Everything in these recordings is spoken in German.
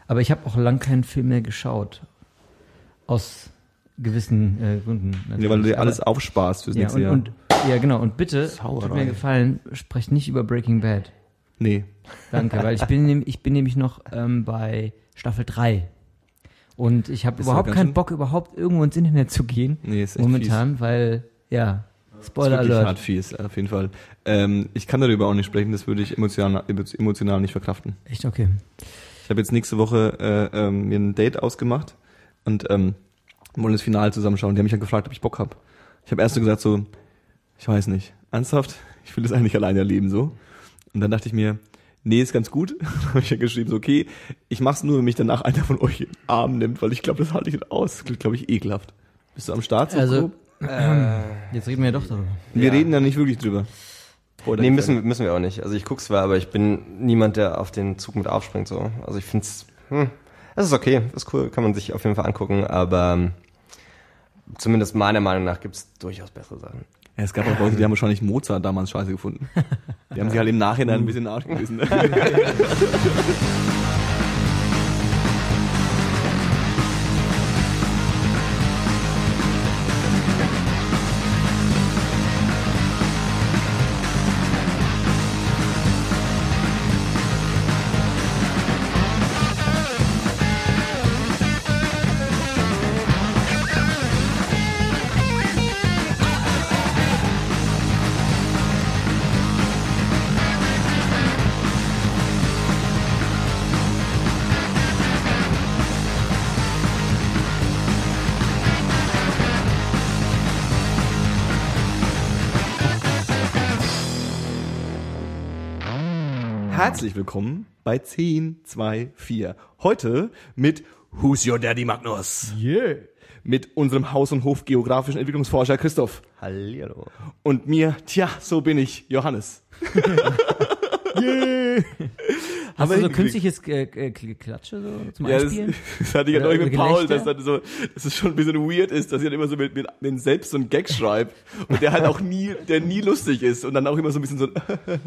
Aber ich habe auch lang keinen Film mehr geschaut. Aus gewissen Gründen. Natürlich. Ja, weil du dir alles aufsparst fürs nächste Jahr. Ja, genau. Und bitte, tut mir gefallen, sprecht nicht über Breaking Bad. Nee. Danke, weil ich bin nämlich noch bei Staffel 3. Und ich habe überhaupt keinen Bock, überhaupt irgendwo ins Internet zu gehen. Nee, ist echt momentan, fies. Weil, ja, Spoiler Alert. Das ist Alert. hart fies, auf jeden Fall. Ich kann darüber auch nicht sprechen, das würde ich emotional nicht verkraften. Echt, okay. Ich habe jetzt nächste Woche mir ein Date ausgemacht und wollen das Finale zusammenschauen. Die haben mich dann gefragt, ob ich Bock habe. Ich habe erst so gesagt, so, ich weiß nicht, ernsthaft? Ich will das eigentlich alleine erleben, so. Und dann dachte ich mir, nee, ist ganz gut. Dann habe ich ja geschrieben, so, okay, ich mach's nur, wenn mich danach einer von euch in den Arm nimmt, weil ich glaube, das halte ich nicht aus. Das klingt, glaube ich, ekelhaft. Bist du am Start? So also, jetzt reden wir ja doch darüber. Wir reden da nicht wirklich drüber. Nee, müssen wir auch nicht. Also ich guck's zwar, aber ich bin niemand, der auf den Zug mit aufspringt, so. Also ich find's, es ist okay, ist cool, kann man sich auf jeden Fall angucken, aber zumindest meiner Meinung nach gibt's durchaus bessere Sachen. Ja, es gab auch Leute, die haben wahrscheinlich Mozart damals scheiße gefunden. Die haben sich halt im Nachhinein ein bisschen Arsch gebissen. Herzlich willkommen bei 10, 2, 4. Heute mit Who's Your Daddy Magnus? Yeah. Mit unserem Haus- und Hof-geografischen Entwicklungsforscher Christoph. Hallihallo. Und mir, so bin ich, Johannes. Yeah. Hast du so künstliches Klatsche so zum Einspielen? Das hatte ich ja neulich mit Paul, Gelächter? dass es schon ein bisschen weird ist, dass ich dann immer so mit selbst so einen Gag schreibe und der halt auch nie lustig ist und dann auch immer so ein bisschen so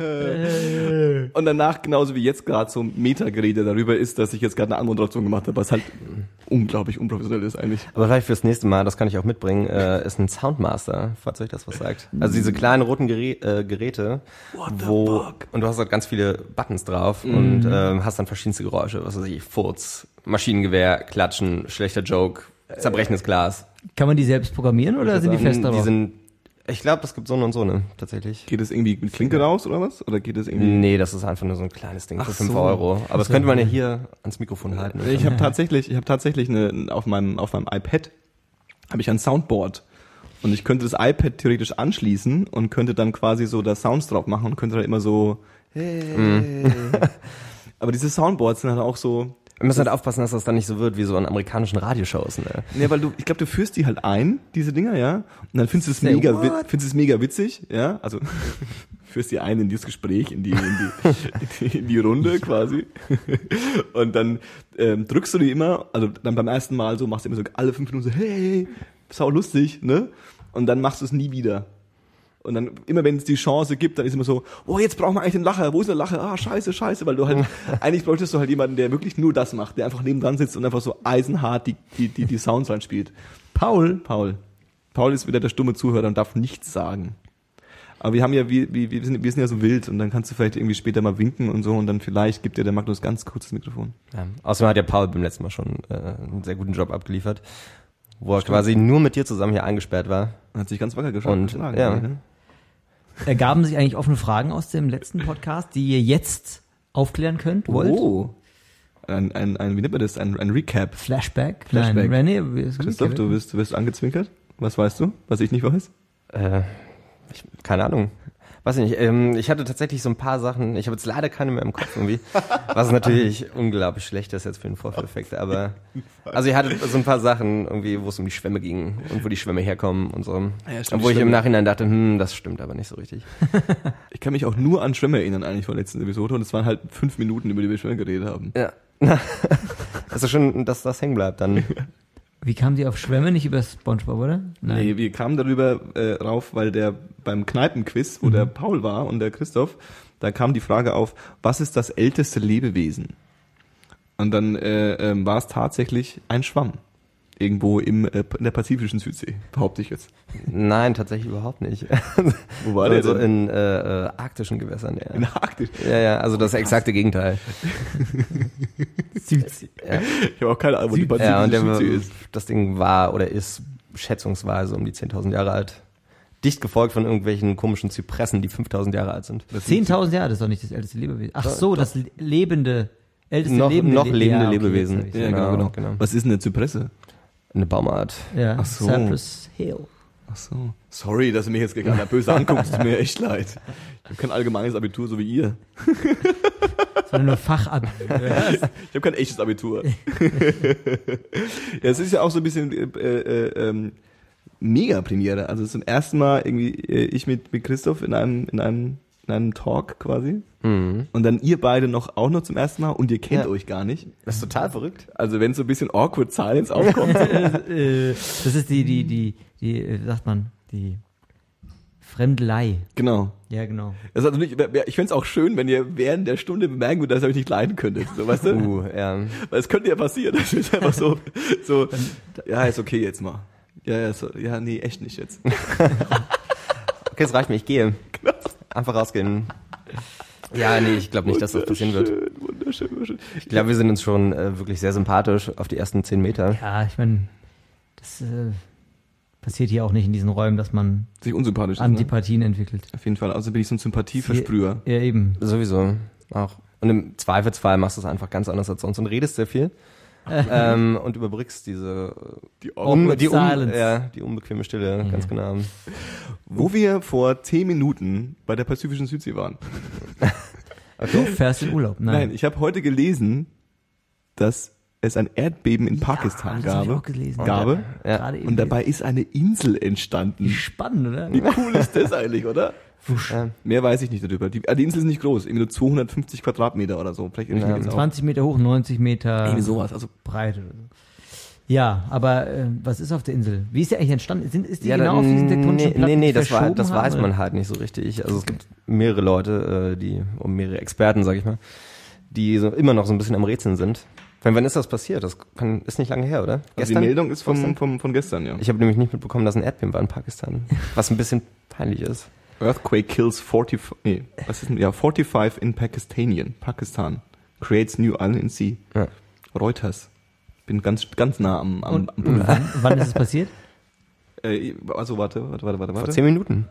und danach genauso wie jetzt gerade so Metagerede darüber ist, dass ich jetzt gerade eine Anmoderation gemacht habe, was halt unglaublich unprofessionell ist eigentlich. Aber vielleicht fürs nächste Mal, das kann ich auch mitbringen, ist ein Soundmaster, falls euch das was sagt. Also diese kleinen roten Geräte, und du hast halt ganz viele Buttons drauf und hast dann verschiedenste Geräusche, was weiß ich, Furz, Maschinengewehr, Klatschen, schlechter Joke, zerbrechendes Glas. Kann man die selbst programmieren oder sind die fest drauf? Ich glaube, es gibt so und so eine, tatsächlich. Geht es irgendwie mit Klinke raus oder was? Oder geht es irgendwie? Nee, das ist einfach nur so ein kleines Ding für 5 Euro. Aber das könnte man ja hier ans Mikrofon halten. Ich habe tatsächlich auf meinem iPad habe ich ein Soundboard. Und ich könnte das iPad theoretisch anschließen und könnte dann quasi so da Sounds drauf machen und könnte dann immer so, hey. Aber diese Soundboards sind halt auch so. Wir müssen halt aufpassen, dass das dann nicht so wird wie so an amerikanischen Radioshows, ne? Ja, weil ich glaube, du führst die halt ein, diese Dinger, ja, und dann findest du es mega witzig, ja, also führst die ein in dieses Gespräch, in die Runde quasi, und dann drückst du die immer, also dann beim ersten Mal so machst du immer so alle 5 Minuten so, hey, sau lustig, ne, und dann machst du es nie wieder. Und dann, immer wenn es die Chance gibt, dann ist immer so, oh, jetzt brauchen wir eigentlich den Lacher, wo ist der Lacher? Ah, scheiße, weil du halt, eigentlich bräuchtest du halt jemanden, der wirklich nur das macht, der einfach nebendran sitzt und einfach so eisenhart die Sounds reinspielt. Paul ist wieder der stumme Zuhörer und darf nichts sagen. Aber wir haben ja, wir sind ja so wild und dann kannst du vielleicht irgendwie später mal winken und so und dann vielleicht gibt dir der Magnus ganz kurz das Mikrofon. Ja. Außerdem hat ja Paul beim letzten Mal schon einen sehr guten Job abgeliefert, wo er quasi nur mit dir zusammen hier eingesperrt war. Hat sich ganz wacker geschafft. Und ja. Ergaben sich eigentlich offene Fragen aus dem letzten Podcast, die ihr jetzt aufklären wollt? Oh. Wie nennt man das? Ein Recap. Flashback? Flashback. Nein, René, Christoph, du wirst angezwinkert. Was weißt du, was ich nicht weiß? Keine Ahnung. Weiß ich nicht. Ich hatte tatsächlich so ein paar Sachen, ich habe jetzt leider keine mehr im Kopf irgendwie, was natürlich unglaublich schlecht ist jetzt für den Vorführeffekt, aber also ich hatte so ein paar Sachen irgendwie, wo es um die Schwämme ging und wo die Schwämme herkommen und so. Ja, stimmt, wo ich im Nachhinein dachte, das stimmt aber nicht so richtig. Ich kann mich auch nur an Schwämme erinnern eigentlich von der letzten Episode und es waren halt 5 Minuten, über die wir Schwämme geredet haben. Ja. Also schon, dass das hängen bleibt dann. Wie kamen die auf Schwämme, nicht über SpongeBob, oder? Nein. Nee, wir kamen darüber rauf, weil beim Kneipenquiz, wo der Paul war und der Christoph, da kam die Frage auf, was ist das älteste Lebewesen? Und dann war es tatsächlich ein Schwamm. Irgendwo in der pazifischen Südsee, behaupte ich jetzt. Nein, tatsächlich überhaupt nicht. Wo war der so denn? in arktischen Gewässern. Ja. In Arktis. Ja, also das exakte Gegenteil. Südsee. Ja. Ich habe auch keine Ahnung, wo die Ja, und pazifische Südsee ist. das Ding war oder ist schätzungsweise um die 10.000 Jahre alt. Dicht gefolgt von irgendwelchen komischen Zypressen, die 5.000 Jahre alt sind. 10.000 Jahre, das ist doch nicht das älteste Lebewesen. Ach so, das älteste lebende Noch lebende ja, okay, Lebewesen. jetzt Ja, genau. Was ist denn eine Zypresse? Eine Baumart. Ja, Ach so. Cypress Hill. Ach so. Sorry, dass du mich jetzt gerade böse anguckst. Tut mir echt leid. Ich habe kein allgemeines Abitur, so wie ihr. Sondern nur Fachabitur. Ich habe kein echtes Abitur. Ja, es ist ja auch so ein bisschen Mega-Premiere. Also zum ersten Mal irgendwie ich mit Christoph in einem Talk quasi. Mhm. Und dann ihr beide auch noch zum ersten Mal und ihr kennt euch gar nicht. Das ist total verrückt. Also wenn so ein bisschen awkward Silence aufkommt. Das ist die, wie sagt man, die Fremdelei. Genau. Ja, genau. Das ist also nicht, ich fände es auch schön, wenn ihr während der Stunde bemerken würdet, dass ihr euch nicht leiden könntet. So, weißt du? Ja. Weil es könnte ja passieren. Das ist einfach so, ja, ist okay jetzt mal. Ja, nee, echt nicht jetzt. Okay, es reicht mir, ich gehe. Einfach rausgehen. Ja, nee, ich glaube nicht, dass das passieren wird. Wunderschön. Ich glaube, wir sind uns schon wirklich sehr sympathisch auf die ersten 10 Meter. Ja, ich meine, das passiert hier auch nicht in diesen Räumen, dass man Sich unsympathisch ist, Antipathien entwickelt. Auf jeden Fall. Also bin ich so ein Sympathieversprüher. Ja, eben. Sowieso. Auch. Und im Zweifelsfall machst du es einfach ganz anders als sonst und redest sehr viel. Und überbrückst die unbequeme Stille, ganz genau. Wo wir vor 10 Minuten bei der pazifischen Südsee waren. Du fährst in Urlaub? Nein, ich habe heute gelesen, dass es ein Erdbeben in Pakistan das hab ich auch gelesen. gab. Ja. Gerade eben Und dabei ist eine Insel entstanden. Wie spannend, oder? Wie cool ist das eigentlich, oder? Ja. Mehr weiß ich nicht darüber. Die Insel ist nicht groß, irgendwie nur 250 Quadratmeter oder so. Vielleicht irgendwie jetzt auch. 20 Meter hoch, 90 Meter Irgendwie sowas, also breit oder so. Ja, aber was ist auf der Insel? Wie ist die eigentlich entstanden? Ist die genau auf diesen tektonischen Platten Nee, das verschoben weiß haben, man halt nicht so richtig. Also es gibt mehrere Leute, mehrere Experten, sag ich mal, die so immer noch so ein bisschen am Rätseln sind. Wann ist das passiert? Das ist nicht lange her, oder? Also die Meldung ist von gestern, ja. Ich habe nämlich nicht mitbekommen, dass ein Erdbeben war in Pakistan. Was ein bisschen peinlich ist. Earthquake kills 45 in Pakistan. Creates new island in sea. Ja. Reuters. Bin ganz nah am Und Punkt. wann ist es passiert? Also warte. Vor 10 Minuten.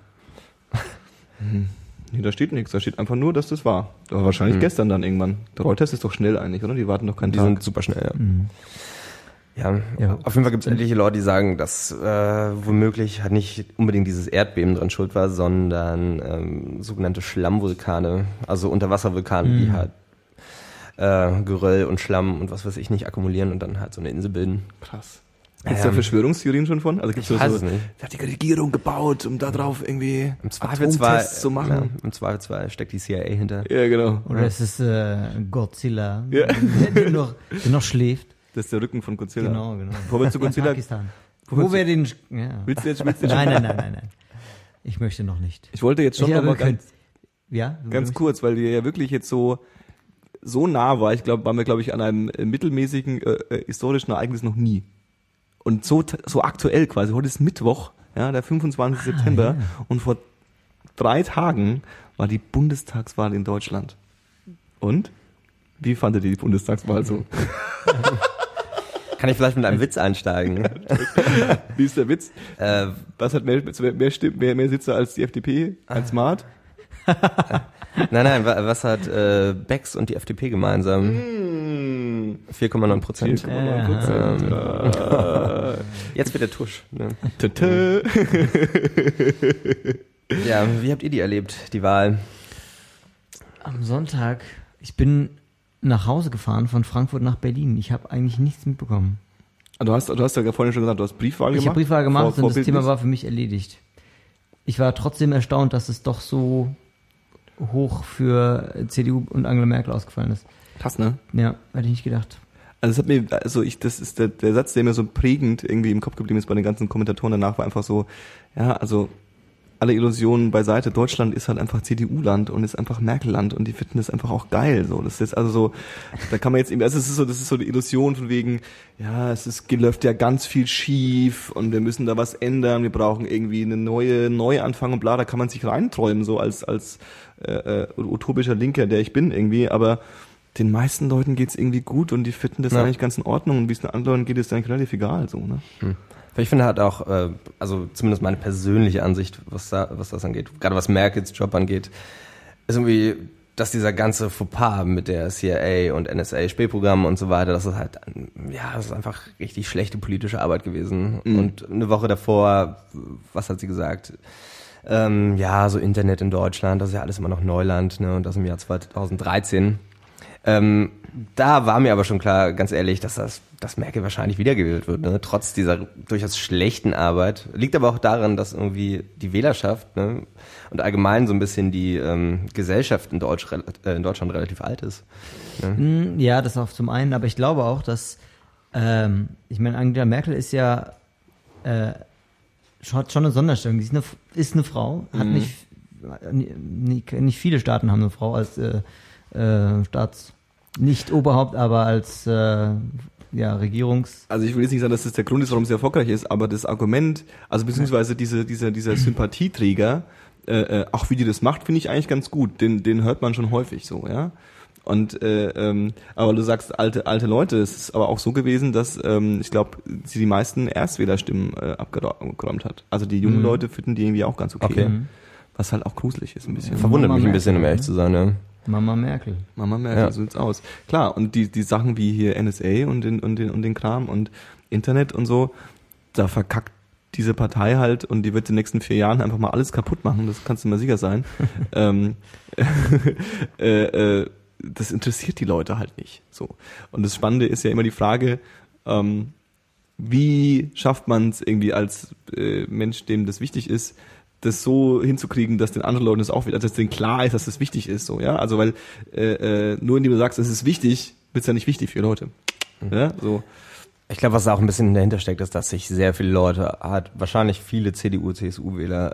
Nee, da steht nichts. Da steht einfach nur, dass das war. Aber wahrscheinlich gestern dann irgendwann. Der Reuters ist doch schnell eigentlich, oder? Die warten doch keinen Die Tag. sind super schnell, ja. Ja, Ja. auf jeden Fall gibt es etliche Leute, die sagen, dass womöglich halt nicht unbedingt dieses Erdbeben dran schuld war, sondern sogenannte Schlammvulkane, also Unterwasservulkane, die halt Geröll und Schlamm und was weiß ich nicht akkumulieren und dann halt so eine Insel bilden. Krass. Gibt's da Verschwörungstheorien schon von? Also gibt's Ich weiß so, es nicht. hat die Regierung gebaut, um da drauf irgendwie Im Zweifelsfall Atomtests zu machen? Ja, im Zweifelsfall steckt die CIA hinter. Ja, genau. Oder ist es Godzilla, Ja. der noch schläft? Das ist der Rücken von Godzilla. Genau. Bevor wir zu In Godzilla, Pakistan. Wo wir den... Ja. willst du jetzt Nein. Ich möchte noch nicht. Ich wollte jetzt schon noch mal ganz kurz, weil wir ja wirklich jetzt so nah war. Ich glaube, waren wir, an einem mittelmäßigen historischen Ereignis noch nie. Und so aktuell quasi. Heute ist Mittwoch, ja, der 25. September. Ja. Und vor 3 Tagen war die Bundestagswahl in Deutschland. Und? Wie fandet ihr die Bundestagswahl so? Kann ich vielleicht mit einem Witz einsteigen? Wie ist der Witz? Was hat mehr Sitze als die FDP? Als Smart? Nein, was hat Becks und die FDP gemeinsam? 4,9%. 4,9%. Jetzt wird der Tusch. Ne? Tö. Ja, wie habt ihr die erlebt, die Wahl? Am Sonntag, ich bin nach Hause gefahren von Frankfurt nach Berlin. Ich habe eigentlich nichts mitbekommen. Du hast ja vorhin schon gesagt, du hast Briefwahl gemacht. Ich habe Briefwahl gemacht und das vorbildlich. Thema war für mich erledigt. Ich war trotzdem erstaunt, dass es doch so hoch für CDU und Angela Merkel ausgefallen ist. Krass, ne? Ja, hätte ich nicht gedacht. Das ist der Satz, der mir so prägend irgendwie im Kopf geblieben ist bei den ganzen Kommentatoren danach, war einfach so, ja, also alle Illusionen beiseite. Deutschland ist halt einfach CDU-Land und ist einfach Merkel-Land und die finden das einfach auch geil. So, das ist jetzt also so, da kann man jetzt eben, also das ist so die Illusion von wegen, ja, läuft ja ganz viel schief und wir müssen da was ändern, wir brauchen irgendwie eine Neuanfang und bla, da kann man sich reinträumen, so als utopischer Linker, der ich bin irgendwie, aber den meisten Leuten geht's irgendwie gut und die finden das eigentlich ganz in Ordnung und wie es den anderen Leuten geht, ist eigentlich relativ egal, so, ne? Ich finde halt auch, also zumindest meine persönliche Ansicht, was das angeht, gerade was Merkels Job angeht, ist irgendwie, dass dieser ganze Fauxpas mit der CIA und NSA-Spähprogramm und so weiter, das ist halt, ja, das ist einfach richtig schlechte politische Arbeit gewesen. Und eine Woche davor, was hat sie gesagt? Ja, so Internet in Deutschland, das ist ja alles immer noch Neuland, ne, und das im Jahr 2013. Da war mir aber schon klar, ganz ehrlich, dass Merkel wahrscheinlich wiedergewählt wird, ne? Trotz dieser durchaus schlechten Arbeit. Liegt aber auch daran, dass irgendwie die Wählerschaft, ne, und allgemein so ein bisschen die Gesellschaft in Deutschland relativ alt ist. Ne? Ja, das auch zum einen, aber ich glaube auch, dass ich meine, Angela Merkel ist ja hat schon eine Sonderstellung. Sie ist eine Frau, hat nicht viele Staaten haben eine Frau als nicht Oberhaupt, aber als Regierungs... Also ich will jetzt nicht sagen, dass das der Grund ist, warum sie erfolgreich ist, aber das Argument, also beziehungsweise dieser Sympathieträger, auch wie die das macht, finde ich eigentlich ganz gut. Den hört man schon häufig so, ja. Und aber du sagst alte Leute, es ist aber auch so gewesen, dass ich glaube, sie die meisten Erstwählerstimmen abgeräumt hat. Also die jungen Leute finden die irgendwie auch ganz okay. Was halt auch gruselig ist ein bisschen. Verwundert mich ein bisschen, um ehrlich zu sein, ja. Mama Merkel, ja. So sieht's aus. Klar, und die Sachen wie hier NSA und den Kram und Internet und so, da verkackt diese Partei halt und die wird in den nächsten 4 Jahren einfach mal alles kaputt machen, das kannst du mal sicher sein. Das interessiert die Leute halt nicht. So. Und das Spannende ist ja immer die Frage, wie schafft man es irgendwie als Mensch, dem das wichtig ist, das so hinzukriegen, dass den anderen Leuten das auch wieder, dass denen klar ist, dass das wichtig ist, so, ja, also weil nur indem du sagst, es ist wichtig, wird es ja nicht wichtig für Leute, ja, so. Ich glaube, was da auch ein bisschen dahinter steckt, ist, dass sich sehr viele Leute, wahrscheinlich viele CDU, CSU-Wähler,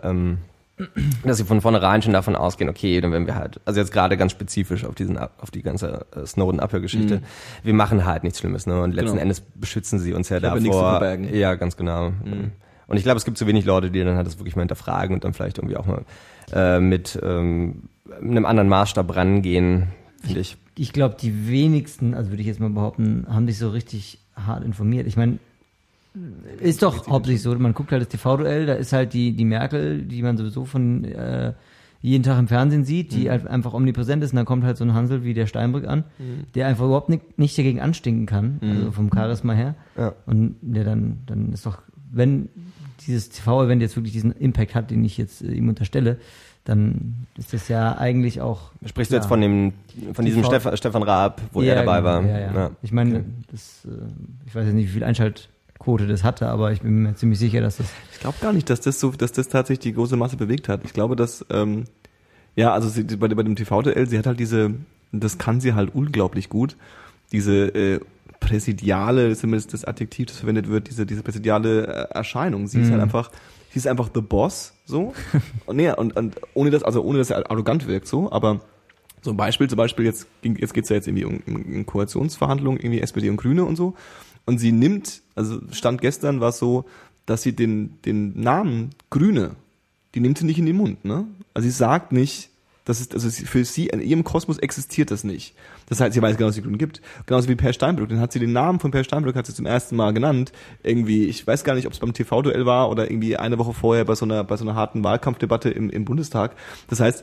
dass sie von vornherein schon davon ausgehen, okay, dann werden wir halt, also jetzt gerade ganz spezifisch auf die ganze Snowden-Abhörgeschichte, wir machen halt nichts Schlimmes, ne, und letzten Endes beschützen sie uns ja davor. Ja, ganz genau. Und ich glaube, es gibt zu wenig Leute, die dann halt das wirklich mal hinterfragen und dann vielleicht irgendwie auch mal mit einem anderen Maßstab rangehen, finde ich. Ich glaube, die wenigsten, also würde ich jetzt mal behaupten, haben sich so richtig hart informiert. Ich meine, ist doch hauptsächlich so, man guckt halt das TV-Duell, da ist halt die Merkel, die man sowieso von jeden Tag im Fernsehen sieht, die halt einfach omnipräsent ist, und dann kommt halt so ein Hansel wie der Steinbrück an, der einfach überhaupt nicht dagegen anstinken kann, also vom Charisma her. Ja. Und der dann ist doch, wenn dieses TV-Event jetzt wirklich diesen Impact hat, den ich jetzt ihm unterstelle, dann ist das ja eigentlich auch... Sprichst du jetzt von diesem Stefan Raab, wo er dabei war? Ja. Ich meine, ich weiß jetzt nicht, wie viel Einschaltquote das hatte, aber ich bin mir ziemlich sicher, dass das... Ich glaube gar nicht, dass das tatsächlich die große Masse bewegt hat. Ich glaube, dass, also sie, bei dem TV-Duell, sie hat halt das kann sie halt unglaublich gut, diese präsidiale, ist zumindest das Adjektiv, das verwendet wird, diese präsidiale Erscheinung. Sie ist halt einfach the boss, so. Und ohne dass er arrogant wirkt, so, aber so ein Beispiel, jetzt geht's ja jetzt irgendwie um Koalitionsverhandlungen, irgendwie SPD und Grüne und so. Und sie nimmt, also Stand gestern war es so, dass sie den Namen Grüne, die nimmt sie nicht in den Mund, ne? Also sie sagt nicht, für sie, in ihrem Kosmos existiert das nicht. Das heißt, sie weiß genau, dass es die Grünen gibt. Genauso wie Per Steinbrück. Dann hat sie den Namen von Per Steinbrück hat sie zum ersten Mal genannt. Irgendwie, ich weiß gar nicht, ob es beim TV-Duell war oder irgendwie eine Woche vorher bei so einer harten Wahlkampfdebatte im Bundestag. Das heißt,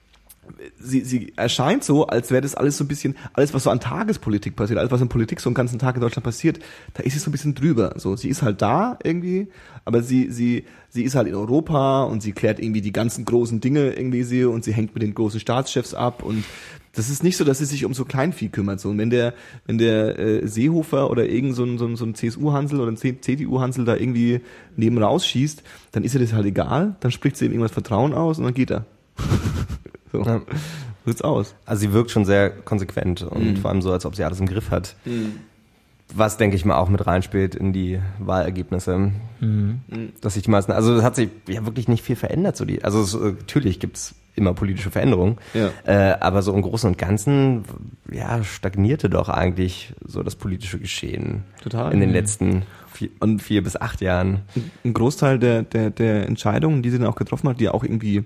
sie erscheint so, als wäre das alles so ein bisschen, alles was so an Tagespolitik passiert, alles was in Politik so einen ganzen Tag in Deutschland passiert, da ist sie so ein bisschen drüber. So, sie ist halt da irgendwie, aber sie ist halt in Europa und sie klärt irgendwie die ganzen großen Dinge irgendwie und sie hängt mit den großen Staatschefs ab und das ist nicht so, dass sie sich um so Kleinvieh kümmert. So, und wenn der Seehofer oder irgend so ein CSU-Hansel oder ein CDU-Hansel da irgendwie neben rausschießt, dann ist ihr das halt egal, dann spricht sie ihm irgendwas Vertrauen aus und dann geht er. So. Ja. So sieht's aus. Also sie wirkt schon sehr konsequent und vor allem so, als ob sie alles im Griff hat. Was, denke ich mal, auch mit reinspielt in die Wahlergebnisse. Dass sich die meisten, also es hat sich ja wirklich nicht viel verändert. Natürlich gibt's immer politische Veränderungen, aber so im Großen und Ganzen stagnierte doch eigentlich so das politische Geschehen total in den letzten 4 bis 8 Jahren. Ein Großteil der Entscheidungen, die sie dann auch getroffen hat, die auch irgendwie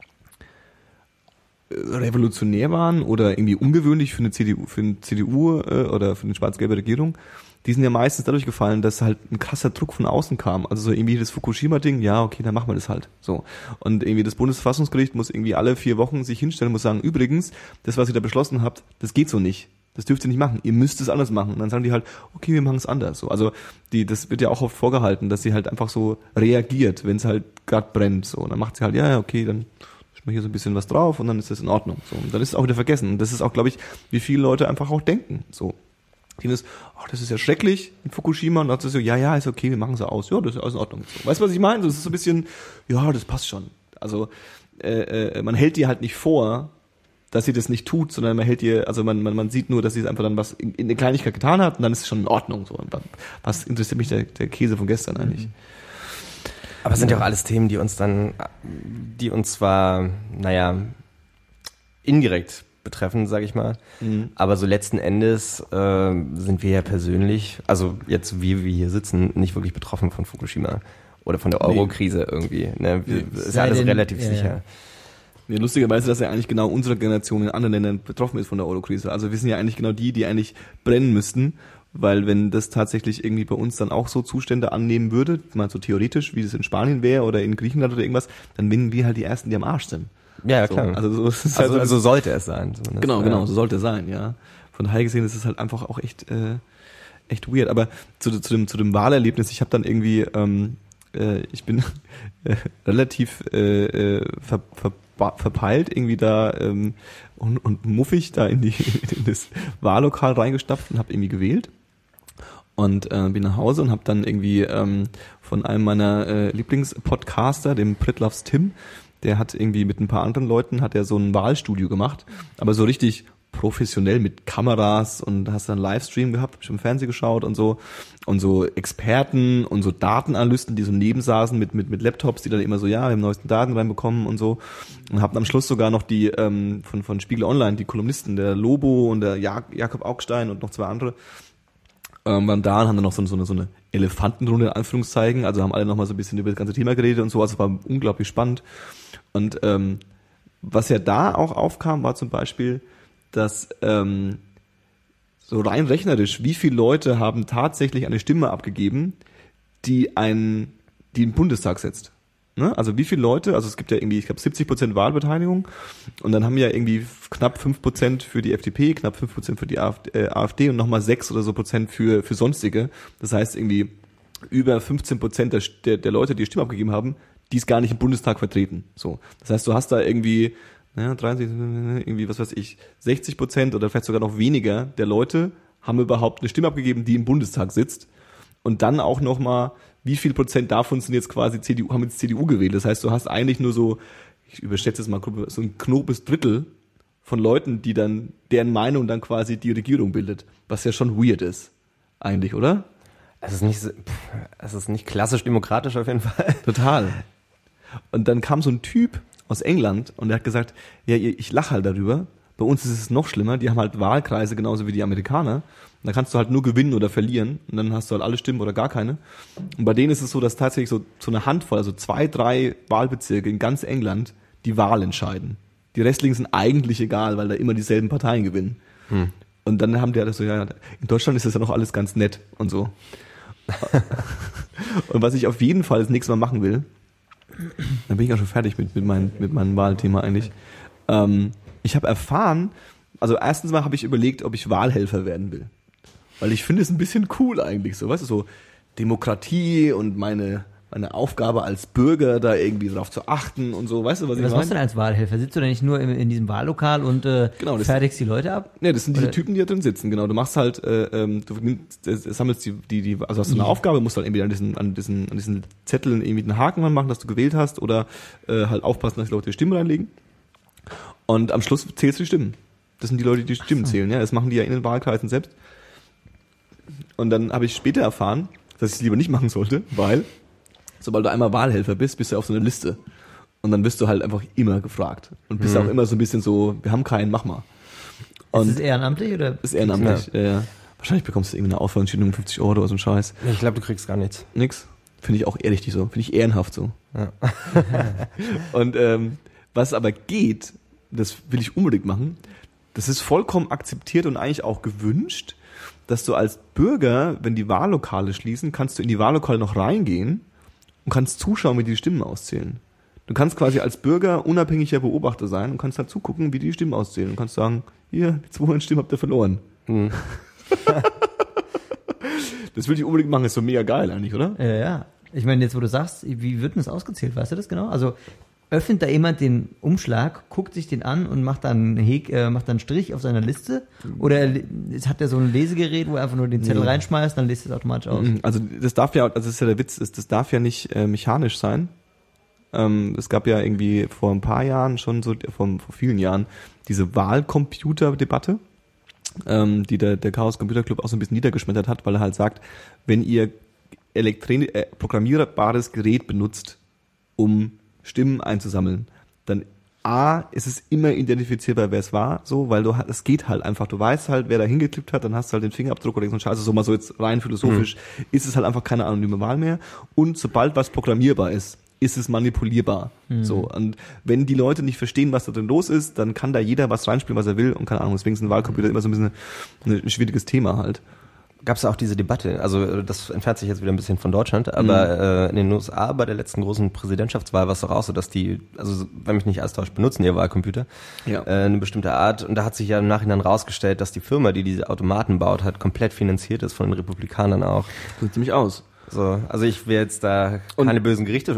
revolutionär waren oder irgendwie ungewöhnlich für eine CDU oder für eine schwarz-gelbe Regierung, die sind ja meistens dadurch gefallen, dass halt ein krasser Druck von außen kam. Also so irgendwie das Fukushima-Ding, ja, okay, dann machen wir das halt. So. Und irgendwie das Bundesverfassungsgericht muss irgendwie alle 4 Wochen sich hinstellen und muss sagen, übrigens, das, was ihr da beschlossen habt, das geht so nicht. Das dürft ihr nicht machen. Ihr müsst es anders machen. Und dann sagen die halt, okay, wir machen es anders. So. Also das wird ja auch oft vorgehalten, dass sie halt einfach so reagiert, wenn es halt gerade brennt. So. Und dann macht sie halt, ja, okay, dann mal hier so ein bisschen was drauf und dann ist das in Ordnung. So, und dann ist es auch wieder vergessen. Und das ist auch, glaube ich, wie viele Leute einfach auch denken. So, das ist ja schrecklich in Fukushima und dann ist so, ja, ist okay, wir machen es aus. Ja, das ist alles in Ordnung. So, weißt du, was ich meine? Das ist so ein bisschen, ja, das passt schon. Also man hält dir halt nicht vor, dass sie das nicht tut, sondern man hält dir, also man sieht nur, dass sie einfach dann was in der Kleinigkeit getan hat und dann ist es schon in Ordnung. So, und was interessiert mich der Käse von gestern eigentlich? Aber es sind ja auch alles Themen, die uns zwar, indirekt betreffen, sage ich mal. Aber so letzten Endes sind wir ja persönlich, also jetzt wie wir hier sitzen, nicht wirklich betroffen von Fukushima oder von der Euro-Krise irgendwie. Ne? Ist ja alles relativ sicher. Ja, lustigerweise, dass ja eigentlich genau unsere Generation in anderen Ländern betroffen ist von der Euro-Krise. Also wir sind ja eigentlich genau die eigentlich brennen müssten. Weil wenn das tatsächlich irgendwie bei uns dann auch so Zustände annehmen würde, mal so theoretisch, wie das in Spanien wäre oder in Griechenland oder irgendwas, dann wären wir halt die Ersten, die am Arsch sind. Ja, so, klar. Also so sollte es sein. So, genau, so sollte es sein, ja. Von daher gesehen ist es halt einfach auch echt weird. Aber zu dem Wahlerlebnis, ich habe dann irgendwie, ich bin relativ verpeilt irgendwie da und muffig da in das Wahllokal reingestapft und habe irgendwie gewählt. Und bin nach Hause und habe dann irgendwie von einem meiner Lieblingspodcaster, dem Pritloffs Tim, der hat irgendwie mit ein paar anderen Leuten, hat er so ein Wahlstudio gemacht, aber so richtig professionell mit Kameras und hast dann einen Livestream gehabt, hab ich im Fernsehen geschaut und so Experten und so Datenanalysten, die so neben saßen mit Laptops, die dann immer so, ja, wir haben neuesten Daten reinbekommen und so und haben am Schluss sogar noch die von Spiegel Online, die Kolumnisten, der Lobo und der Jakob Augstein und noch 2 andere, waren da und haben dann noch so eine Elefantenrunde in Anführungszeichen, also haben alle noch mal so ein bisschen über das ganze Thema geredet und so, also war unglaublich spannend. Und was ja da auch aufkam, war zum Beispiel, dass so rein rechnerisch, wie viele Leute haben tatsächlich eine Stimme abgegeben, die in den Bundestag setzt. Ne? Also wie viele Leute, also es gibt ja irgendwie, ich glaube 70% Wahlbeteiligung und dann haben ja irgendwie knapp 5% für die FDP, knapp 5% für die AfD und nochmal 6 oder so Prozent für sonstige. Das heißt irgendwie über 15% der Leute, die Stimme abgegeben haben, die es gar nicht im Bundestag vertreten. So, das heißt, du hast da irgendwie 30, irgendwie, was weiß ich, 60% oder vielleicht sogar noch weniger der Leute haben überhaupt eine Stimme abgegeben, die im Bundestag sitzt. Und dann auch nochmal, wie viel Prozent davon sind jetzt quasi haben jetzt CDU gewählt. Das heißt, du hast eigentlich nur so, ich überschätze es mal, so ein knobes Drittel von Leuten, die dann, deren Meinung dann quasi die Regierung bildet. Was ja schon weird ist. Eigentlich, oder? Es ist nicht klassisch demokratisch auf jeden Fall. Total. Und dann kam so ein Typ aus England und der hat gesagt, ja, ich lache halt darüber. Bei uns ist es noch schlimmer. Die haben halt Wahlkreise genauso wie die Amerikaner. Und da kannst du halt nur gewinnen oder verlieren. Und dann hast du halt alle Stimmen oder gar keine. Und bei denen ist es so, dass tatsächlich so eine Handvoll, also 2, 3 Wahlbezirke in ganz England die Wahl entscheiden. Die restlichen sind eigentlich egal, weil da immer dieselben Parteien gewinnen. Und dann haben die halt so, ja, in Deutschland ist das ja noch alles ganz nett und so. Und was ich auf jeden Fall das nächste Mal machen will, dann bin ich auch schon fertig mit meinem Wahlthema eigentlich. Ich habe erfahren, also erstens mal habe ich überlegt, ob ich Wahlhelfer werden will. Weil ich finde es ein bisschen cool eigentlich so, weißt du, so Demokratie und meine Aufgabe als Bürger, da irgendwie drauf zu achten und so, weißt du, was ich meine? Was machst du denn als Wahlhelfer? Sitzt du denn nicht nur in diesem Wahllokal und fertigst die Leute ab? Ne, das sind die Typen, die da drin sitzen, genau. Du machst halt, du sammelst also hast du eine Aufgabe, musst halt irgendwie an diesen Zetteln irgendwie einen Haken machen, dass du gewählt hast oder halt aufpassen, dass die Leute die Stimmen reinlegen. Und am Schluss zählst du die Stimmen. Das sind die Leute, die Stimmen zählen, ja. Das machen die ja in den Wahlkreisen selbst. Und dann habe ich später erfahren, dass ich es lieber nicht machen sollte, weil sobald du einmal Wahlhelfer bist, bist du auf so einer Liste. Und dann wirst du halt einfach immer gefragt. Und bist auch immer so ein bisschen so, wir haben keinen, mach mal. Und ist es ehrenamtlich oder? Ist ehrenamtlich, ja. Wahrscheinlich bekommst du irgendwie eine Aufwandsentschädigung um 50 € oder so ein Scheiß. Ich glaube, du kriegst gar nichts. Nix? Finde ich auch ehrlich so. Finde ich ehrenhaft so. Ja. Und was aber geht, das will ich unbedingt machen, das ist vollkommen akzeptiert und eigentlich auch gewünscht, dass du als Bürger, wenn die Wahllokale schließen, kannst du in die Wahllokale noch reingehen und kannst zuschauen, wie die Stimmen auszählen. Du kannst quasi als Bürger unabhängiger Beobachter sein und kannst halt zugucken, wie die Stimmen auszählen. Und kannst sagen, hier, die 200 Stimmen habt ihr verloren. Das will ich unbedingt machen, ist so mega geil eigentlich, oder? Ja. Ich meine, jetzt wo du sagst, wie wird denn das ausgezählt, weißt du das genau? Also öffnet da jemand den Umschlag, guckt sich den an und macht dann einen Strich auf seiner Liste? Oder hat der so ein Lesegerät, wo er einfach nur den Zettel reinschmeißt, dann liest es automatisch aus? Also das darf ja, also das ist ja der Witz, das darf ja nicht mechanisch sein. Es gab ja irgendwie vor ein paar Jahren schon so, vor vielen Jahren, diese Wahlcomputer-Debatte, die der Chaos Computer Club auch so ein bisschen niedergeschmettert hat, weil er halt sagt, wenn ihr programmierbares Gerät benutzt, um Stimmen einzusammeln, dann ist es immer identifizierbar, wer es war, so, weil es geht halt einfach, du weißt halt, wer da hingeklippt hat, dann hast du halt den Fingerabdruck oder so ein Scheiß, also so mal so jetzt rein philosophisch, ist es halt einfach keine anonyme Wahl mehr, und sobald was programmierbar ist es manipulierbar. So, und wenn die Leute nicht verstehen, was da drin los ist, dann kann da jeder was reinspielen, was er will, und keine Ahnung, deswegen ist ein Wahlcomputer immer so ein bisschen ein schwieriges Thema halt. Gab es auch diese Debatte, also das entfernt sich jetzt wieder ein bisschen von Deutschland, aber in den USA bei der letzten großen Präsidentschaftswahl war es doch auch so, dass die, also wenn mich nicht alles täuscht, benutzen ihr Wahlcomputer, eine bestimmte Art, und da hat sich ja im Nachhinein rausgestellt, dass die Firma, die diese Automaten baut, halt komplett finanziert ist von den Republikanern auch. So sieht ziemlich aus. So, also ich will jetzt da keine bösen Gerüchte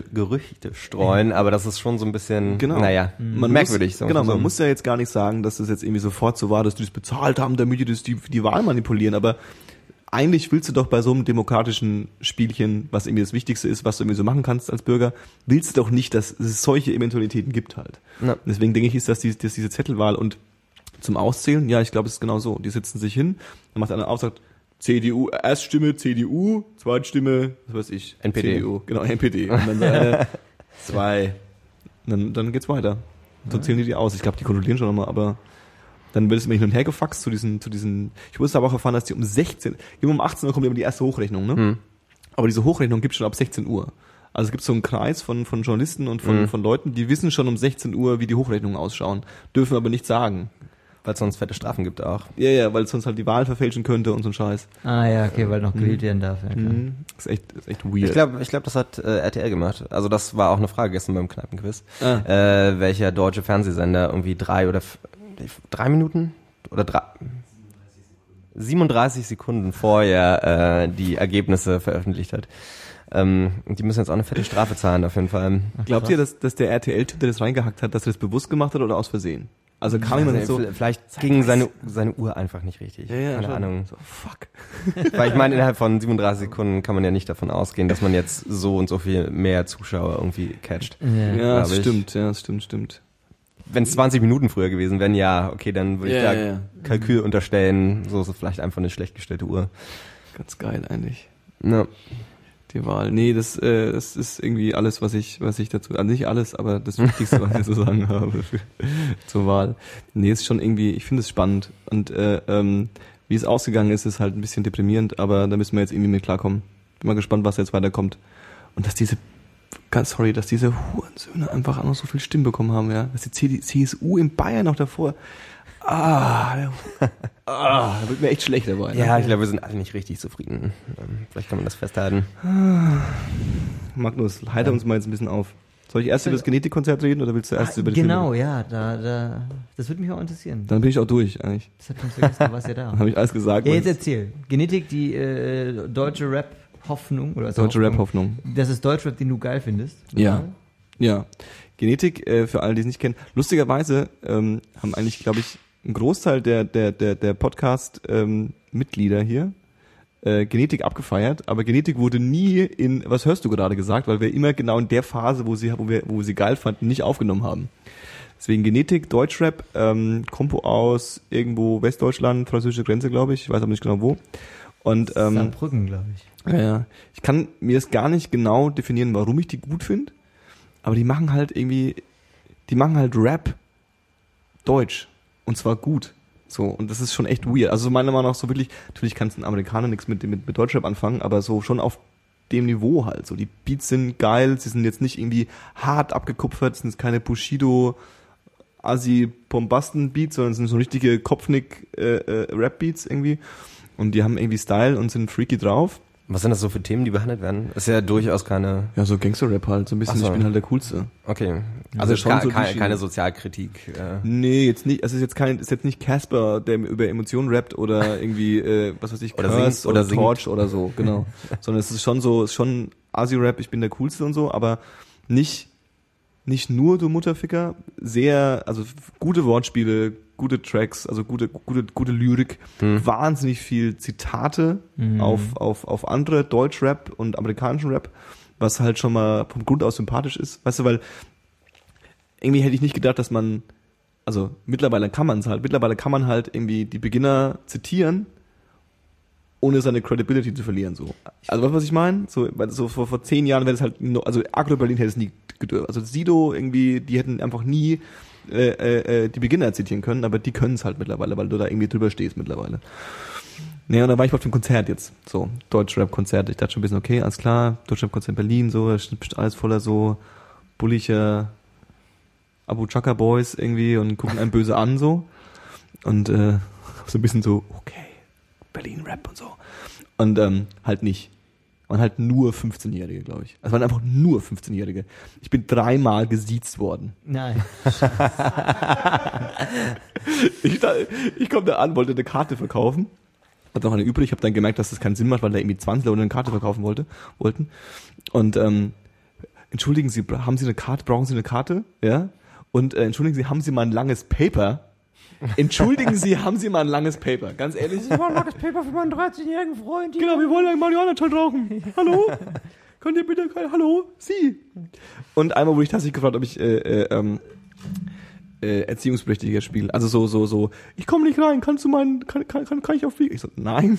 streuen, aber das ist schon so ein bisschen, merkwürdig. Man muss ja jetzt gar nicht sagen, dass das jetzt irgendwie sofort so war, dass die das bezahlt haben, damit die die Wahl manipulieren, aber eigentlich willst du doch bei so einem demokratischen Spielchen, was irgendwie das Wichtigste ist, was du irgendwie so machen kannst als Bürger, willst du doch nicht, dass es solche Eventualitäten gibt halt. Ja. Deswegen denke ich, ist das diese Zettelwahl, und zum Auszählen, ja, ich glaube, es ist genau so. Die sitzen sich hin, dann macht einer auf, sagt, CDU, Erststimme CDU, Zweitstimme, was weiß ich, NPD. CDU, genau, NPD. Und dann eine, 2. Dann geht's weiter. So zählen die aus. Ich glaube, die kontrollieren schon nochmal, aber dann wird es immer hin und her gefaxt zu diesen, ich wusste aber auch erfahren, dass die um 18 Uhr kommt immer die erste Hochrechnung, ne? Aber diese Hochrechnung gibt's schon ab 16 Uhr. Also es gibt so einen Kreis von Journalisten und von Leuten, die wissen schon um 16 Uhr, wie die Hochrechnungen ausschauen, dürfen aber nichts sagen. Weil es sonst fette Strafen gibt auch. Ja, weil es sonst halt die Wahl verfälschen könnte und so ein Scheiß. Ah ja, okay, weil noch gewählt werden darf. Ja, klar. Ist echt weird. Ich glaube, das hat RTL gemacht. Also das war auch eine Frage gestern beim Kneipenquiz. Welcher deutsche Fernsehsender irgendwie 3 Minuten oder 37 Sekunden vorher die Ergebnisse veröffentlicht hat. Die müssen jetzt auch eine fette Strafe zahlen auf jeden Fall. Glaubt ihr, dass der RTL-Typ, der das reingehackt hat, dass er das bewusst gemacht hat oder aus Versehen? Also kam jemand so... Vielleicht ging seine Uhr einfach nicht richtig. Ja, keine Ahnung. So, fuck. Weil ich meine, innerhalb von 37 Sekunden kann man ja nicht davon ausgehen, dass man jetzt so und so viel mehr Zuschauer irgendwie catcht. Ja, das stimmt. Wenn es 20 Minuten früher gewesen wären, okay, dann würde ich da Kalkül unterstellen. So ist vielleicht einfach eine schlecht gestellte Uhr. Ganz geil eigentlich. Ja. Die Wahl. Nee, das ist irgendwie alles, was ich dazu, also nicht alles, aber das Wichtigste, was ich zu sagen habe zur Wahl. Nee, ist schon irgendwie, ich finde es spannend. Und wie es ausgegangen ist halt ein bisschen deprimierend, aber da müssen wir jetzt irgendwie mit klarkommen. Bin mal gespannt, was jetzt weiterkommt. Und dass diese Hurensöhne einfach auch noch so viel Stimmen bekommen haben, ja. Dass die CSU in Bayern noch davor. Da wird mir echt schlecht dabei. Ja, ich glaube, wir sind alle nicht richtig zufrieden. Vielleicht kann man das festhalten. Magnus, heiter uns mal jetzt ein bisschen auf. Soll ich erst über das Genetikkonzert reden oder willst du erst über die Genau, Filme? Ja, das würde mich auch interessieren. Dann bin ich auch durch, eigentlich. Das hat mich vergessen, was ja da. Dann habe ich alles gesagt. Ja, jetzt erzähl. Genetik, die deutsche Rap-Hoffnung. Deutsche Rap-Hoffnung. Das ist Deutschrap, den du geil findest. Ja. Genetik, für alle, die es nicht kennen. Lustigerweise haben eigentlich, glaube ich, ein Großteil der Podcast-Mitglieder hier Genetik abgefeiert, aber Genetik wurde nie in, was hörst du gerade gesagt, weil wir immer genau in der Phase, wo wir sie geil fanden, nicht aufgenommen haben. Deswegen Genetik, Deutschrap, Kompo aus irgendwo Westdeutschland, französische Grenze, glaube ich weiß aber nicht genau wo. Und Saarbrücken, glaube ich. ja, ich kann mir es gar nicht genau definieren, warum ich die gut finde, aber die machen halt Rap deutsch und zwar gut. So, und das ist schon echt weird. Also meiner Meinung nach so wirklich, natürlich kann es ein Amerikaner nichts mit Deutschrap anfangen, aber so schon auf dem Niveau halt. So, die Beats sind geil, sie sind jetzt nicht irgendwie hart abgekupfert, sind jetzt keine Bushido Assi-Bombasten-Beats, sondern sind so richtige Kopfnick-Rap-Beats irgendwie. Und die haben irgendwie Style und sind freaky drauf. Was sind das so für Themen, die behandelt werden? Ist ja durchaus keine... Ja, so Gangster-Rap halt, so ein bisschen, Ach so. Ich bin halt der Coolste. Okay. Also Also schon so die keine Schiene. Sozialkritik. Nee, jetzt nicht, also ist jetzt nicht Casper, der über Emotionen rappt oder irgendwie, was weiß ich, Oder Curse singt oder oder Torch oder so, genau. Sondern es ist schon Asi-Rap, ich bin der Coolste und so, aber nicht nur du Mutterficker, also gute Wortspiele, gute Tracks, also gute Lyrik, wahnsinnig viel Zitate auf andere Deutschrap und amerikanischen Rap, was halt schon mal vom Grund aus sympathisch ist, weißt du, weil irgendwie hätte ich nicht gedacht, dass man, also mittlerweile kann man halt irgendwie die Beginner zitieren, ohne seine Credibility zu verlieren, so. Also, weißt du, was ich meine? So, weil so vor 10 Jahren wäre es halt, also Agro Berlin hätte es nie gedürft. Also Sido irgendwie, die hätten einfach nie die Beginner zitieren können, aber die können es halt mittlerweile, weil du da irgendwie drüber stehst mittlerweile. Naja, und da war ich auf dem Konzert jetzt, so, Deutschrap-Konzert. Ich dachte schon ein bisschen, okay, alles klar, Deutschrap-Konzert Berlin, so, da steht bestimmt alles voller so bulliger Abu Chaka Boys irgendwie und gucken einen böse an, so. Und so ein bisschen so, okay, Berlin-Rap und so. Und halt nicht. Man halt nur 15-Jährige, glaube ich. Also waren einfach nur 15-Jährige. Ich bin 3-mal gesiezt worden. Nein. Ich komme da an, wollte eine Karte verkaufen. Hat noch eine übrig. Ich habe dann gemerkt, dass das keinen Sinn macht, weil da irgendwie 20 Leute eine Karte verkaufen wollten. Und entschuldigen Sie, haben Sie eine Karte? Brauchen Sie eine Karte? Ja. Und entschuldigen Sie, haben Sie mal ein langes Paper? Entschuldigen Sie, haben Sie mal ein langes Paper? Ganz ehrlich. Ich brauche ein langes Paper für meinen 13-jährigen Freund. Genau, wir wollen einen Marihuana-Teil rauchen. Hallo? Könnt ihr bitte, hallo? Sie? Und einmal wurde ich tatsächlich gefragt, ob ich Erziehungsberechtigter spiele. Also so, ich komme nicht rein, kannst du kann ich auch fliegen? Ich so, nein.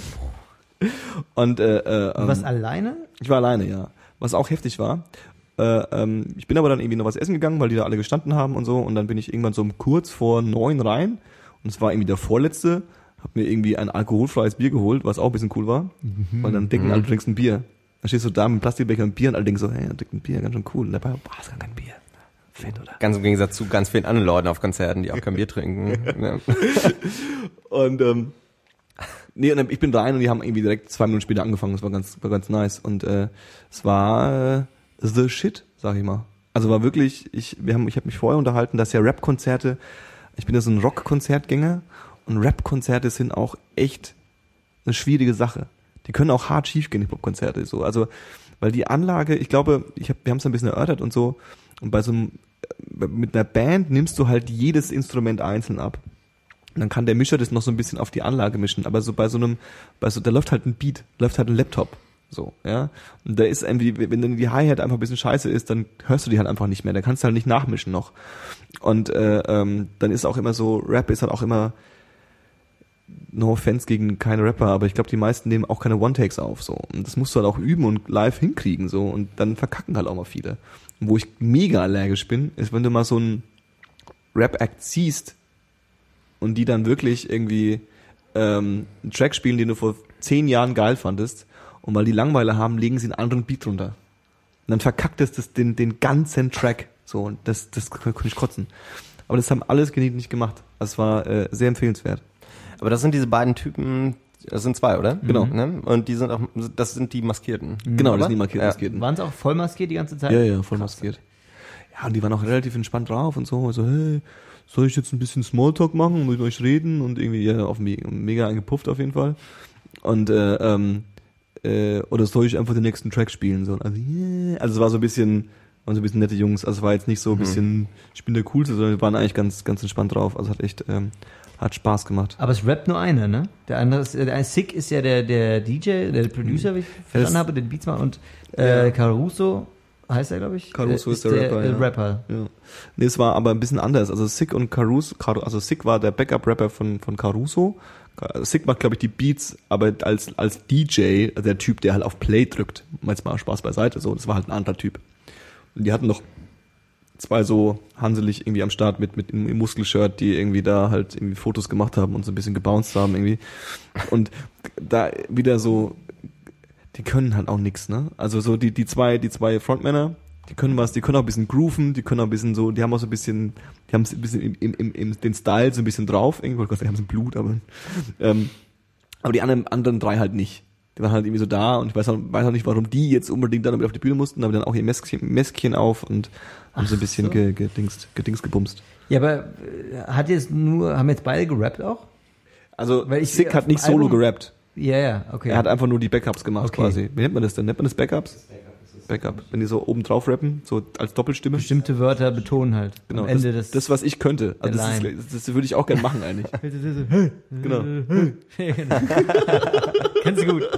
Und Was, alleine? ich war alleine, ja. Was auch heftig war. Ich bin aber dann irgendwie noch was essen gegangen, weil die da alle gestanden haben und so. Und dann bin ich irgendwann so um kurz vor 9 rein. Und es war irgendwie der vorletzte. Hab mir irgendwie ein alkoholfreies Bier geholt, was auch ein bisschen cool war. Weil dann denken alle, du trinkst ein Bier. Dann stehst du da mit einem Plastikbecher und Bier und alle denken so, hey, er trinkt ein Bier, ganz schön cool. Und dabei, ist gar kein Bier. Fett, oder? Ganz im Gegensatz zu ganz vielen anderen Leuten auf Konzerten, die auch kein Bier trinken. Ja. Und ich bin rein und die haben irgendwie direkt 2 Minuten später angefangen. Das war ganz nice. Und es war the shit, sag ich mal. Also war wirklich, ich habe mich vorher unterhalten, dass ja Rap-Konzerte, ich bin ja so ein Rock-Konzertgänger und Rap-Konzerte sind auch echt eine schwierige Sache. Die können auch hart schief gehen, die Pop-Konzerte, so. Also, weil die Anlage, ich glaube, wir haben es ein bisschen erörtert und so, und mit einer Band nimmst du halt jedes Instrument einzeln ab. Und dann kann der Mischer das noch so ein bisschen auf die Anlage mischen, aber so da läuft halt ein Beat, läuft halt ein Laptop. So, ja. Und da ist irgendwie, wenn dann die Hi-Hat einfach ein bisschen scheiße ist, dann hörst du die halt einfach nicht mehr. Da kannst du halt nicht nachmischen noch. Und dann ist auch immer so, Rap ist halt auch immer, no offense gegen keine Rapper, aber ich glaube, die meisten nehmen auch keine One-Takes auf. So. Und das musst du halt auch üben und live hinkriegen. So. Und dann verkacken halt auch mal viele. Und wo ich mega allergisch bin, ist, wenn du mal so einen Rap-Act siehst und die dann wirklich irgendwie einen Track spielen, den du vor 10 Jahren geil fandest, und weil die Langeweile haben, legen sie einen anderen Beat drunter. Und dann verkackt es den ganzen Track. So, und das könnte ich kotzen. Aber das haben alles genietend nicht gemacht. Das war sehr empfehlenswert. Aber das sind diese beiden Typen, das sind 2, oder? Genau. Ne? Und die sind auch, das sind die Maskierten. Genau, das sind die Maskierten. Waren sie auch voll maskiert die ganze Zeit? Ja, voll maskiert. Ja, und die waren auch relativ entspannt drauf und so. Also, hey, soll ich jetzt ein bisschen Smalltalk machen und mit euch reden? Und irgendwie, ja, mega eingepufft auf jeden Fall. Und, oder soll ich einfach den nächsten Track spielen? So, also, yeah. Also es war so ein bisschen nette Jungs. Also es war jetzt nicht so ein bisschen, ich bin der Coolste, sondern wir waren eigentlich ganz, ganz entspannt drauf. Also hat echt, hat Spaß gemacht. Aber es rappt nur einer, ne? Der andere ist, der Sick ist ja der DJ, der Producer, wie ich verstanden habe, den Beatsman, und Caruso heißt er, glaube ich. Caruso ist der Rapper. Ja. Nee, es war aber ein bisschen anders. Also Sick und Caruso, also Sick war der Backup-Rapper von Caruso. Sick macht, glaube ich, die Beats, aber als DJ, also der Typ, der halt auf Play drückt, jetzt mal Spaß beiseite, so, das war halt ein anderer Typ. Und die hatten noch 2 so hanselig irgendwie am Start mit im Muskelshirt, die irgendwie da halt irgendwie Fotos gemacht haben und so ein bisschen gebounced haben irgendwie. Und da wieder so, die können halt auch nix, ne? Also so die zwei Frontmänner, die können auch ein bisschen grooven, die können auch ein bisschen so, die haben auch so ein bisschen, die haben ein bisschen im den Style so ein bisschen drauf, irgendwie, die haben so ein Blut, aber die anderen 3 halt nicht. Die waren halt irgendwie so da und ich weiß auch nicht, warum die jetzt unbedingt dann damit auf die Bühne mussten, aber dann auch ihr Mäskchen auf und haben so ein bisschen gebumst. Ja, aber haben jetzt beide gerappt auch? Also Sick hat nicht solo gerappt. Ja, okay. Er hat einfach nur die Backups gemacht quasi. Wie nennt man das denn? Nennt man das Backups? Backup. Wenn die so oben drauf rappen, so als Doppelstimme. Bestimmte Wörter betonen halt. Genau. Am Ende das, was ich könnte. Also das würde ich auch gerne machen eigentlich. Genau. Kennst du gut.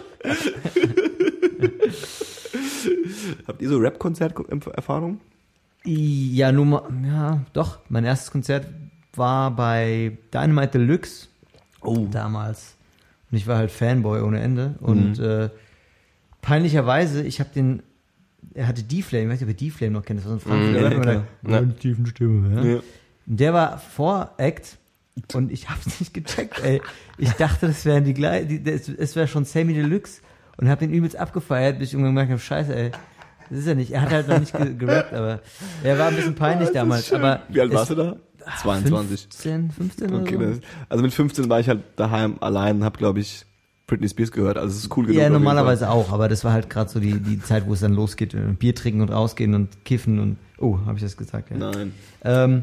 Habt ihr so Rap-Konzert-Erfahrung? Ja, doch. Mein erstes Konzert war bei Dynamite Deluxe damals. Und ich war halt Fanboy ohne Ende. Und peinlicherweise, er hatte D-Flame, ich weiß nicht, ob ihr D-Flame noch kennt, das war so ein Frankfurter mit einer tiefen Stimme. Ja. Und der war Vor-Act und ich hab's nicht gecheckt, ey. Ich dachte, das wären die gleichen, es wäre schon Sammy Deluxe und hab den übelst abgefeiert, bis ich irgendwann gemerkt habe, scheiße, ey. Das ist er nicht. Er hat halt noch nicht gerappt, aber er war ein bisschen peinlich damals. Aber wie alt warst du da? 22. 15 okay, oder so. Also mit 15 war ich halt daheim allein und hab, glaube ich, Britney Spears gehört, also es ist cool genug. Ja, normalerweise auch, aber das war halt gerade so die Zeit, wo es dann losgeht, Bier trinken und rausgehen und kiffen und, habe ich das gesagt? Ja. Nein.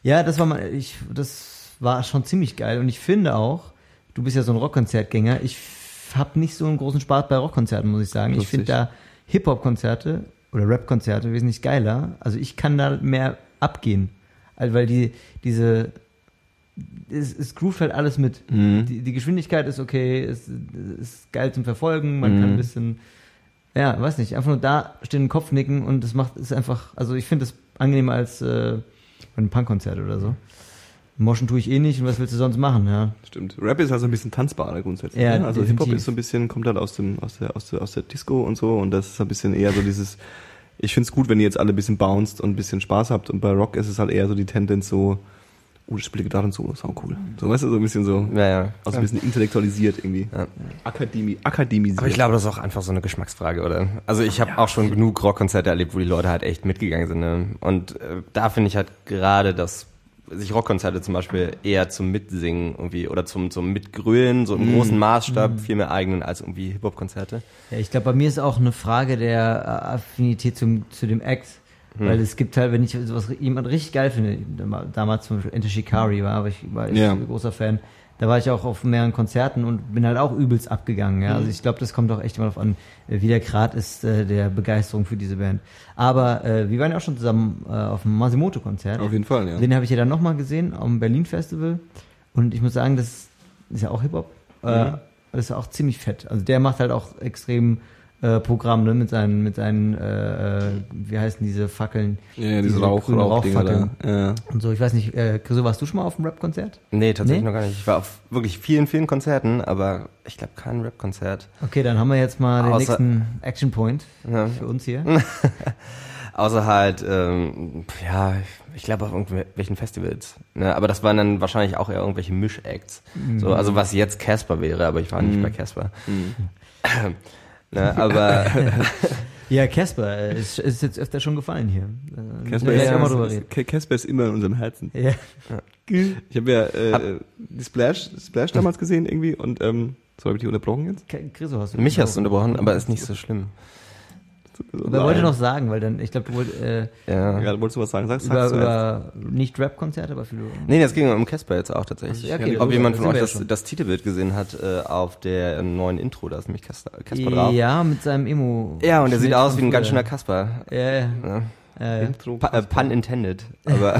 Das war schon ziemlich geil und ich finde auch, du bist ja so ein Rockkonzertgänger, ich habe nicht so einen großen Spaß bei Rockkonzerten, muss ich sagen. Ich finde da Hip-Hop-Konzerte oder Rap-Konzerte wesentlich geiler, also ich kann da mehr abgehen, also weil es groovt halt alles mit. Die Geschwindigkeit ist okay, es ist geil zum Verfolgen, man kann ein bisschen, weiß nicht, einfach nur da stehen, den Kopf nicken und ist einfach, also ich finde das angenehmer als bei einem Punkkonzert oder so. Moschen tue ich eh nicht und was willst du sonst machen, ja. Stimmt. Rap ist also ein bisschen tanzbarer grundsätzlich. Ja, ne? Also Hip-Hop ist so ein bisschen, kommt halt aus der Disco und so und das ist ein bisschen eher so dieses, ich finde es gut, wenn ihr jetzt alle ein bisschen bounced und ein bisschen Spaß habt und bei Rock ist es halt eher so die Tendenz so, ich spiele Gitarren-Solo, ist auch cool. So, weißt du, so ein bisschen so, also ein bisschen intellektualisiert irgendwie. Ja. Akademisiert. Aber ich glaube, das ist auch einfach so eine Geschmacksfrage, oder? Also ich habe auch schon genug Rockkonzerte erlebt, wo die Leute halt echt mitgegangen sind. Ne? Und da finde ich halt gerade, dass sich Rockkonzerte zum Beispiel eher zum Mitsingen irgendwie oder zum Mitgrölen, so im großen Maßstab, viel mehr eignen als irgendwie Hip-Hop-Konzerte. Ja, ich glaube, bei mir ist auch eine Frage der Affinität zu dem Act. Weil es gibt halt, wenn ich sowas jemand richtig geil finde, damals zum Beispiel Enter Shikari war ich ein großer Fan, da war ich auch auf mehreren Konzerten und bin halt auch übelst abgegangen. Ja? Also ich glaube, das kommt auch echt immer darauf an, wie der Grad ist der Begeisterung für diese Band. Aber wir waren ja auch schon zusammen auf dem Masimoto-Konzert. Auf jeden Fall, ja. Den habe ich ja dann nochmal gesehen am Berlin-Festival und ich muss sagen, das ist ja auch Hip-Hop. Das ist auch ziemlich fett. Also der macht halt auch extrem Programm, ne, mit seinen, wie heißen diese Fackeln? Ja, diese Rauchfackeln. Ja. Und so, ich weiß nicht, Chriso, warst du schon mal auf einem Rap-Konzert? Nee, tatsächlich noch gar nicht. Ich war auf wirklich vielen, vielen Konzerten, aber ich glaube kein Rap-Konzert. Okay, dann haben wir jetzt mal den nächsten Action Point für uns hier. Außer halt, ich glaube auf irgendwelchen Festivals. Ne? Aber das waren dann wahrscheinlich auch eher irgendwelche Misch-Acts. So, also was jetzt Casper wäre, aber ich war nicht bei Casper. Ne, aber ja, Casper ist jetzt öfter schon gefallen hier. Casper ist immer in unserem Herzen. Ja. Ich habe ja die Splash damals gesehen irgendwie und so habe ich die unterbrochen jetzt. Chriso, hast du mich hast du unterbrochen, aber ist nicht so schlimm. Aber er wollte noch sagen, weil dann, ich glaube, du wolltest, wolltest du was sagen? Sag's über nicht Rap-Konzerte, aber für Nee, das ging um Casper jetzt auch tatsächlich. Ja, okay, ob jemand von euch das Titelbild gesehen hat auf der neuen Intro, da ist nämlich Casper drauf. Ja, mit seinem Emo. Ja, und der sieht aus wie ein ganz schöner Casper. Ja. Intro, Pun intended, aber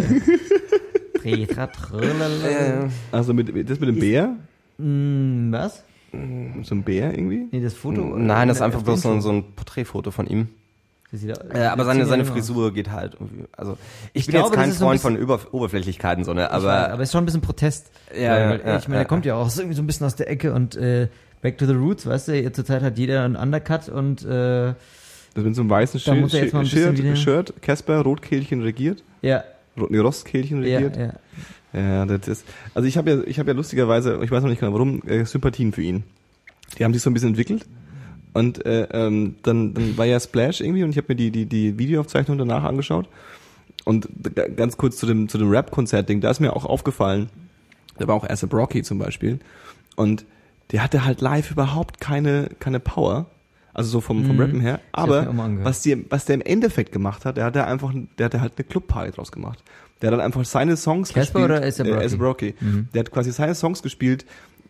also mit dem Bär? Was? So ein Bär irgendwie? Nee, das Foto? Nein, das ist einfach bloß so ein Porträtfoto von ihm. Aber seine Frisur geht halt irgendwie, also ich bin jetzt kein Freund von Oberflächlichkeiten, sondern aber es ist schon ein bisschen Protest. Ich meine, der kommt ja auch irgendwie so ein bisschen aus der Ecke und Back to the Roots, weißt du, zurzeit hat jeder einen Undercut und das mit so einem weißen Shirt, Casper, Rotkehlchen regiert. Ja. Rostkehlchen regiert. Ja, das ist, also ich habe ja lustigerweise, ich weiß noch nicht genau warum, Sympathien für ihn. Die haben sich so ein bisschen entwickelt. Und dann war ja Splash irgendwie und ich habe mir die Videoaufzeichnung danach angeschaut. Und ganz kurz zu dem Rap-Konzert-Ding, da ist mir auch aufgefallen, da war auch A$AP Rocky zum Beispiel. Und der hatte halt live überhaupt keine Power. Also so vom Rappen her. Aber was der im Endeffekt gemacht hat, der hatte halt eine Club-Party draus gemacht. Der hat dann einfach seine Songs Casper gespielt. Oder A$AP Rocky. Der hat quasi seine Songs gespielt,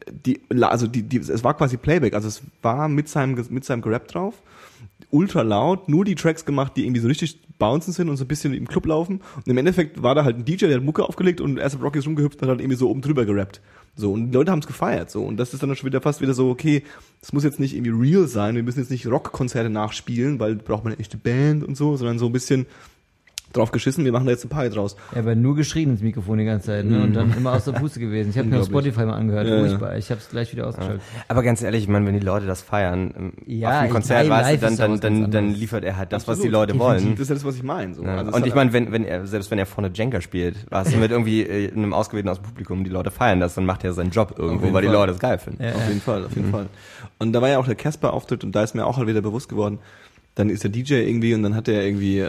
es war quasi Playback, also es war mit seinem Gerap drauf, ultra laut, nur die Tracks gemacht, die irgendwie so richtig bouncen sind und so ein bisschen im Club laufen. Und im Endeffekt war da halt ein DJ, der hat Mucke aufgelegt und A$AP Rocky ist rumgehüpft und hat halt irgendwie so oben drüber gerappt. So, und die Leute haben es gefeiert, so. Und das ist dann schon wieder fast wieder so, okay, das muss jetzt nicht irgendwie real sein, wir müssen jetzt nicht Rockkonzerte nachspielen, weil braucht man eine echte Band und so, sondern so ein bisschen drauf geschissen, wir machen da jetzt eine Party draus. Ja, aber nur geschrien ins Mikrofon die ganze Zeit, ne? Und dann immer aus der Puste gewesen. Ich habe mir auf Spotify mal angehört, furchtbar. Ich habe es gleich wieder ausgeschaltet. Aber ganz ehrlich, ich meine, wenn die Leute das feiern, auf einem Konzert, weißt du, dann liefert er halt das, was die Leute wollen. Das ist ja das, was ich meine. So. Ja. Also und ich meine, selbst wenn er vorne Jenga spielt, was mit irgendwie einem Ausgewählten aus dem Publikum, die Leute feiern das, dann macht er seinen Job irgendwo, weil die Leute es geil finden. Ja, auf jeden Fall. Und da war ja auch der Casper-Auftritt und da ist mir auch halt wieder bewusst geworden, dann ist der DJ irgendwie und dann hat er irgendwie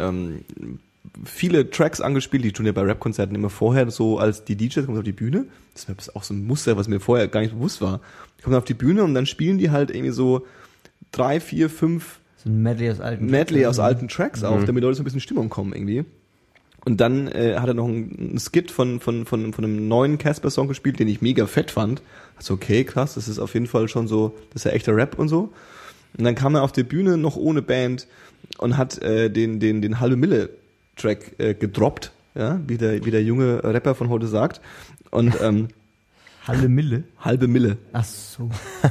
viele Tracks angespielt, die tun ja bei Rap-Konzerten immer vorher so, als die DJs kommen auf die Bühne. Das ist auch so ein Muster, was mir vorher gar nicht bewusst war. Die kommen auf die Bühne und dann spielen die halt irgendwie so 3, 4, 5 so ein Medley aus alten Tracks auf, damit Leute so ein bisschen in Stimmung kommen irgendwie. Und dann hat er noch einen Skit von einem neuen Casper-Song gespielt, den ich mega fett fand. Also okay, krass, das ist auf jeden Fall schon so, das ist ja echter Rap und so. Und dann kam er auf die Bühne noch ohne Band und hat den Halbe Mille Track gedroppt, ja, wie der junge Rapper von heute sagt. Und Halbe Mille? Halbe Mille. Ach so.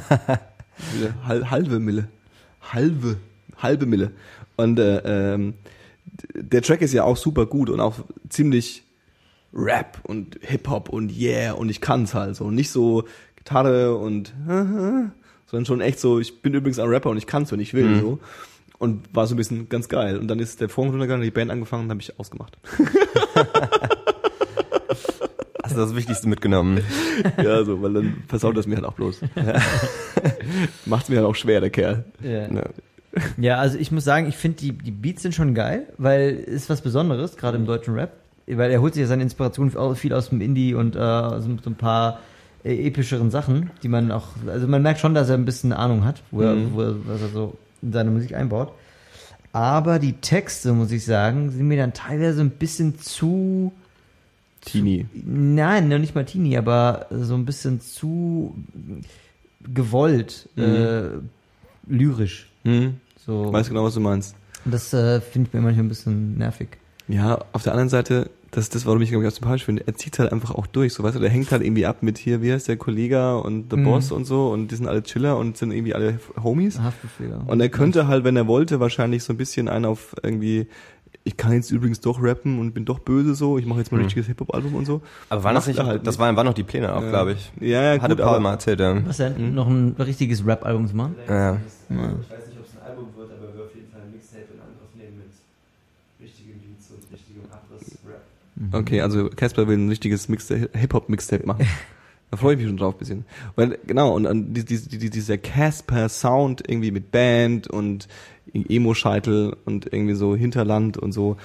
Halbe Mille. Halbe Mille. Und der Track ist ja auch super gut und auch ziemlich Rap und Hip-Hop und yeah und ich kann's halt so. Nicht so Gitarre und sondern schon echt so, ich bin übrigens ein Rapper und ich kann's, wenn ich will, so. Und war so ein bisschen ganz geil. Und dann ist der Vorhang runtergegangen, die Band angefangen und habe ich ausgemacht. Hast du das Wichtigste mitgenommen? Ja, so, weil dann versaut das mir halt auch bloß. Macht's mir halt auch schwer, der Kerl. Ja, also ich muss sagen, ich finde die Beats sind schon geil, weil ist was Besonderes, gerade im deutschen Rap. Weil er holt sich ja seine Inspiration viel aus dem Indie und so ein paar epischeren Sachen, die man auch, also man merkt schon, dass er ein bisschen Ahnung hat, was er so in seine Musik einbaut. Aber die Texte, muss ich sagen, sind mir dann teilweise ein bisschen zu Teenie. Nein, noch nicht mal Teenie, aber so ein bisschen zu gewollt, lyrisch. So. Weiß genau, was du meinst. Und das finde ich mir manchmal ein bisschen nervig. Ja, auf der anderen Seite, das ist das, warum ich glaube ich auch sympathisch finde, er zieht halt einfach auch durch, so, weißt du, der hängt halt irgendwie ab mit hier, wie heißt der Kollege und The Boss und so und die sind alle Chiller und sind irgendwie alle Homies. Haftbefehl. Und er könnte halt, wenn er wollte, wahrscheinlich so ein bisschen einen auf irgendwie, ich kann jetzt übrigens doch rappen und bin doch böse so, ich mache jetzt mal ein richtiges Hip-Hop-Album und so. Aber waren das nicht, halt das waren noch die Pläne auch, glaube ich. Ja, hatte gut, Paul mal erzählt, ja. Was denn? Noch ein richtiges Rap-Album zu machen? Ja. Ich weiß nicht, ob es ein Album wird, aber wir auf jeden Fall ein Mixtape in Angriff nehmen mit richtigen Beats und richtigem Abriss-Rap. Okay, also Casper will ein richtiges Hip-Hop-Mixtape machen. Da freue ich mich schon drauf ein bisschen. Weil, genau, und dieser Casper-Sound irgendwie mit Band und Emo-Scheitel und irgendwie so Hinterland und so,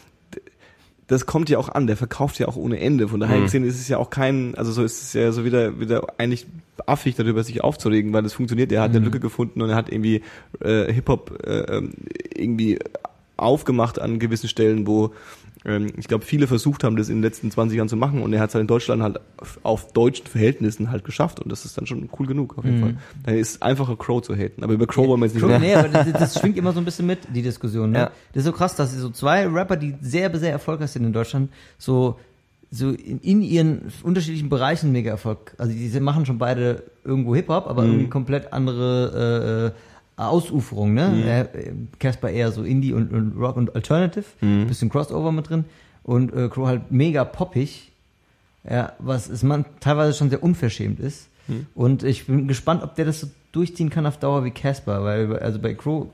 das kommt ja auch an, der verkauft ja auch ohne Ende. Von daher gesehen ist es ja auch also so ist es ja so wieder eigentlich affig darüber sich aufzuregen, weil es funktioniert, er hat eine Lücke gefunden und er hat irgendwie Hip-Hop irgendwie aufgemacht an gewissen Stellen, wo ich glaube, viele versucht haben, das in den letzten 20 Jahren zu machen und er hat es halt in Deutschland halt auf deutschen Verhältnissen halt geschafft und das ist dann schon cool genug auf jeden Fall. Da ist einfacher Crow zu haten, aber über Crow wollen wir jetzt nicht reden. Nee, aber das schwingt immer so ein bisschen mit, die Diskussion. Ne? Ja. Das ist so krass, dass so zwei Rapper, die sehr, sehr erfolgreich sind in Deutschland, so in ihren unterschiedlichen Bereichen mega Erfolg. Also die machen schon beide irgendwo Hip-Hop, aber irgendwie komplett andere Ausuferung, ne? Casper eher so Indie und Rock und Alternative, bisschen Crossover mit drin und Crow halt mega poppig, ja, was ist man teilweise schon sehr unverschämt ist. Und ich bin gespannt, ob der das so durchziehen kann auf Dauer wie Casper, weil also bei Crow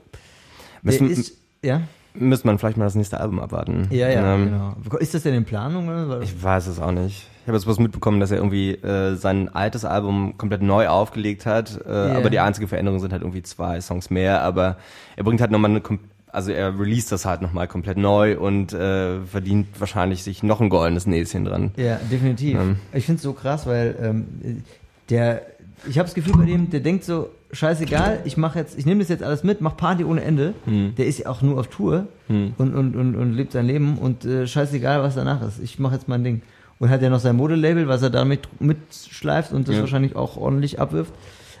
Müsste man vielleicht mal das nächste Album abwarten. Ja, genau. Ist das denn in Planung? Oder? Ich weiß es auch nicht. Ich habe jetzt was mitbekommen, dass er irgendwie sein altes Album komplett neu aufgelegt hat, aber die einzige Veränderung sind halt irgendwie 2 Songs mehr, aber er bringt halt nochmal er released das halt nochmal komplett neu und verdient wahrscheinlich sich noch ein goldenes Näschen dran. Ja, definitiv. Ich finde es so krass, weil ich habe das Gefühl bei dem, der denkt so, scheißegal, ich nehme das jetzt alles mit, mach Party ohne Ende. Der ist ja auch nur auf Tour und lebt sein Leben und scheißegal, was danach ist. Ich mache jetzt mein Ding. Und hat ja noch sein Modelabel, was er damit mitschleift und das wahrscheinlich auch ordentlich abwirft.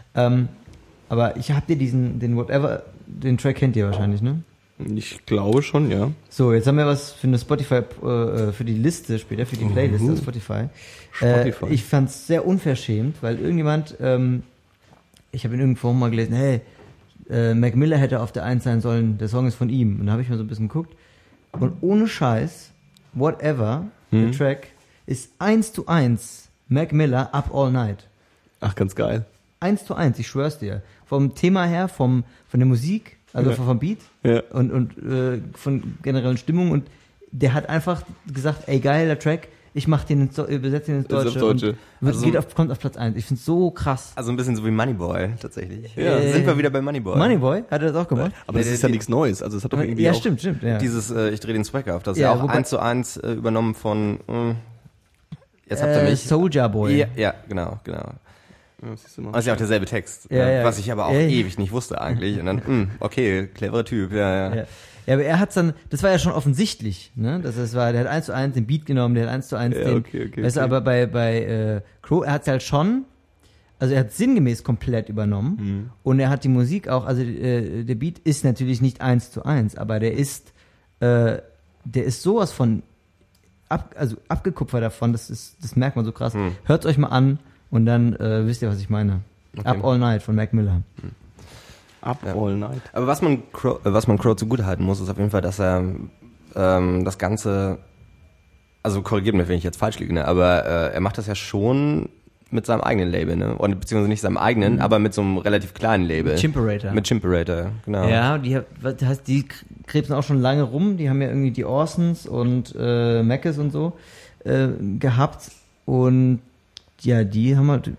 Aber ich hab dir den Whatever, den Track kennt ihr wahrscheinlich, ne? Ich glaube schon, ja. So, jetzt haben wir was für eine Spotify, für die Liste später, für die Playlist auf Spotify. Ich fand's sehr unverschämt, weil irgendjemand, ich habe in irgendeinem Forum mal gelesen, hey, Mac Miller hätte auf der 1 sein sollen, der Song ist von ihm. Und da habe ich mal so ein bisschen geguckt. Und ohne Scheiß, Whatever, der Track, ist 1:1 Mac Miller Up All Night. Ach, ganz geil. 1:1, ich schwör's dir. Vom Thema her, von der Musik, also vom Beat und von generellen Stimmung. Und der hat einfach gesagt, ey, geiler Track, ich mach den übersetze den ins Deutsche. Und kommt auf Platz 1. Ich find's so krass. Also ein bisschen so wie Moneyboy, tatsächlich. Sind wir wieder bei Moneyboy. Moneyboy? Hat er das auch gemacht? Aber das ist ja nichts Neues. Also es hat doch irgendwie auch... Stimmt. Ja. Dieses, ich drehe den Swag auf, das ist ja auch 1:1 übernommen von, jetzt habt ihr mich. Soulja Boy. Ja, genau. Ja, siehst du mal. Das ist ja auch derselbe Text, was ich aber auch ewig nicht wusste eigentlich. Und dann, okay, cleverer Typ, ja. Ja, aber er hat's dann, das war ja schon offensichtlich, ne? Der hat 1:1 den Beat genommen, der hat 1:1 den. Okay. Weißt du, aber bei Crow, er hat's halt schon, also er hat sinngemäß komplett übernommen und er hat die Musik auch, also der Beat ist natürlich nicht 1:1, aber der ist sowas von abgekupfert davon, das merkt man so krass. Hört's euch mal an und dann wisst ihr, was ich meine. Okay. Up All Night von Mac Miller. All Night. Aber was man Crow zugutehalten muss, ist auf jeden Fall, dass er das Ganze, also korrigiert mich, wenn ich jetzt falsch liege, ne? Aber er macht das ja schon mit seinem eigenen Label, ne? Und, beziehungsweise nicht seinem eigenen, aber mit so einem relativ kleinen Label. Mit Chimperator, genau. Ja, die krebsen auch schon lange rum, die haben ja irgendwie die Orsons und Mackes und so gehabt und ja, die haben halt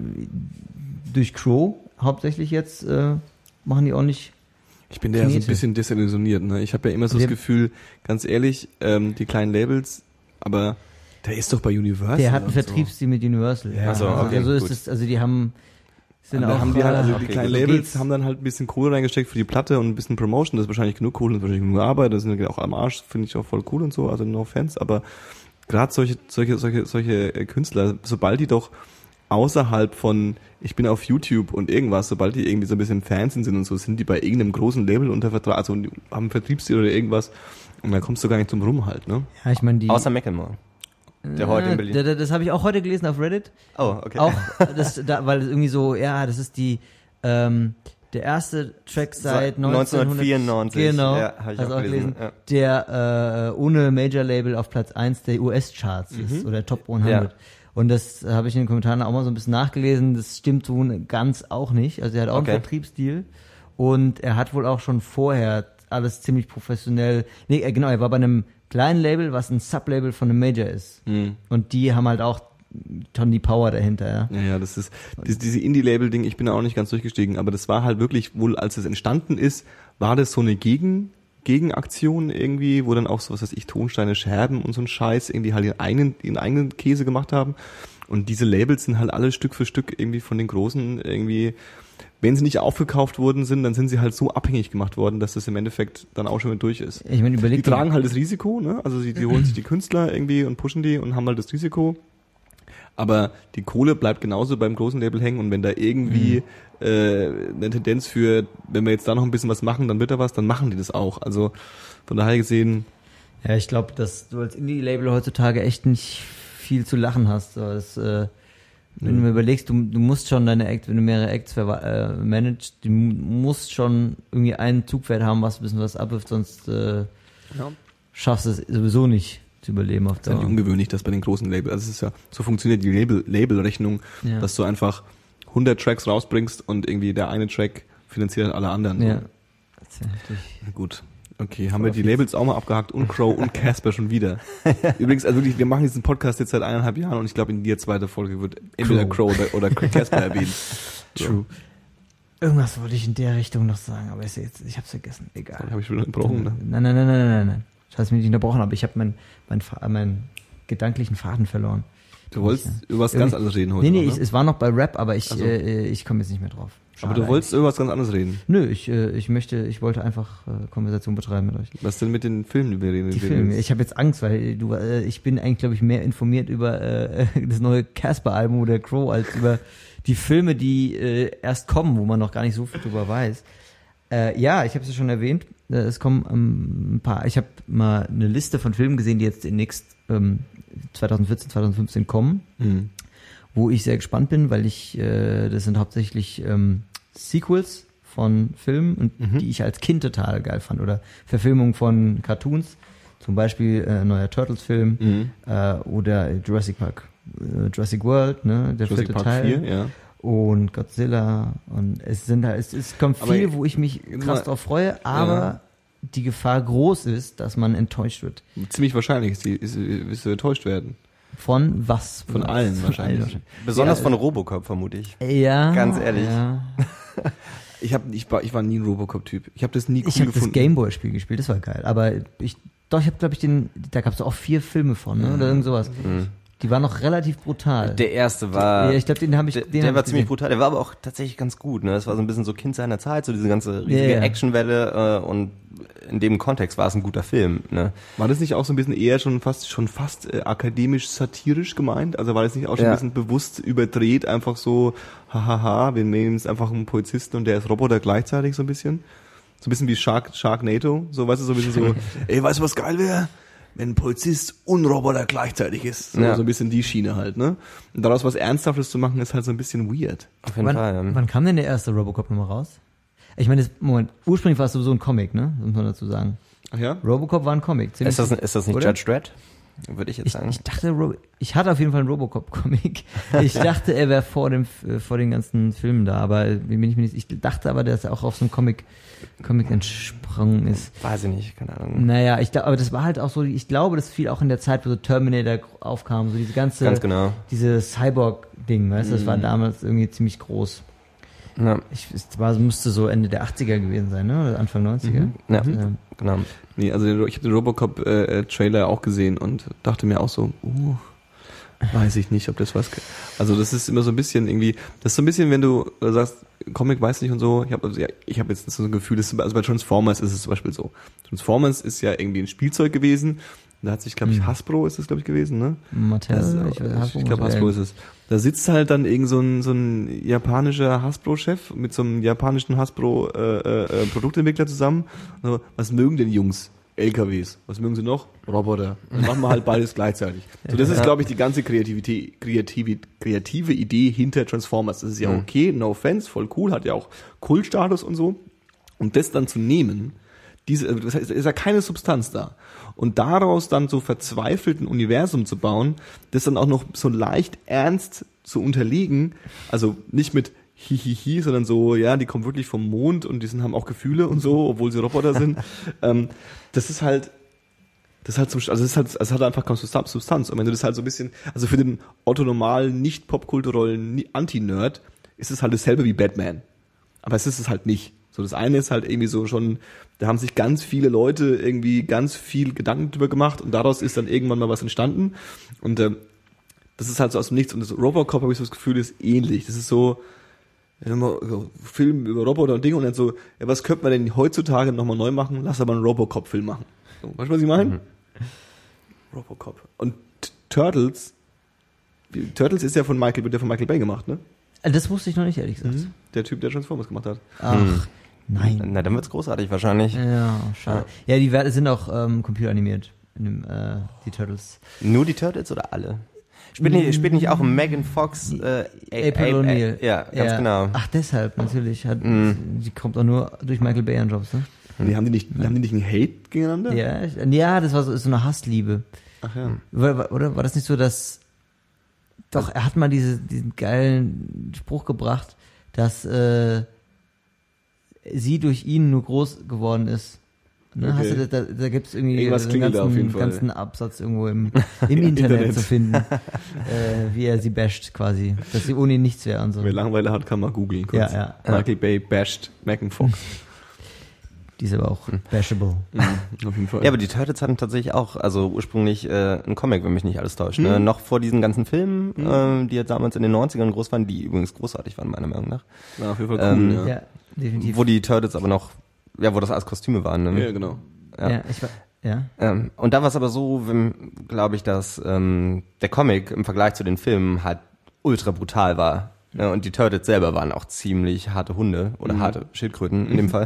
durch Crow hauptsächlich jetzt machen die auch nicht. Ich bin da ja so ein bisschen desillusioniert, ne? Ich habe ja immer so das Gefühl, ganz ehrlich, die kleinen Labels, aber der ist doch bei Universal. Der hat einen Vertriebsdeal mit Universal. Ja, okay, so ist es, also die haben die kleinen Labels haben dann halt ein bisschen Kohle reingesteckt für die Platte und ein bisschen Promotion, das ist wahrscheinlich genug Kohle, das ist wahrscheinlich genug Arbeit, das sind ja auch am Arsch, finde ich auch voll cool und so, also no offense, aber gerade solche Künstler, sobald die doch außerhalb von, ich bin auf YouTube und irgendwas, sobald die irgendwie so ein bisschen Fans sind und so, sind die bei irgendeinem großen Label unter Vertrag, also haben einen Vertriebsdeal oder irgendwas und da kommst du gar nicht zum Rum halt, ne? Ja, ich meine außer Macklemore. Der heute in Berlin. Das habe ich auch heute gelesen auf Reddit. Oh, okay. Auch, weil es irgendwie so, das ist der erste Track seit 1994. Genau, ja, habe ich auch gelesen. Ja. Der ohne Major-Label auf Platz 1 der US-Charts ist, oder Top 100. Ja. Und das habe ich in den Kommentaren auch mal so ein bisschen nachgelesen. Das stimmt so ganz auch nicht. Also er hat auch einen Vertriebsdeal und er hat wohl auch schon vorher alles ziemlich professionell. Nee, genau, er war bei einem kleinen Label, was ein Sublabel von einem Major ist. Und die haben halt auch schon die Power dahinter, ja. Ja, das ist diese Indie-Label-Ding, ich bin da auch nicht ganz durchgestiegen, aber das war halt wirklich, wohl als es entstanden ist, war das so eine Gegenaktion irgendwie, wo dann auch so, was weiß ich, Tonsteine, Scherben und so ein Scheiß irgendwie halt ihren eigenen Käse gemacht haben. Und diese Labels sind halt alle Stück für Stück irgendwie von den Großen irgendwie, wenn sie nicht aufgekauft worden sind, dann sind sie halt so abhängig gemacht worden, dass das im Endeffekt dann auch schon wieder durch ist. Ich meine, die tragen halt das Risiko, ne? Also die holen sich die Künstler irgendwie und pushen die und haben halt das Risiko. Aber die Kohle bleibt genauso beim großen Label hängen und wenn da irgendwie eine Tendenz für, wenn wir jetzt da noch ein bisschen was machen, dann wird da was, dann machen die das auch. Also von daher gesehen. Ja, ich glaube, dass du als Indie-Label heutzutage echt nicht viel zu lachen hast. Das Wenn du mir überlegst, du musst schon deine Acts, wenn du mehrere Acts managst, du musst schon irgendwie ein Zugpferd haben, was ein bisschen was abwirft, sonst schaffst du es sowieso nicht zu überleben auf Das ist ja Dauer. nicht ungewöhnlich, dass bei den großen Labels, also es ist ja, so funktioniert die Labelrechnung, Ja. dass du einfach 100 Tracks rausbringst und irgendwie der eine Track finanziert alle anderen. Ja. Das ist ja heftig. Gut. Okay, haben wir die Labels auch mal abgehakt und Crow und Casper schon wieder. Übrigens, also wirklich, wir machen diesen Podcast jetzt seit 1,5 Jahren und ich glaube, in der zweiten Folge wird entweder Crow oder Casper erwähnt. So. True. Irgendwas wollte ich in der Richtung noch sagen, aber ich hab's vergessen. Egal. Habe ich schon unterbrochen, ne? Nein. Ich habe mich nicht unterbrochen, aber ich habe meinen gedanklichen Faden verloren. Du wolltest über was ganz anderes reden heute. Nee, noch, ne? es war noch bei Rap, aber ich Ach so. komme jetzt nicht mehr drauf. Aber Schade du wolltest über was ganz anderes reden. Nö, ich wollte einfach Konversation betreiben mit euch. Was denn mit den Filmen, die wir reden? Die Filme. Ich habe jetzt Angst, weil ich bin eigentlich, glaube ich, mehr informiert über das neue Casper-Album oder Crow als über die Filme, die erst kommen, wo man noch gar nicht so viel drüber weiß. Ja, ich habe es ja schon erwähnt. Es kommen ein paar. Ich habe mal eine Liste von Filmen gesehen, die jetzt demnächst 2014, 2015 kommen, wo ich sehr gespannt bin, weil das sind hauptsächlich Sequels von Filmen, und die ich als Kind total geil fand, oder Verfilmungen von Cartoons, zum Beispiel neuer Turtles-Film oder Jurassic World, ne, der Jurassic vierte Park Teil. 4, ja. Und Godzilla, und es kommt Aber viel, wo ich mich krass drauf freue, aber die Gefahr groß ist, dass man enttäuscht wird. Ziemlich wahrscheinlich wirst du enttäuscht werden. Von was? Von allen wahrscheinlich. Besonders von Robocop, vermute ich. Ja. Ganz ehrlich. Ja. Ich war nie ein Robocop-Typ. Ich habe das nie cool Ich habe das gefunden. Gameboy-Spiel gespielt, das war geil. Aber ich habe, glaube ich, da gab es auch 4 Filme von, ne? Oder irgend sowas. Die waren noch relativ brutal. Der erste war... Ja, ich glaube, den habe ich. Der war ziemlich brutal. Der war aber auch tatsächlich ganz gut. Ne? Das war so ein bisschen so Kind seiner Zeit, so diese ganze riesige Actionwelle. Und in dem Kontext war es ein guter Film. Ne? War das nicht auch so ein bisschen eher schon fast akademisch-satirisch gemeint? Also war das nicht auch schon ein bisschen bewusst überdreht, einfach so, hahaha, wir nehmen jetzt einfach einen Polizisten und der ist Roboter gleichzeitig so ein bisschen? So ein bisschen wie Sharknado, so, weißt du, so ein bisschen so, ey, weißt du, was geil wäre? Wenn ein Polizist und Roboter gleichzeitig ist. So ein bisschen die Schiene halt, ne? Und daraus was Ernsthaftes zu machen, ist halt so ein bisschen weird. Auf jeden Fall. Wann kam denn der erste Robocop nochmal raus? Ich meine, ursprünglich war es sowieso ein Comic, ne? Muss man dazu sagen. Ach ja? Robocop war ein Comic. Ist das nicht oder? Judge Dredd? Würde ich jetzt sagen. Ich dachte, ich hatte auf jeden Fall einen Robocop-Comic. Ich dachte, er wäre vor den ganzen Filmen da, aber bin ich mir nicht. Ich dachte aber, dass er auch auf so einem Comic entsprungen ist. Weiß ich nicht, keine Ahnung. Naja, aber das war halt auch so, ich glaube, das fiel auch in der Zeit, wo so Terminator aufkam, so diese ganze, Ganz genau. diese Cyborg-Ding, weißt du, das war damals irgendwie ziemlich groß. Ja. Musste so Ende der 80er gewesen sein, ne? Oder Anfang 90er. Ja, genau. Nee, also ich habe den Robocop-Trailer auch gesehen und dachte mir auch so, weiß ich nicht, ob das was... Also das ist immer so ein bisschen irgendwie... Das ist so ein bisschen, wenn du sagst, Comic weiß nicht und so. Ich hab jetzt so ein Gefühl, also bei Transformers ist es zum Beispiel so. Transformers ist ja irgendwie ein Spielzeug gewesen. Da hat sich, glaube ich, Hasbro ist es, glaube ich, gewesen, ne? Mattel, ich glaube, Hasbro ist es. Da sitzt halt dann irgend so ein japanischer Hasbro-Chef mit so einem japanischen Hasbro-Produktentwickler zusammen. Also, was mögen denn Jungs? LKWs. Was mögen sie noch? Roboter. Dann machen wir halt beides gleichzeitig. So, das ist, glaube ich, die ganze kreative Idee hinter Transformers. Das ist ja okay, no offense, voll cool, hat ja auch Kultstatus und so. Und das dann zu nehmen, das heißt, ist ja keine Substanz da. Und daraus dann so verzweifelt ein Universum zu bauen, das dann auch noch so leicht ernst zu unterlegen, also nicht mit Hihihi, sondern so, ja, die kommen wirklich vom Mond und haben auch Gefühle und so, obwohl sie Roboter sind. Es hat einfach keine Substanz. Und wenn du das halt so ein bisschen, also für den orthonormalen, nicht popkulturellen Anti-Nerd ist es halt dasselbe wie Batman. Aber es ist es halt nicht. So, das eine ist halt irgendwie so schon, da haben sich ganz viele Leute irgendwie ganz viel Gedanken drüber gemacht und daraus ist dann irgendwann mal was entstanden. Und das ist halt so aus dem Nichts. Und das Robocop, habe ich so das Gefühl, ist ähnlich. Das ist so, Film über Roboter und Dinge und dann so, ja, was könnte man denn heutzutage nochmal neu machen? Lass aber einen Robocop-Film machen. So, weißt du, was ich meine? Robocop. Und Turtles ist ja wird ja von Michael Bay gemacht, ne? Das wusste ich noch nicht, ehrlich gesagt. Der Typ, der Transformers gemacht hat. Ach, nein. Na, dann wird's großartig wahrscheinlich. Ja, schade. Ja, die sind auch computeranimiert, die Turtles. Nur die Turtles oder alle? Spielt nicht auch Megan Fox? April O'Neil. Ja, ganz genau. Ach, deshalb, natürlich. Die kommt auch nur durch Michael Bay an Jobs, ne? Nee, haben die nicht einen Hate gegeneinander? Ja, das war so eine Hassliebe. Ach ja. Oder war das nicht so, dass... Doch, er hat mal diesen geilen Spruch gebracht, dass sie durch ihn nur groß geworden ist. Ne? Okay. Hast du da gibt es irgendwie Irgendwas klingelt da auf jeden Fall. ganzen Absatz irgendwo im Internet zu finden, wie er sie basht quasi, dass sie ohne ihn nichts wäre und so. Wer Langeweile hat, kann mal googeln. Kurz. Ja. Michael Bay basht Megan Fox. Die ist aber auch bashable. Auf jeden Fall. Ja, aber die Turtles hatten tatsächlich auch, also ursprünglich einen Comic, wenn mich nicht alles täuscht. Ne? Noch vor diesen ganzen Filmen, die ja damals in den 90ern groß waren, die übrigens großartig waren, meiner Meinung nach. War auf jeden Fall cool, Ja, definitiv. Wo die Turtles aber noch, wo das alles Kostüme waren. Ne? Ja, genau. Ja. Und da war es aber so, glaube ich, dass der Comic im Vergleich zu den Filmen halt ultra brutal war. Ja, und die Turtles selber waren auch ziemlich harte Hunde oder harte Schildkröten in dem Fall.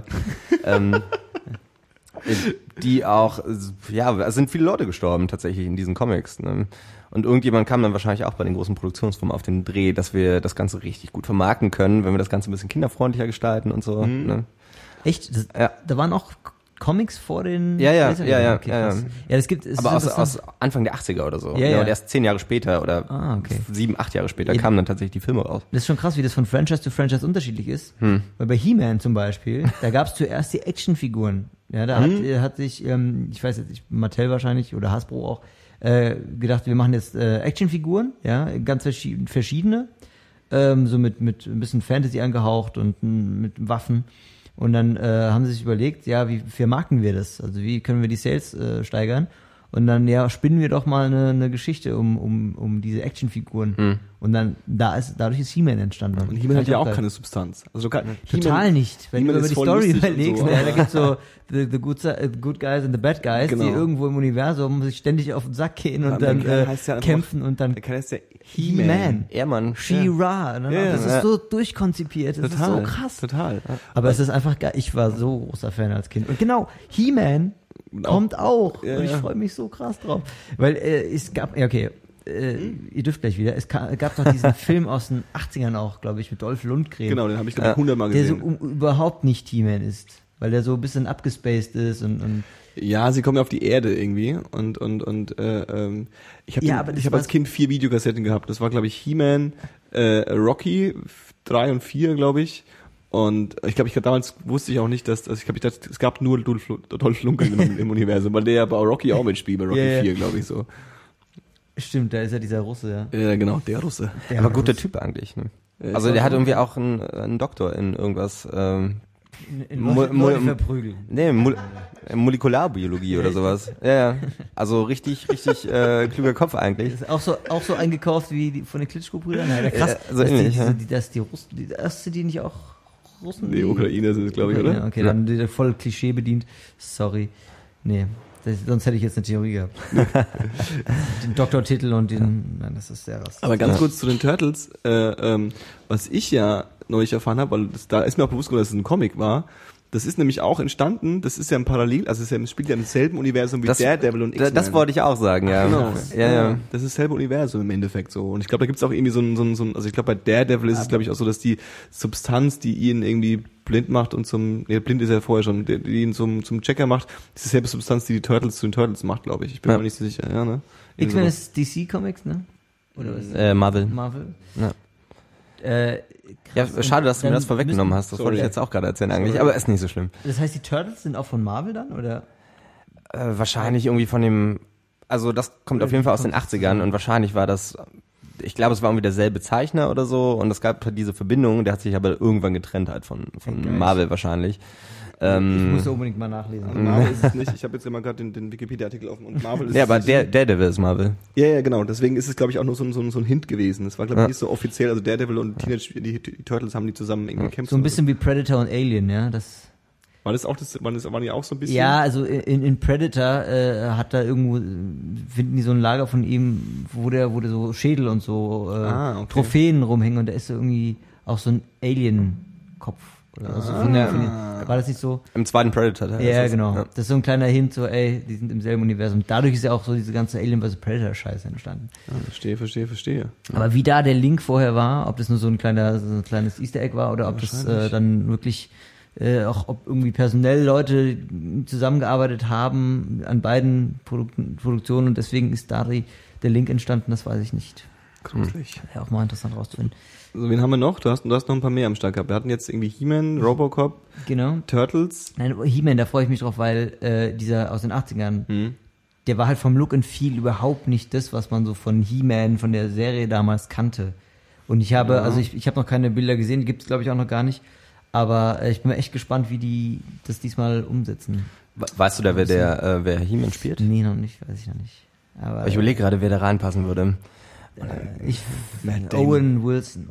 Die auch, es sind viele Leute gestorben tatsächlich in diesen Comics. Ne? Und irgendjemand kam dann wahrscheinlich auch bei den großen Produktionsfirmen auf den Dreh, dass wir das Ganze richtig gut vermarkten können, wenn wir das Ganze ein bisschen kinderfreundlicher gestalten und so. Ne? Echt? Da waren auch Comics vor den... Ja. Okay, krass. Ja, das gibt es. Aber aus Anfang der 80er oder so. Ja. Und erst 10 Jahre später oder 7, 8 Jahre später kamen dann tatsächlich die Filme raus. Das ist schon krass, wie das von Franchise zu Franchise unterschiedlich ist. Weil bei He-Man zum Beispiel, da gab es zuerst die Actionfiguren. Ja, da hat sich, ich weiß jetzt nicht, Mattel wahrscheinlich oder Hasbro auch, gedacht, wir machen jetzt Actionfiguren, ja, ganz verschiedene, so mit ein bisschen Fantasy angehaucht und mit Waffen. Und dann haben sie sich überlegt, ja, wie vermarkten wir das? Also wie können wir die Sales steigern? Und dann, spinnen wir doch mal eine Geschichte um diese Actionfiguren. Und dann dadurch ist He-Man entstanden. Und He-Man hat ja auch keine Substanz. Also total nicht. Wenn du über die Story überlegst, so. Da gibt's so the good guys and the bad guys, die irgendwo im Universum sich ständig auf den Sack gehen und dann kämpfen und dann He-Man. Mann. She-Ra. Das ist so durchkonzipiert. Das ist so krass. Total. Aber es ist einfach geil. Ich war so großer Fan als Kind. Und genau, He-Man kommt auch. Und ich freue mich so krass drauf. Weil es gab, ihr dürft gleich wieder, es gab doch diesen Film aus den 80ern auch, glaube ich, mit Dolph Lundgren. Genau, den habe ich, glaube ich, 100-mal gesehen. Der so überhaupt nicht He-Man ist. Weil der so ein bisschen abgespaced ist und ja, sie kommen ja auf die Erde irgendwie und ich habe als Kind 4 Videokassetten gehabt. Das war, glaube ich, He-Man, Rocky 3 und 4, glaube ich. Und ich glaube, damals wusste ich auch nicht, dass, also ich dachte, es gab nur Dolph Lundgren im Universum, weil der ja bei Rocky auch mitspielt, bei Rocky 4, glaube ich so. Stimmt, da ist ja dieser Russe, ja. Ja, genau, der Russe. Der war guter Typ eigentlich, ne? Also der hat irgendwie auch einen Doktor in irgendwas, verprügeln. Nee, Molekularbiologie oder sowas. Ja. Also richtig kluger Kopf eigentlich. Ist auch so eingekauft wie die von den Klitschko-Brüdern. Ja, krass. So ähnlich, dass die Russen, die nicht auch Russen? Nee, Ukraine sind es, glaube ich, oder? Ja, okay, dann voll Klischee bedient. Sorry. Nee. Sonst hätte ich jetzt eine Theorie gehabt. Den Doktortitel und nein, das ist sehr rass. Aber ganz kurz zu den Turtles, was ich ja neulich erfahren habe, weil da ist mir auch bewusst geworden, dass es ein Comic war. Das ist nämlich auch entstanden, das ist ja ein Parallel, also es spielt ja im selben Universum wie Daredevil und X-Men. Das wollte ich auch sagen, ja. Genau. Ja. Das ist dasselbe Universum im Endeffekt so. Und ich glaube, da gibt's auch irgendwie so ein, also ich glaube, bei Daredevil ist es, glaube ich, auch so, dass die Substanz, die ihn irgendwie blind macht und blind ist er vorher schon, die ihn zum Checker macht, ist dieselbe Substanz, die Turtles zu den Turtles macht, glaube ich. Ich bin mir nicht so sicher, ja, ne? X-Men ist DC Comics, ne? Oder was ist Marvel. Ja. Schade, dass du mir das vorweggenommen hast. Das wollte ich jetzt auch gerade erzählen eigentlich, aber ist nicht so schlimm. Das heißt, die Turtles sind auch von Marvel dann, oder? Wahrscheinlich irgendwie von dem, also das kommt auf jeden Fall aus den 80ern und wahrscheinlich war das, ich glaube, es war irgendwie derselbe Zeichner oder so und es gab halt diese Verbindung, der hat sich aber irgendwann getrennt halt von Marvel wahrscheinlich. Ich muss unbedingt mal nachlesen. Also Marvel ist es nicht. Ich habe jetzt immer gerade den Wikipedia-Artikel offen und Marvel ist ja, aber Daredevil ist Marvel. Ja, genau. Deswegen ist es, glaube ich, auch nur so ein Hint gewesen. Das war, glaube ich, nicht so offiziell. Also Daredevil und die Turtles haben die zusammen irgendwie gekämpft. So ein bisschen wie Predator und Alien, ja. Waren die auch so ein bisschen? Ja, also in Predator hat da irgendwo, finden die so ein Lager von ihm, wo der so Schädel und so Trophäen rumhängen und da ist so irgendwie auch so ein Alien-Kopf. Oder also von den, war das nicht so? Im zweiten Predator. Ja, genau. Ja. Das ist so ein kleiner Hint, so, ey, die sind im selben Universum. Dadurch ist ja auch so diese ganze Alien vs. Predator-Scheiße entstanden. Ja, verstehe. Aber wie da der Link vorher war, ob das nur so ein kleines Easter Egg war oder ob das dann wirklich auch ob irgendwie personell Leute zusammengearbeitet haben an beiden Produktionen und deswegen ist da der Link entstanden, das weiß ich nicht. Gruselig. Wäre auch mal interessant rauszufinden. Also, wen haben wir noch? Du hast noch ein paar mehr am Start gehabt. Wir hatten jetzt irgendwie He-Man, Robocop, genau. Turtles. Nein, He-Man, da freue ich mich drauf, weil dieser aus den 80ern, der war halt vom Look and Feel überhaupt nicht das, was man so von He-Man, von der Serie damals kannte. Und ich habe, also ich habe noch keine Bilder gesehen, die gibt es glaube ich auch noch gar nicht. Aber ich bin echt gespannt, wie die das diesmal umsetzen. Weißt du da, wer He-Man spielt? Nee, noch nicht, weiß ich noch nicht. Aber ich überlege gerade, wer da reinpassen würde. Owen Wilson.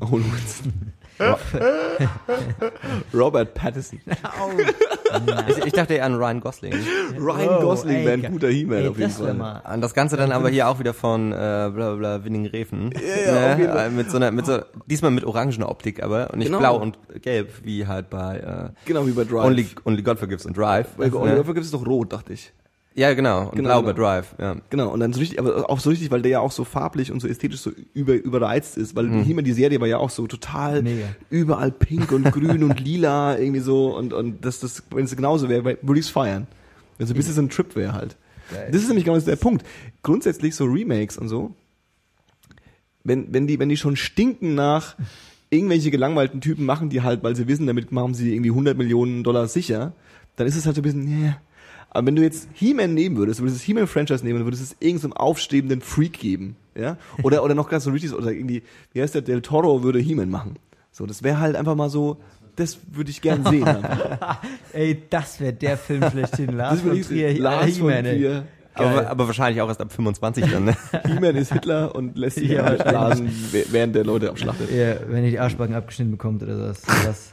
Robert Pattinson. Ich dachte eher an Ryan Gosling. Ryan Gosling wäre ein guter He-Man auf jeden Fall. Und das Ganze dann aber hier auch wieder von Winning Refn. Ja, diesmal mit orangener Optik aber und nicht blau und gelb, wie halt bei genau wie bei Drive. Only God Forgives und Drive. Only God Forgives ist doch rot, dachte ich. Ja, genau. Und blau bei Drive, ja. Genau, und dann so richtig, aber auch so richtig, weil der ja auch so farblich und so ästhetisch so überreizt ist, weil He-Man, die Serie war ja auch so total überall pink und grün und lila irgendwie so und das wenn es genauso wäre, würde ich es feiern. Wenn so ein bisschen so ein Trip wäre halt. Geil. Das ist nämlich genau der Punkt. Grundsätzlich so Remakes und so, wenn die schon stinken nach irgendwelche gelangweilten Typen machen, die halt, weil sie wissen, damit machen sie irgendwie $100 Millionen sicher, dann ist es halt so ein bisschen, Aber wenn du jetzt He-Man nehmen würdest, du würdest das He-Man-Franchise nehmen, dann würdest es irgendeinem aufstrebenden Freak geben, ja? Oder noch ganz so richtig, oder irgendwie, wie heißt der, Del Toro würde He-Man machen. So, das wäre halt einfach mal so, das würde ich gern sehen. Ey, das wäre der Film schlechthin. Lars von Trier. Aber wahrscheinlich auch erst ab 25 dann, ne? He-Man ist Hitler und lässt sich blasen, während der Leute abschlachtet. Ja, wenn ihr die Arschbacken abgeschnitten bekommt oder sowas.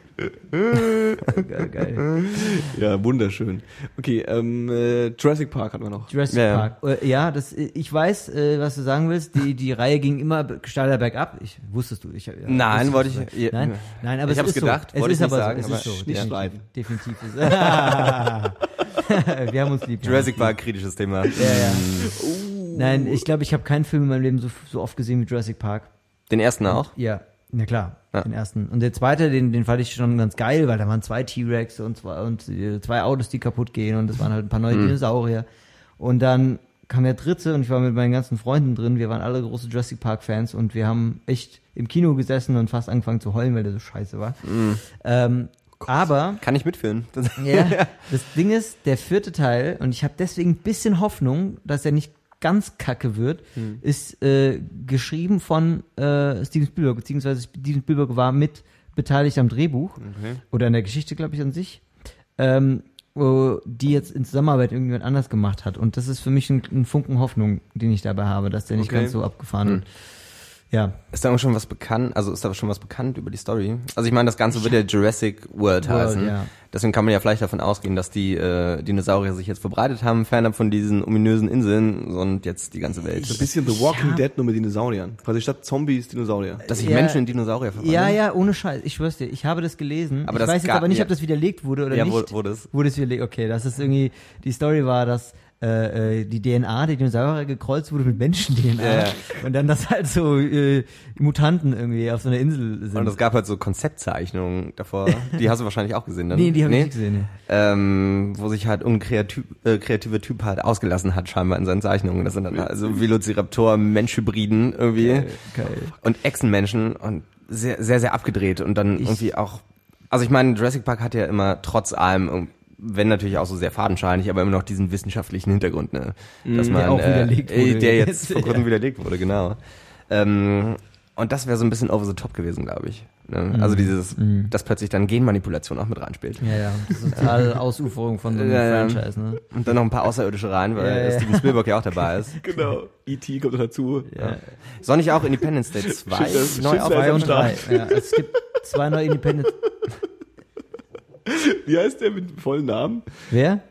Geil. Ja, wunderschön. Okay, Jurassic Park hatten wir noch. Jurassic Park. Ja, ich weiß, was du sagen willst. Die Reihe ging immer steiler bergab. Wusstest du? Nein, wollte ich. Nein, aber ich habe es gedacht. Es ist aber so. Es ist nicht streiten. Definitiv. Wir haben uns lieb. Jurassic Park, kritisches Thema. Ja. Nein, ich glaube, ich habe keinen Film in meinem Leben so oft gesehen wie Jurassic Park. Den ersten auch? Ja. Na klar, den ersten. Und der zweite, den fand ich schon ganz geil, weil da waren 2 T-Rex und 2 Autos, die kaputt gehen und es waren halt ein paar neue Dinosaurier. Und dann kam der dritte und ich war mit meinen ganzen Freunden drin, wir waren alle große Jurassic Park Fans und wir haben echt im Kino gesessen und fast angefangen zu heulen, weil der so scheiße war. Aber... Kann ich mitführen. Das Ding ist, der 4. Teil, und ich habe deswegen ein bisschen Hoffnung, dass er nicht ganz kacke wird, ist geschrieben von Steven Spielberg, beziehungsweise Steven Spielberg war mit beteiligt am Drehbuch oder an der Geschichte, glaube ich, an sich, die jetzt in Zusammenarbeit irgendjemand anders gemacht hat. Und das ist für mich ein Funken Hoffnung, den ich dabei habe, dass der nicht ganz so abgefahren wird. Ja. Ist da schon was bekannt? Also ist da schon was bekannt über die Story? Also ich meine, das Ganze wird ja Jurassic World heißen. Ja. Deswegen kann man ja vielleicht davon ausgehen, dass die Dinosaurier sich jetzt verbreitet haben, fernab von diesen ominösen Inseln und jetzt die ganze Welt. So ein bisschen The Walking Dead nur mit Dinosauriern. Quasi statt Zombies Dinosaurier. Dass sich Menschen in Dinosaurier verwandeln? Ja, ohne Scheiß. Ich schwör's dir. Ich habe das gelesen. Aber ich weiß jetzt aber nicht, ob das widerlegt wurde oder nicht. Ja, wurde es. Wurde es widerlegt. Okay, das ist irgendwie, die Story war, dass die DNA der Dinosaurier gekreuzt wurde mit Menschen-DNA und dann das halt so Mutanten irgendwie auf so einer Insel sind. Und es gab halt so Konzeptzeichnungen davor, die hast du wahrscheinlich auch gesehen dann? Nee, die habe ich nicht gesehen. Wo sich halt ein kreativer Typ halt ausgelassen hat scheinbar in seinen Zeichnungen. Das sind dann also Velociraptor, Mensch-Hybriden irgendwie Geil. Und Echsenmenschen und sehr, sehr, sehr abgedreht und dann irgendwie auch, also ich meine, Jurassic Park hat ja immer trotz allem, wenn natürlich auch so sehr fadenscheinig, aber immer noch diesen wissenschaftlichen Hintergrund, ne? Dass man, der auch widerlegt wurde. Der jetzt vor kurzem widerlegt wurde, genau. Und das wäre so ein bisschen over the top gewesen, glaube ich. Ne? Also dass plötzlich dann Genmanipulation auch mit reinspielt. Ja. Das ist total Ausuferung von so einem Franchise, ne? Und dann noch ein paar Außerirdische rein, weil Steven Spielberg ja auch dabei ist. Genau. E.T. kommt dazu. Ja. Soll nicht auch Independence Day 2 neu auf 2 und 3. Ja, es gibt 2 neue Independence. Wie heißt der mit vollen Namen? Wer?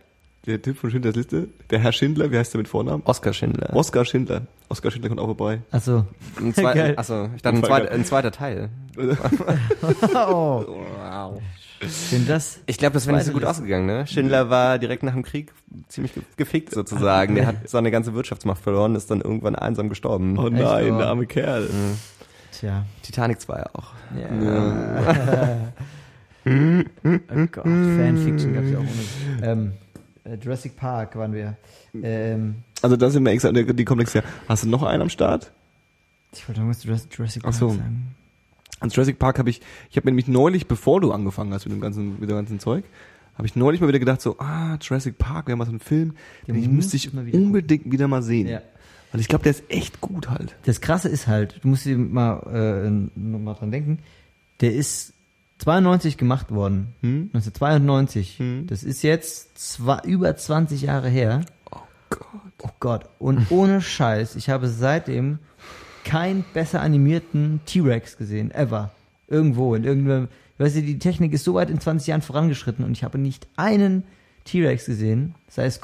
Der Typ von Schindlers Liste, der Herr Schindler, wie heißt der mit Vornamen? Oskar Schindler. Oskar Schindler. Oskar Schindler kommt auch vorbei. Achso. Geil. Achso, ich dachte ein zweiter Teil. Oh. Wow. Finde das? Ich glaube, das wäre nicht so gut ausgegangen, ne? Schindler war direkt nach dem Krieg ziemlich gefickt sozusagen. Der hat seine ganze Wirtschaftsmacht verloren, ist dann irgendwann einsam gestorben. Oh nein, Echt, oh. der arme Kerl. Tja. Titanic 2 auch. Ja. Oh Gott, Fanfiction gab es ja auch ohne. Jurassic Park waren wir. Also da sind wir extra, die kommt nächstes Jahr. Hast du noch einen am Start? Ich wollte irgendwas zu Jurassic Park Ach so. sagen. An Jurassic Park habe ich mir nämlich neulich, bevor du angefangen hast mit dem ganzen Zeug, habe ich neulich mal wieder gedacht so, Jurassic Park wäre mal so ein Film, den müsste ich unbedingt wieder mal sehen. Ja. Weil ich glaube, der ist echt gut halt. Das Krasse ist halt, du musst dir mal dran denken, der ist 92 gemacht worden. 1992. Das ist jetzt über 20 Jahre her. Oh Gott. Oh Gott. Und ohne Scheiß, ich habe seitdem keinen besser animierten T-Rex gesehen, ever. Irgendwo, in irgendeinem, weißt du, die Technik ist so weit in 20 Jahren vorangeschritten und ich habe nicht einen T-Rex gesehen, sei es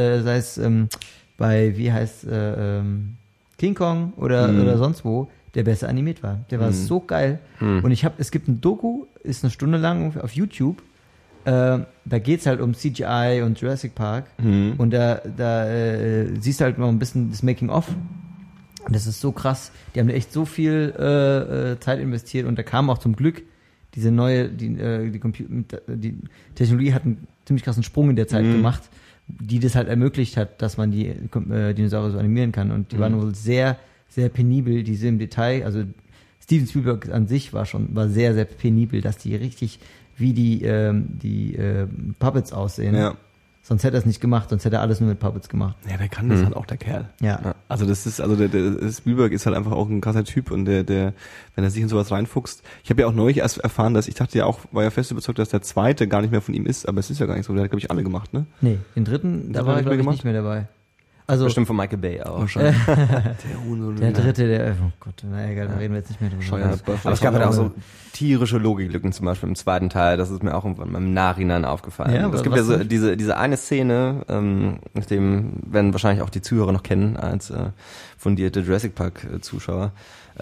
bei, wie heißt, King Kong oder sonst wo, der besser animiert war. Der war so geil. Und es gibt ein Doku, ist eine Stunde lang auf YouTube, da geht's halt um CGI und Jurassic Park und da siehst du halt noch ein bisschen das Making-of. Und das ist so krass. Die haben echt so viel Zeit investiert und da kam auch zum Glück diese neue, die Technologie hat einen ziemlich krassen Sprung in der Zeit gemacht, die das halt ermöglicht hat, dass man die Dinosaurier so animieren kann. Und die waren wohl sehr, sehr penibel, diese im Detail. Also Steven Spielberg an sich war sehr, sehr penibel, dass die richtig wie die Puppets aussehen. Ja. Sonst hätte er es nicht gemacht, sonst hätte er alles nur mit Puppets gemacht. Ja, der kann das halt auch, der Kerl. Ja. Also der Spielberg ist halt einfach auch ein krasser Typ und der, wenn er sich in sowas reinfuchst. Ich habe ja auch neulich erst erfahren, dass ich dachte ja auch, war ja fest überzeugt, dass der zweite gar nicht mehr von ihm ist, aber es ist ja gar nicht so. Der hat, glaube ich, alle gemacht, ne? Nee, den dritten, da war er, glaube ich, nicht mehr dabei. Also, bestimmt von Michael Bay auch. Wahrscheinlich. Der dritte, oh Gott, na egal, da reden wir jetzt nicht mehr drüber. Aber es gab halt auch so tierische Logiklücken, zum Beispiel im zweiten Teil, das ist mir auch im Nachhinein aufgefallen. Ja, es gibt ja so diese eine Szene, nach dem werden wahrscheinlich auch die Zuhörer noch kennen, als fundierte Jurassic Park Zuschauer.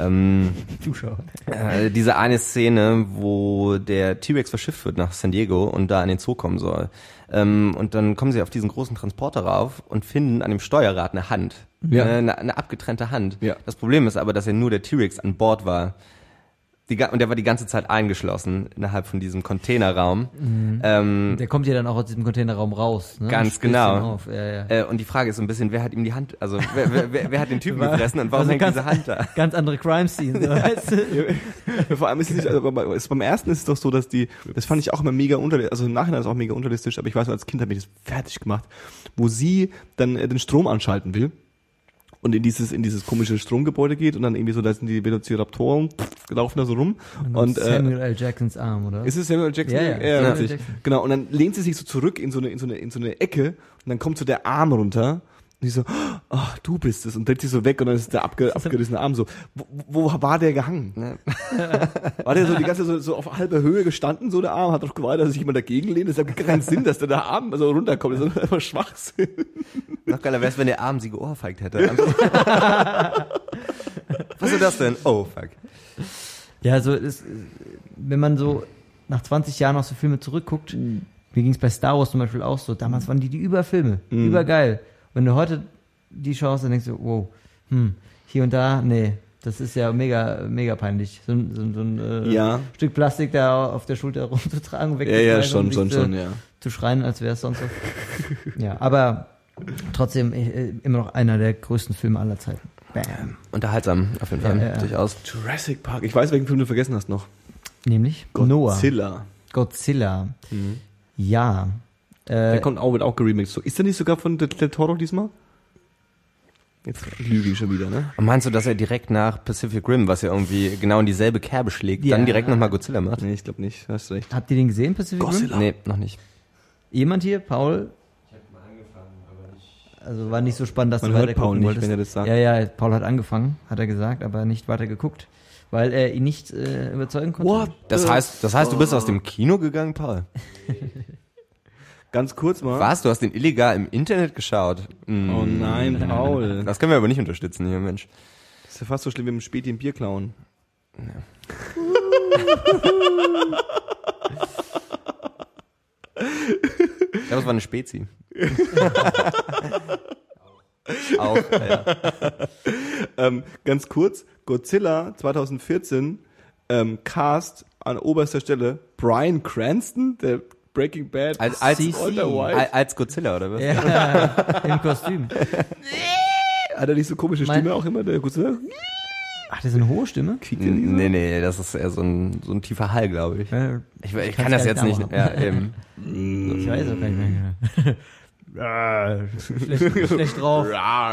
Diese eine Szene, wo der T-Rex verschifft wird nach San Diego und da in den Zoo kommen soll. Und dann kommen sie auf diesen großen Transporter rauf und finden an dem Steuerrad eine Hand. Ja. Eine abgetrennte Hand. Ja. Das Problem ist aber, dass ja nur der T-Rex an Bord war. Und der war die ganze Zeit eingeschlossen innerhalb von diesem Containerraum. Der kommt ja dann auch aus diesem Containerraum raus. Ne? Ganz genau. Ja. Und die Frage ist so ein bisschen, wer hat ihm die Hand, also wer hat den Typen gefressen und warum hängt diese Hand da? Ganz andere Crime-Scene, so, weißt du? Vor allem ist es nicht, also beim ersten ist es doch so, dass das fand ich auch immer mega unterlistisch, also im Nachhinein ist es auch mega unterlistisch, aber ich weiß noch, als Kind habe ich das fertig gemacht, wo sie dann den Strom anschalten will. Und in dieses komische Stromgebäude geht und dann irgendwie so, da sind die Velociraptoren, laufen da so rum. Und Samuel L. Jacksons Arm, oder? Ist es Samuel L. Jackson? Ja, witzig. Genau, und dann lehnt sie sich so zurück in so eine Ecke und dann kommt so der Arm runter und die so, du bist es, und dreht sich so weg und dann ist der abgerissene Arm so. Wo war der gehangen? War der so die ganze so auf halber Höhe gestanden, so der Arm, hat doch gewartet, dass sich jemand dagegen lehnt? Das hat keinen Sinn, dass der Arm so runterkommt, das ist einfach Schwachsinn. Noch geiler wär's, wenn der Arm sie geohrfeigt hätte. Was ist das denn? Oh, fuck. Ja, so ist, wenn man so nach 20 Jahren auf so Filme zurückguckt, mir ging's bei Star Wars zum Beispiel auch so, damals waren die Überfilme, übergeil. Wenn du heute die schaust, dann denkst du, wow, hier und da, nee, das ist ja mega, mega peinlich. So ein Stück Plastik da auf der Schulter rumzutragen, wegzuschmeißen, schon, zu schreien, als wäre es sonst so. Ja, aber trotzdem immer noch einer der größten Filme aller Zeiten. Bam. Unterhaltsam, auf jeden Fall, durchaus. Jurassic Park, ich weiß, welchen Film du vergessen hast noch. Nämlich? Godzilla. Ja. Der wird auch geremixed. Ist der nicht sogar von Del Toro diesmal? Jetzt lüge ich schon wieder, ne? Und meinst du, dass er direkt nach Pacific Rim, was ja irgendwie genau in dieselbe Kerbe schlägt, dann direkt nochmal Godzilla macht? Nee, ich glaube nicht, hast recht. Habt ihr den gesehen, Pacific Rim? Nee, noch nicht. Jemand hier? Paul? Ich habe mal angefangen, aber nicht. Also war nicht so spannend, dass Man du hört weiter Paul gucken nicht, wolltest. wenn er das sagt. Ja, Paul hat angefangen, hat er gesagt, aber nicht weiter geguckt, weil er ihn nicht überzeugen konnte. Das heißt, du bist aus dem Kino gegangen, Paul? Ganz kurz mal. Was? Du hast den illegal im Internet geschaut? Oh nein, Paul. Das können wir aber nicht unterstützen hier, Mensch. Das ist ja fast so schlimm wie im Späti ein Bier klauen. Ich glaube, es war eine Spezi. Auch, ja. Ganz kurz, Godzilla 2014, Cast an oberster Stelle Bryan Cranston, der Breaking Bad Als Walter White. als Godzilla, oder was? Ja, im Kostüm. Hat er nicht so komische Stimme auch immer, der Godzilla? Ach, das ist eine hohe Stimme? Nee, das ist eher so ein tiefer Hall, glaube ich. Ich kann das jetzt nicht. Ja, eben. Ich weiß auch gar nicht mehr. schlecht drauf.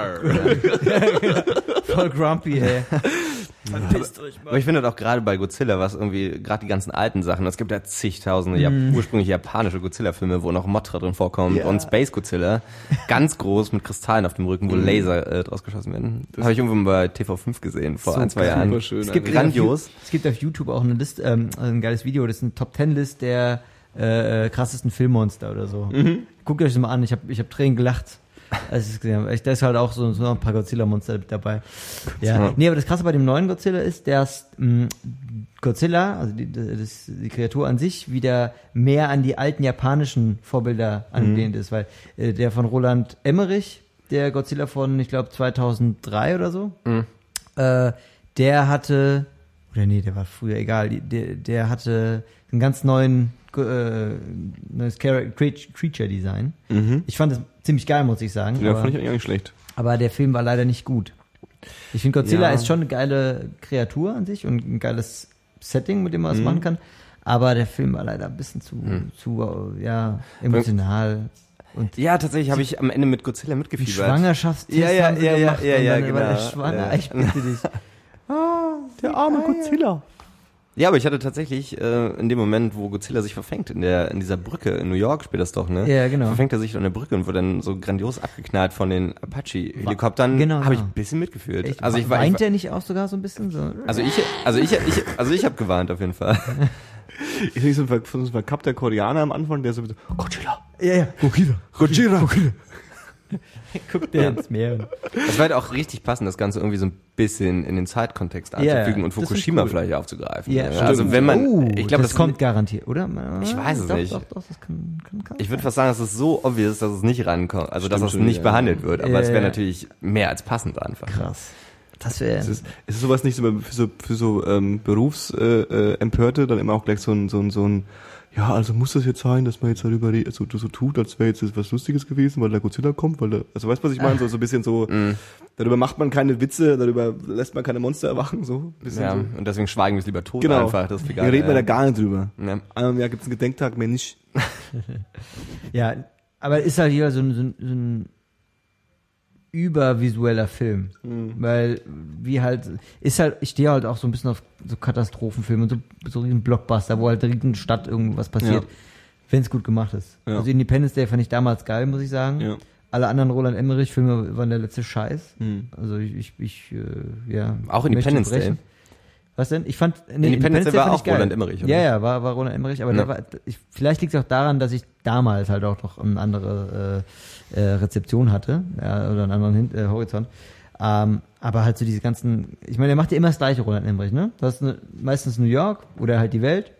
Voll grumpy, ey. Aber ich finde das auch gerade bei Godzilla, was irgendwie, gerade die ganzen alten Sachen, es gibt ja zigtausende ursprünglich japanische Godzilla-Filme, wo noch Mothra drin vorkommt und Space Godzilla, ganz groß mit Kristallen auf dem Rücken, wo Laser draus geschossen werden. Das habe ich irgendwann bei TV5 gesehen, vor 1-2 Jahren. Schön, Es gibt grandios. Es gibt auf YouTube auch eine Liste, ein geiles Video, das ist eine Top-10-List der krassesten Filmmonster oder so. Guckt euch das mal an, ich hab Tränen gelacht, als ich es gesehen habe. Da ist halt auch so ein paar Godzilla-Monster dabei. Ja. Nee, aber das Krasse bei dem neuen Godzilla ist, dass Godzilla, also die Kreatur an sich, wieder mehr an die alten japanischen Vorbilder angelehnt ist, weil der von Roland Emmerich, der Godzilla von, ich glaube, 2003 oder so, der hatte, oder nee, der war früher, egal, der hatte einen ganz neues Creature-Design. Ich fand das ziemlich geil, muss ich sagen. Ja, fand ich eigentlich auch nicht schlecht. Aber der Film war leider nicht gut. Ich finde, Godzilla ist schon eine geile Kreatur an sich und ein geiles Setting, mit dem man was machen kann. Aber der Film war leider ein bisschen zu emotional. Und Ja, tatsächlich habe ich am Ende mit Godzilla mitgefiebert. Schwangerschaftstest Ja, haben sie gemacht und dann genau. war der schwanger. Ja. Ich bitte dich. Der arme Godzilla. Ja, aber ich hatte tatsächlich in dem Moment, wo Godzilla sich verfängt, in dieser Brücke, in New York spielt das doch, ne? Ja, genau. Verfängt er sich an der Brücke und wird dann so grandios abgeknallt von den Apache-Helikoptern. Genau, Habe ich genau. ein bisschen mitgefühlt. Echt? Also ich Weint der nicht auch sogar so ein bisschen? So? Also ich habe gewarnt auf jeden Fall. Ich sehe so ein verkappter Koreaner am Anfang, der so mit Godzilla. Ja. Godzilla. Guckt der ins Meer. Das war halt auch richtig passend, das Ganze irgendwie so ein bisschen in den Zeitkontext einzufügen und das ist Fukushima cool. vielleicht aufzugreifen. Ja, Ja, stimmt. also wenn man, ich glaube, das kommt garantiert, oder? Ich weiß es nicht. Doch, das kann Ich würde fast sagen, es ist so obvious, dass es nicht rankommt, also dass Stimmt es schon, nicht ja. behandelt wird, aber es wäre Ja. natürlich mehr als passend einfach. krass. Das wäre. Ist sowas nicht so für so Berufsempörte dann immer auch gleich so ein ja, also muss das jetzt sein, dass man jetzt darüber so tut, als wäre jetzt was Lustiges gewesen, weil der Godzilla kommt, also weißt du, was ich meine? So ein bisschen so, darüber macht man keine Witze, darüber lässt man keine Monster erwachen, so. Ein bisschen Ja, so. und deswegen schweigen wir es lieber tot Genau. einfach. Das ist Wir reden da gar nicht drüber. Ja. Einmal im Jahr gibt's einen Gedenktag, mehr nicht. Ja, aber ist halt hier so ein übervisueller Film. Weil, ich stehe halt auch so ein bisschen auf so Katastrophenfilme und so riesen Blockbuster, wo halt in der Stadt irgendwas passiert, Ja. wenn es gut gemacht ist. Ja. Also Independence Day fand ich damals geil, muss ich sagen. Ja. Alle anderen Roland Emmerich-Filme waren der letzte Scheiß. Hm. Also Auch Independence Day. Was denn? Ich fand, Independence Day war fand ich auch geil. Roland Emmerich, oder? Ja, war Roland Emmerich, aber Ja. vielleicht liegt es auch daran, dass ich damals halt auch noch eine andere Rezeption hatte, ja, oder einen anderen Horizont. Aber halt so diese ganzen, ich meine, der macht ja immer das gleiche, Roland Emmerich, ne? Du hast meistens New York oder halt die Welt,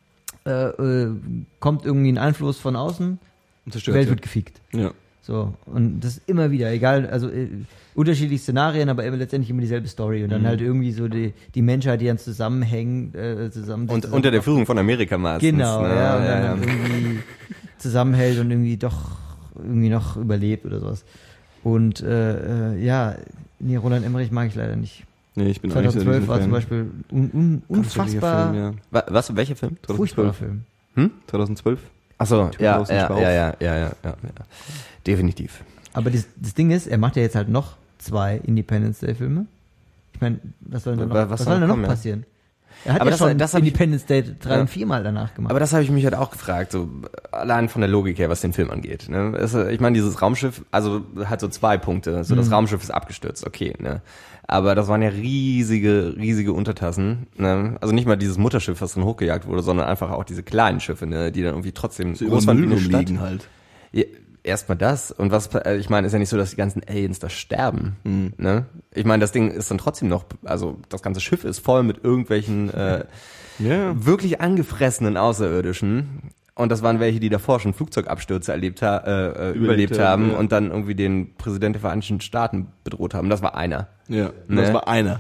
kommt irgendwie ein Einfluss von außen, Und die zerstört. Welt wird gefickt. Ja. So, und das ist immer wieder, egal, also unterschiedliche Szenarien, aber letztendlich immer dieselbe Story und dann halt irgendwie so die Menschheit, die dann zusammenhängen, Und unter der Führung von Amerika meistens. genau, ne? ja, und ja, dann irgendwie zusammenhält und irgendwie doch irgendwie noch überlebt oder sowas. Und Roland Emmerich mag ich leider nicht. Nee, ich bin auch nicht so 2012 war Fan. zum Beispiel unfassbar Film, ja. Was? Welcher Film? furchtbarer Film. 2012? Achso, ja, 2012. ja. Definitiv. Aber das Ding ist, er macht ja jetzt halt noch 2 Independence Day Filme. Ich meine, was soll denn da Was noch, soll noch kommen, ja? passieren? Er hat Aber ja das- schon das hab ich- Independence Day 3 Ja. und 4 Mal danach gemacht. Aber das habe ich mich halt auch gefragt, so allein von der Logik her, was den Film angeht. Ne? Ich meine, dieses Raumschiff, also hat so 2 Punkte. So, das Raumschiff ist abgestürzt, okay, ne? Aber das waren ja riesige Untertassen. Ne? Also nicht mal dieses Mutterschiff, was dann hochgejagt wurde, sondern einfach auch diese kleinen Schiffe, ne? Die dann irgendwie trotzdem So groß waren wie eine Stadt. liegen halt. Ja, erstmal das. Und ich meine, ist ja nicht so, dass die ganzen Aliens da sterben. Ne? Ich meine, das Ding ist dann trotzdem noch, also das ganze Schiff ist voll mit irgendwelchen wirklich angefressenen Außerirdischen. Und das waren welche, die davor schon Flugzeugabstürze überlebt haben und dann irgendwie den Präsident der Vereinigten Staaten bedroht haben. Das war einer. Ja, Ne? das war einer.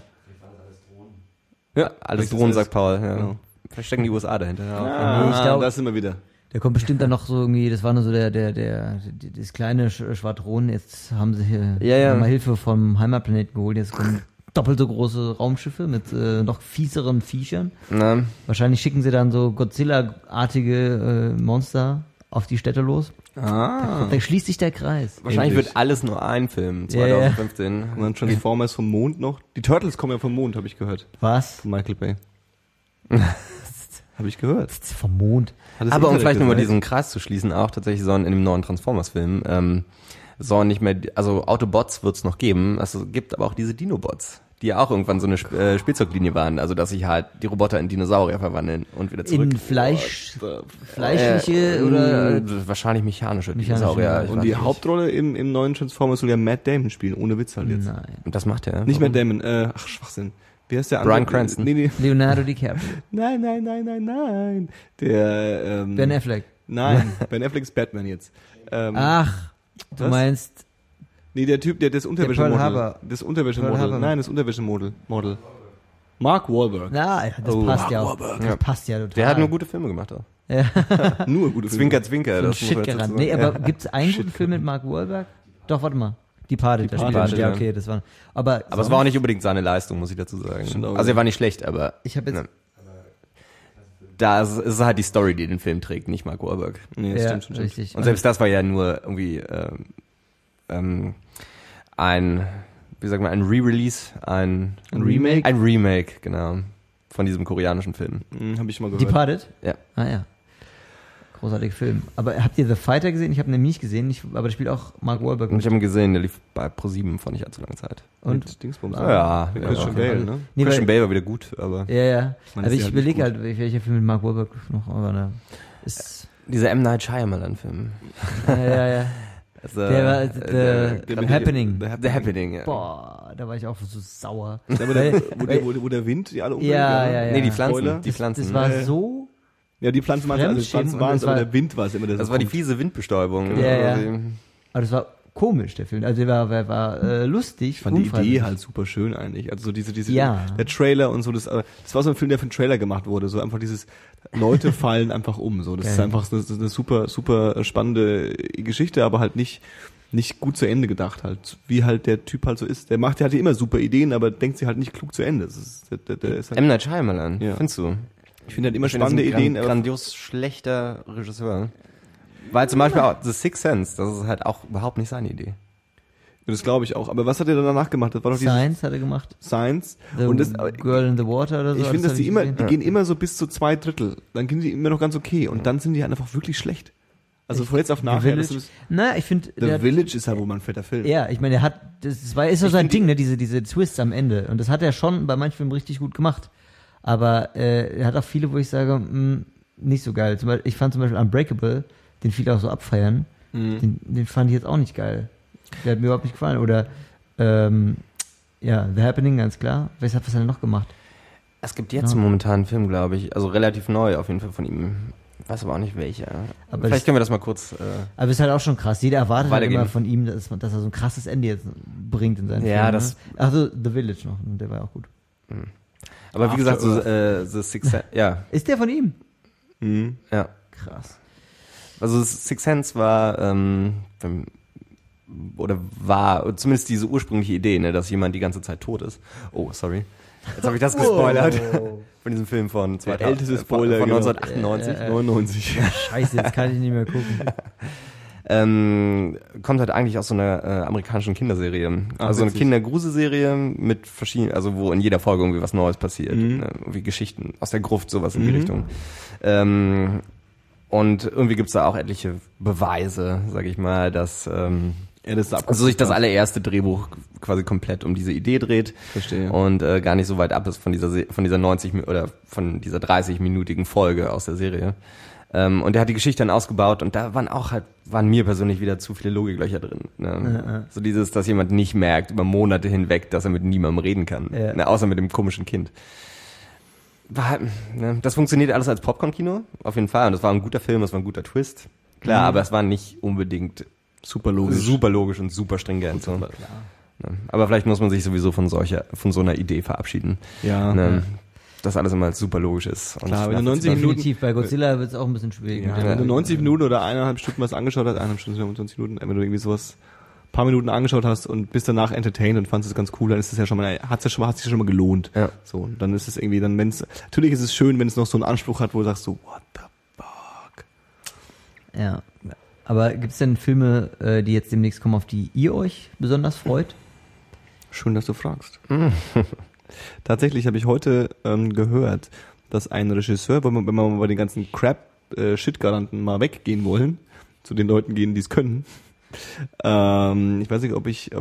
Ja, alles Drohnen, sagt Paul. Ja. Genau. Vielleicht stecken die USA dahinter. Nee, ich glaub- das sind wir wieder. Der kommt bestimmt dann noch so irgendwie, das war nur so das kleine Schwadron, jetzt haben sie hier Ja. mal Hilfe vom Heimatplaneten geholt, jetzt kommen doppelt so große Raumschiffe mit noch fieseren Viechern. Na, Wahrscheinlich schicken sie dann so Godzilla-artige Monster auf die Städte los. Da schließt sich der Kreis. wahrscheinlich Endlich. wird alles nur ein Film, Ja, ja. 2015. Und dann Transformers vom Mond noch. Die Turtles kommen ja vom Mond, habe ich gehört. Was? Von Michael Bay. Habe ich gehört. Vom Mond. Hat das Aber um Internet vielleicht nochmal gesagt. diesen Kreis zu schließen, auch tatsächlich sollen in dem neuen Transformers-Film, sollen nicht mehr, also Autobots wird es noch geben, es gibt aber auch diese Dinobots, die ja auch irgendwann so eine Spielzeuglinie waren, also dass sich halt die Roboter in Dinosaurier verwandeln und wieder zurück. In fleischliche oder wahrscheinlich mechanische Mechanische, Dinosaurier. ja. ich Und weiß die nicht. Hauptrolle im neuen Transformers soll ja Matt Damon spielen, ohne Witz halt jetzt. nein. Und das macht er. Nicht Matt Damon, Schwachsinn. Wie heißt der andere? Bryan Cranston. Nee. Leonardo DiCaprio. Nein. Der, Ben Affleck. Nein, Ben Affleck ist Batman jetzt. Ach, du was? meinst Nee, der Typ, der das Pearl Unterwäschemodel. Harbor. Das Pearl Unterwäschemodel. Harbor. Nein, das Unterwäschemodel. Mark Wahlberg. na, das passt ja auch. Wahlberg. Das passt ja total. Der hat nur gute Filme gemacht. Auch. Nur gute Filme. Zwinker, Zwinker. So ein das muss man Shit dazu gerannt. sagen. Nee, aber gibt's einen guten Film mit Mark Wahlberg? Doch, warte mal. Die Party. Da spielt er Party, mit. Ja, ja. okay, das war. Aber Aber es war auch nicht unbedingt seine Leistung, muss ich dazu sagen. Stimmt auch, Also ja. er war nicht schlecht, aber ich habe jetzt. Ne. da ist es halt die Story, die den Film trägt, nicht Mark Wahlberg. Nee, das Ja, stimmt schon. richtig. Und selbst das war ja nur irgendwie ein Re-Release, ein Remake? Ein Remake, genau, von diesem koreanischen Film. Habe ich mal gehört. Departed? Ja. Ah ja. Großartiger Film. Aber habt ihr The Fighter gesehen? Ich habe ihn nämlich nicht gesehen, aber da spielt auch Mark Wahlberg Und mit. ich habe ihn gesehen, der lief bei ProSieben vor nicht allzu langer Zeit. Und? Mit Dingsbums. Ja, Mit ja, Christian auf Bale, jeden ne? Nee, Christian weil, Bale war wieder gut, aber ja. Man Aber ist ich ja halt überlege nicht halt, welcher Film mit Mark Wahlberg noch, aber ne. Ist, dieser M. Night Shyamalan-Film. ja. Also, Der war The Happening. The Happening, ja. Boah, da war ich auch so sauer. Ja, wo der Wind die alle umbringt. Ja. Nee, die Pflanzen. Spoiler. Die Pflanzen. Das war Ja. so. Ja, die Pflanzen waren also die Pflanzen Fremdschämen waren und es, das aber war- der Wind war es immer, der Das so war die kommt. fiese Windbestäubung. Ja. Also, Aber das war komisch, der Film. Also der war lustig. Ich fand die unfreiwillig. Idee halt super schön eigentlich. Also so diese Ja. der Trailer und so, das war so ein Film, der für einen Trailer gemacht wurde. So einfach dieses Leute fallen einfach um. So, das ist Geil. einfach so eine super spannende Geschichte, aber halt nicht gut zu Ende gedacht halt. Wie halt der Typ halt so ist. Der hat ja immer super Ideen, aber denkt sie halt nicht klug zu Ende. Das ist, der ist halt, M. Night Shyamalan, Ja. findest du? ich finde halt immer Ich finde, das spannende ist ein Ideen, aber grandios schlechter Regisseur. Weil zum Beispiel auch The Sixth Sense, das ist halt auch überhaupt nicht seine Idee. das glaube ich auch. Aber was hat er dann danach gemacht? Das war doch dieses Science hat er gemacht. Science. The Und das, Girl in the Water oder so. ich finde, dass hab die immer, gesehen. die gehen immer so bis zu 2/3. Dann gehen die immer noch ganz okay. Und dann sind die halt einfach wirklich schlecht. Also von jetzt auf The nachher. Village. Na, ich finde. The Village ist ja wohl mal ein fetter Film. Ja, ich meine, ist so sein Ding, ne, diese Twists am Ende. Und das hat er schon bei manchen Filmen richtig gut gemacht. Aber er hat auch viele, wo ich sage, nicht so geil. Ich fand zum Beispiel Unbreakable, den viele auch so abfeiern, den fand ich jetzt auch nicht geil. Der hat mir überhaupt nicht gefallen. Oder The Happening, ganz klar. Was hat er noch gemacht? Es gibt jetzt momentan einen Film, glaube ich, also relativ neu auf jeden Fall von ihm. Weiß aber auch nicht welcher. Aber Vielleicht können wir das mal kurz... Aber es ist halt auch schon krass. Jeder erwartet halt Weitergeben. immer von ihm, dass er so ein krasses Ende jetzt bringt in seinen Ja, Filmen. das- Ne? Also The Village noch, der war ja auch gut. aber wie gesagt, so, After The Sixth Sense... Ja, Ist der von ihm? ja. Krass. Also Sixth Sense war, war zumindest diese ursprüngliche Idee, ne, dass jemand die ganze Zeit tot ist. Oh, sorry. Jetzt habe ich das gespoilert. Von diesem Film von Der älteste Spoiler, von genau. 1998. 99. Scheiße, jetzt kann ich nicht mehr gucken. Kommt halt eigentlich aus so einer amerikanischen Kinderserie. Also eine witzig. Kindergruselserie mit verschiedenen, also wo in jeder Folge irgendwie was Neues passiert. Ne? Irgendwie Geschichten aus der Gruft, sowas in die Richtung. Und irgendwie gibt's da auch etliche Beweise, sag ich mal, dass Ja, das ist also sich das allererste Drehbuch quasi komplett um diese Idee dreht. Verstehe. Und gar nicht so weit ab ist von dieser 90 oder von dieser 30-minütigen Folge aus der Serie. Und der hat die Geschichte dann ausgebaut und da waren mir persönlich wieder zu viele Logiklöcher drin. Ne? So dieses, dass jemand nicht merkt über Monate hinweg, dass er mit niemandem reden kann. Ne? Außer mit dem komischen Kind. Das funktioniert alles als Popcorn-Kino, auf jeden Fall. Und das war ein guter Film, das war ein guter Twist. Klar, aber es war nicht unbedingt super logisch und super stringent. So. Aber vielleicht muss man sich sowieso von so einer Idee verabschieden. Ja. Ne? Dass alles immer super logisch ist. Und klar, wenn du 90 Minuten... Definitiv, bei Godzilla wird es auch ein bisschen schwierig. Ja, wenn du 90 Minuten oder 1,5 Stunden was angeschaut hast, 1,5 Stunden, 25 Minuten, wenn du irgendwie sowas paar Minuten angeschaut hast und bist danach entertained und fandest es ganz cool, dann ist es ja schon mal, hat sich ja schon mal gelohnt. Ja. So, und dann ist es irgendwie, natürlich ist es schön, wenn es noch so einen Anspruch hat, wo du sagst so, what the fuck. Ja. Aber gibt es denn Filme, die jetzt demnächst kommen, auf die ihr euch besonders freut? Schön, dass du fragst. Tatsächlich habe ich heute gehört, dass ein Regisseur, wenn wir mal bei den ganzen Crap-Shit-Garanten mal weggehen wollen, zu den Leuten gehen, die es können. Ich weiß nicht, ob ich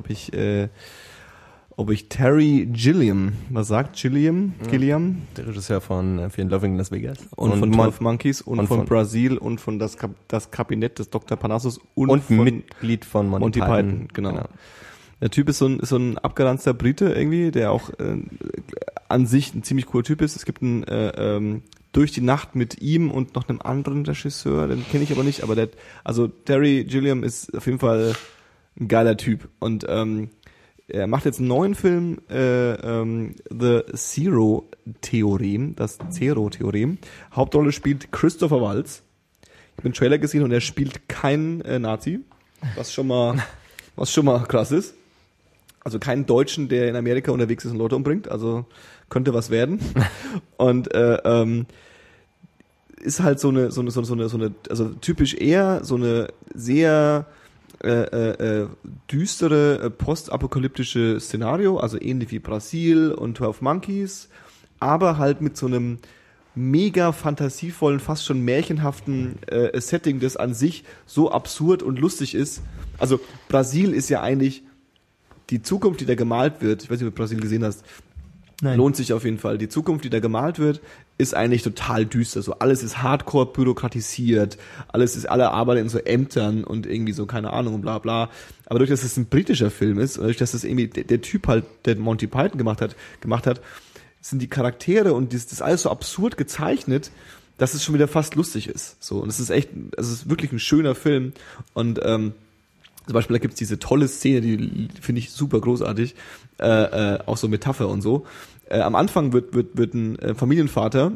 Terry Gilliam, was sagt Gilliam? Der Regisseur von Fear and Loathing in Las Vegas. Und von 12 Monkeys und von Brasil und von das Kabinett des Dr. Parnassus und von Mitglied von Monty Python. Genau. Der Typ ist so ein abgeranzter Brite irgendwie, der auch an sich ein ziemlich cooler Typ ist. Es gibt einen Durch die Nacht mit ihm und noch einem anderen Regisseur, den kenne ich aber nicht, aber Terry Gilliam ist auf jeden Fall ein geiler Typ und er macht jetzt einen neuen Film, The Zero-Theorem, das Zero-Theorem. Hauptrolle spielt Christopher Waltz. Ich habe den Trailer gesehen und er spielt keinen Nazi, was schon mal krass ist. Also keinen Deutschen, der in Amerika unterwegs ist und Leute umbringt, also könnte was werden. Und ist halt so eine, also typisch eher so eine sehr düstere postapokalyptische Szenario, also ähnlich wie Brasil und 12 Monkeys, aber halt mit so einem mega fantasievollen, fast schon märchenhaften Setting, das an sich so absurd und lustig ist. Also Brasil ist ja eigentlich die Zukunft, die da gemalt wird. Ich weiß nicht, ob du Brasil gesehen hast. Nein. Lohnt sich auf jeden Fall. Die Zukunft, die da gemalt wird, ist eigentlich total düster. So alles ist hardcore bürokratisiert, alle arbeiten in so Ämtern und irgendwie so, keine Ahnung, und bla bla. Aber durch, dass es ein britischer Film ist, und durch, dass es irgendwie der Typ halt, der Monty Python gemacht hat, sind die Charaktere und das alles so absurd gezeichnet, dass es schon wieder fast lustig ist. So, und es ist wirklich ein schöner Film. Und zum Beispiel, da gibt's diese tolle Szene, die finde ich super großartig, auch so Metapher und so. Am Anfang wird ein Familienvater,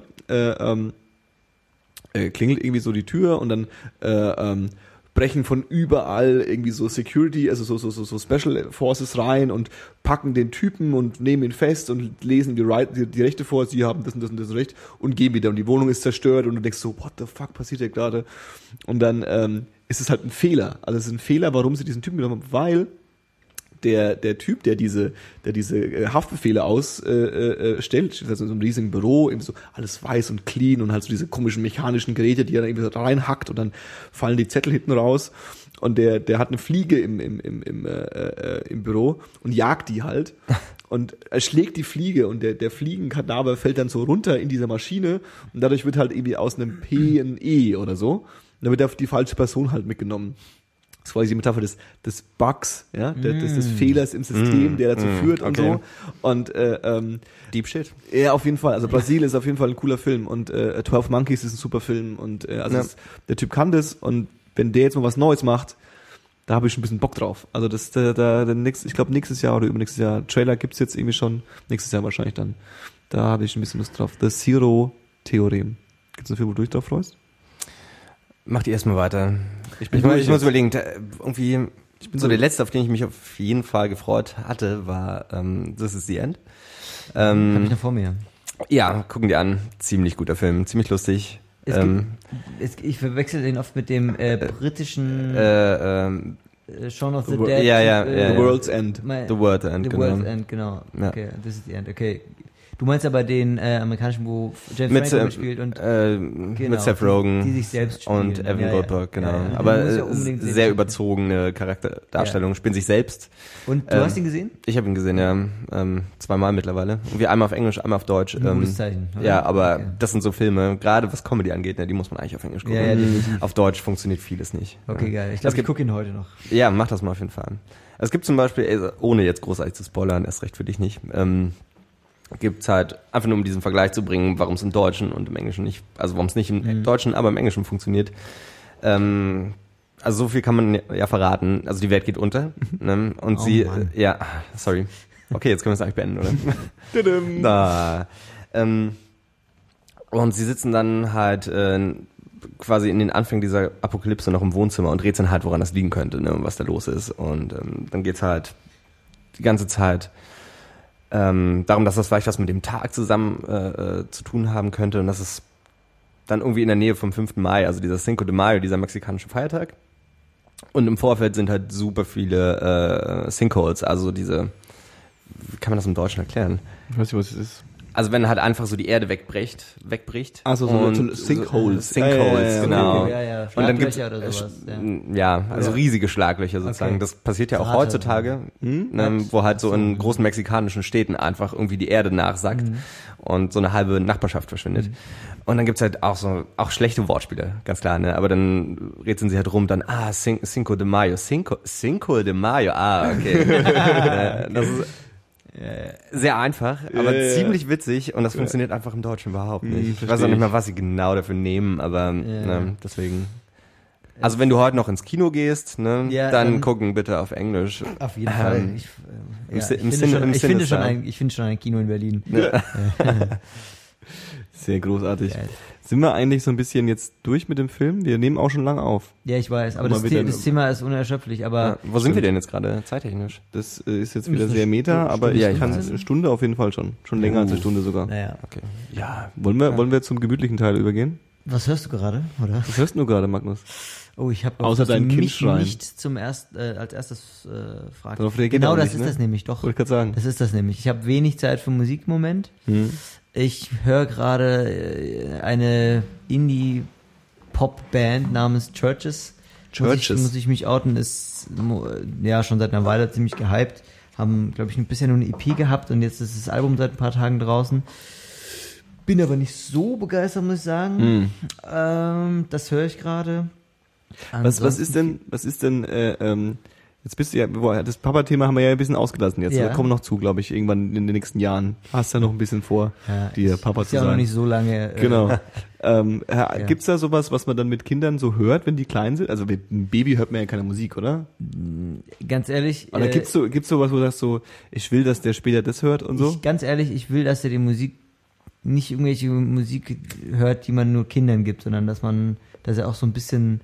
klingelt irgendwie so die Tür und dann brechen von überall irgendwie so Security, also so Special Forces rein und packen den Typen und nehmen ihn fest und lesen die Rechte vor, sie haben das und das und das Recht und gehen wieder und die Wohnung ist zerstört und du denkst so, what the fuck passiert hier gerade? Und dann ist es halt ein Fehler. Also es ist ein Fehler, warum sie diesen Typen genommen haben, weil der Typ, der diese Haftbefehle ausstellt, also in so einem riesigen Büro, eben so alles weiß und clean und halt so diese komischen mechanischen Geräte, die er dann irgendwie so reinhackt und dann fallen die Zettel hinten raus und der hat eine Fliege im Büro und jagt die halt und er schlägt die Fliege und der Fliegenkadaver fällt dann so runter in dieser Maschine und dadurch wird halt irgendwie aus einem P ein E oder so und dann wird die falsche Person halt mitgenommen. Das war die Metapher des Bugs, ja, des Fehlers im System, der dazu führt und so. Und Deep Shit. Ja, auf jeden Fall. Also Brasil ist auf jeden Fall ein cooler Film und 12 Monkeys ist ein super Film und der Typ kann das und wenn der jetzt mal was Neues macht, da habe ich schon ein bisschen Bock drauf. Also ich glaube nächstes Jahr oder übernächstes Jahr, Trailer gibt's jetzt irgendwie schon, nächstes Jahr wahrscheinlich dann. Da habe ich ein bisschen Lust drauf. The Zero-Theorem. Gibt's einen Film, wo du dich drauf freust? Mach die erstmal weiter. Ich muss überlegen, irgendwie, der letzte, auf den ich mich auf jeden Fall gefreut hatte, war This is the End. Hab ich noch vor mir. Ja, gucken die an. Ziemlich guter Film, ziemlich lustig. Ich verwechsel den oft mit dem britischen Shaun of the Dead. Ja. The World's End. The World's End, genau. Ja. Okay, This is the End, okay. Du meinst aber den amerikanischen, wo James Mit, Franco mitspielt und mit Seth Rogen die sich selbst spielen. und Evan Goldberg, genau. Ja, ja. Aber Den muss ja unbedingt sehen. sehr überzogene Charakterdarstellungen, spielen sich selbst. Und du hast ihn gesehen? Ich habe ihn gesehen, ja, 2-mal mittlerweile. Irgendwie einmal auf Englisch, einmal auf Deutsch. Ein gutes Zeichen, oder? Ja, aber Okay. das sind so Filme, gerade was Comedy angeht, ne, die muss man eigentlich auf Englisch gucken. Ja, definitiv. Auf Deutsch funktioniert vieles nicht. Okay, ja. geil. Ich glaube, ich gucke ihn heute noch. Ja, mach das mal auf jeden Fall. Es gibt zum Beispiel, ohne jetzt großartig zu spoilern, erst recht für dich nicht, gibt's halt, einfach nur um diesen Vergleich zu bringen, warum es im Deutschen und im Englischen nicht, also warum es nicht im Deutschen, aber im Englischen funktioniert. Also so viel kann man ja verraten. Also die Welt geht unter. Ne? Und Mann. ja, sorry. Okay, jetzt können wir es eigentlich beenden, oder? Da. Und sie sitzen dann halt quasi in den Anfängen dieser Apokalypse noch im Wohnzimmer und rätseln halt, woran das liegen könnte, ne, und was da los ist. Und dann geht's halt die ganze Zeit darum, dass das vielleicht was mit dem Tag zusammen zu tun haben könnte. Und das ist dann irgendwie in der Nähe vom 5. Mai, also dieser Cinco de Mayo, dieser mexikanische Feiertag. Und im Vorfeld sind halt super viele Sinkholes, also diese, wie kann man das im Deutschen erklären? Ich weiß nicht, was es ist. Also wenn halt einfach so die Erde wegbricht. Also so Sinkholes. Sinkholes, Ja, genau. Okay, ja. Und dann gibt's Schlaglöcher oder sowas. also riesige Schlaglöcher sozusagen. Okay. Das passiert ja auch Krater. heutzutage, wo halt so in großen mexikanischen Städten einfach irgendwie die Erde nachsackt und so eine halbe Nachbarschaft verschwindet. Und dann gibt's halt auch schlechte Wortspiele, ganz klar, ne? Aber dann rätseln sie halt rum, dann, Cinco de Mayo, Cinco de Mayo, okay. Das ist sehr einfach, aber ziemlich witzig und das funktioniert einfach im Deutschen überhaupt nicht. Ich weiß auch nicht mal, was sie genau dafür nehmen, aber deswegen. Also wenn du heute noch ins Kino gehst, ne, dann gucken bitte auf Englisch. Auf jeden Fall. Ich finde schon ein Kino in Berlin. Ja. Sehr großartig. Geil. Sind wir eigentlich so ein bisschen jetzt durch mit dem Film? Wir nehmen auch schon lange auf. Ja, ich weiß, aber Mal wieder- das Thema ist unerschöpflich, aber Wo sind wir denn jetzt gerade, zeittechnisch? Das ist jetzt wieder sehr meta, aber Stunde, ich kann weiß. eine Stunde auf jeden Fall schon. Schon länger als eine Stunde sogar. naja. Okay. Ja. Wollen wir zum gemütlichen Teil übergehen? Was hörst du gerade, oder? Was hörst du gerade, Magnus? Oh, ich habe Außer dein mich Kindschreien. nicht als erstes fragt. Darauf reagiert Genau, er auch das nicht, ist ne? das nämlich, doch. Wollte ich gerade sagen. Das ist das nämlich. Ich habe wenig Zeit für Musik im Moment. Ich höre gerade eine Indie-Pop-Band namens Churches. Muss ich mich outen, ist ja schon seit einer Weile ziemlich gehypt. Haben, glaube ich, bisher nur eine EP gehabt und jetzt ist das Album seit ein paar Tagen draußen. Bin aber nicht so begeistert, muss ich sagen. Das höre ich gerade. Was ist denn, jetzt bist du ja, das Papa-Thema haben wir ja ein bisschen ausgelassen jetzt. Ja. Da kommen noch zu, glaube ich, irgendwann in den nächsten Jahren. Hast ja noch ein bisschen vor, dir Papa ist zu ja auch noch sein. nicht so lange. Genau. Gibt's da sowas, was man dann mit Kindern so hört, wenn die klein sind? Also mit einem Baby hört man ja keine Musik, oder? Ganz ehrlich. Oder gibt's sowas, wo du sagst so, ich will, dass der später das hört und so? Ganz ehrlich, ich will, dass er die Musik nicht irgendwelche Musik hört, die man nur Kindern gibt, sondern dass er auch so ein bisschen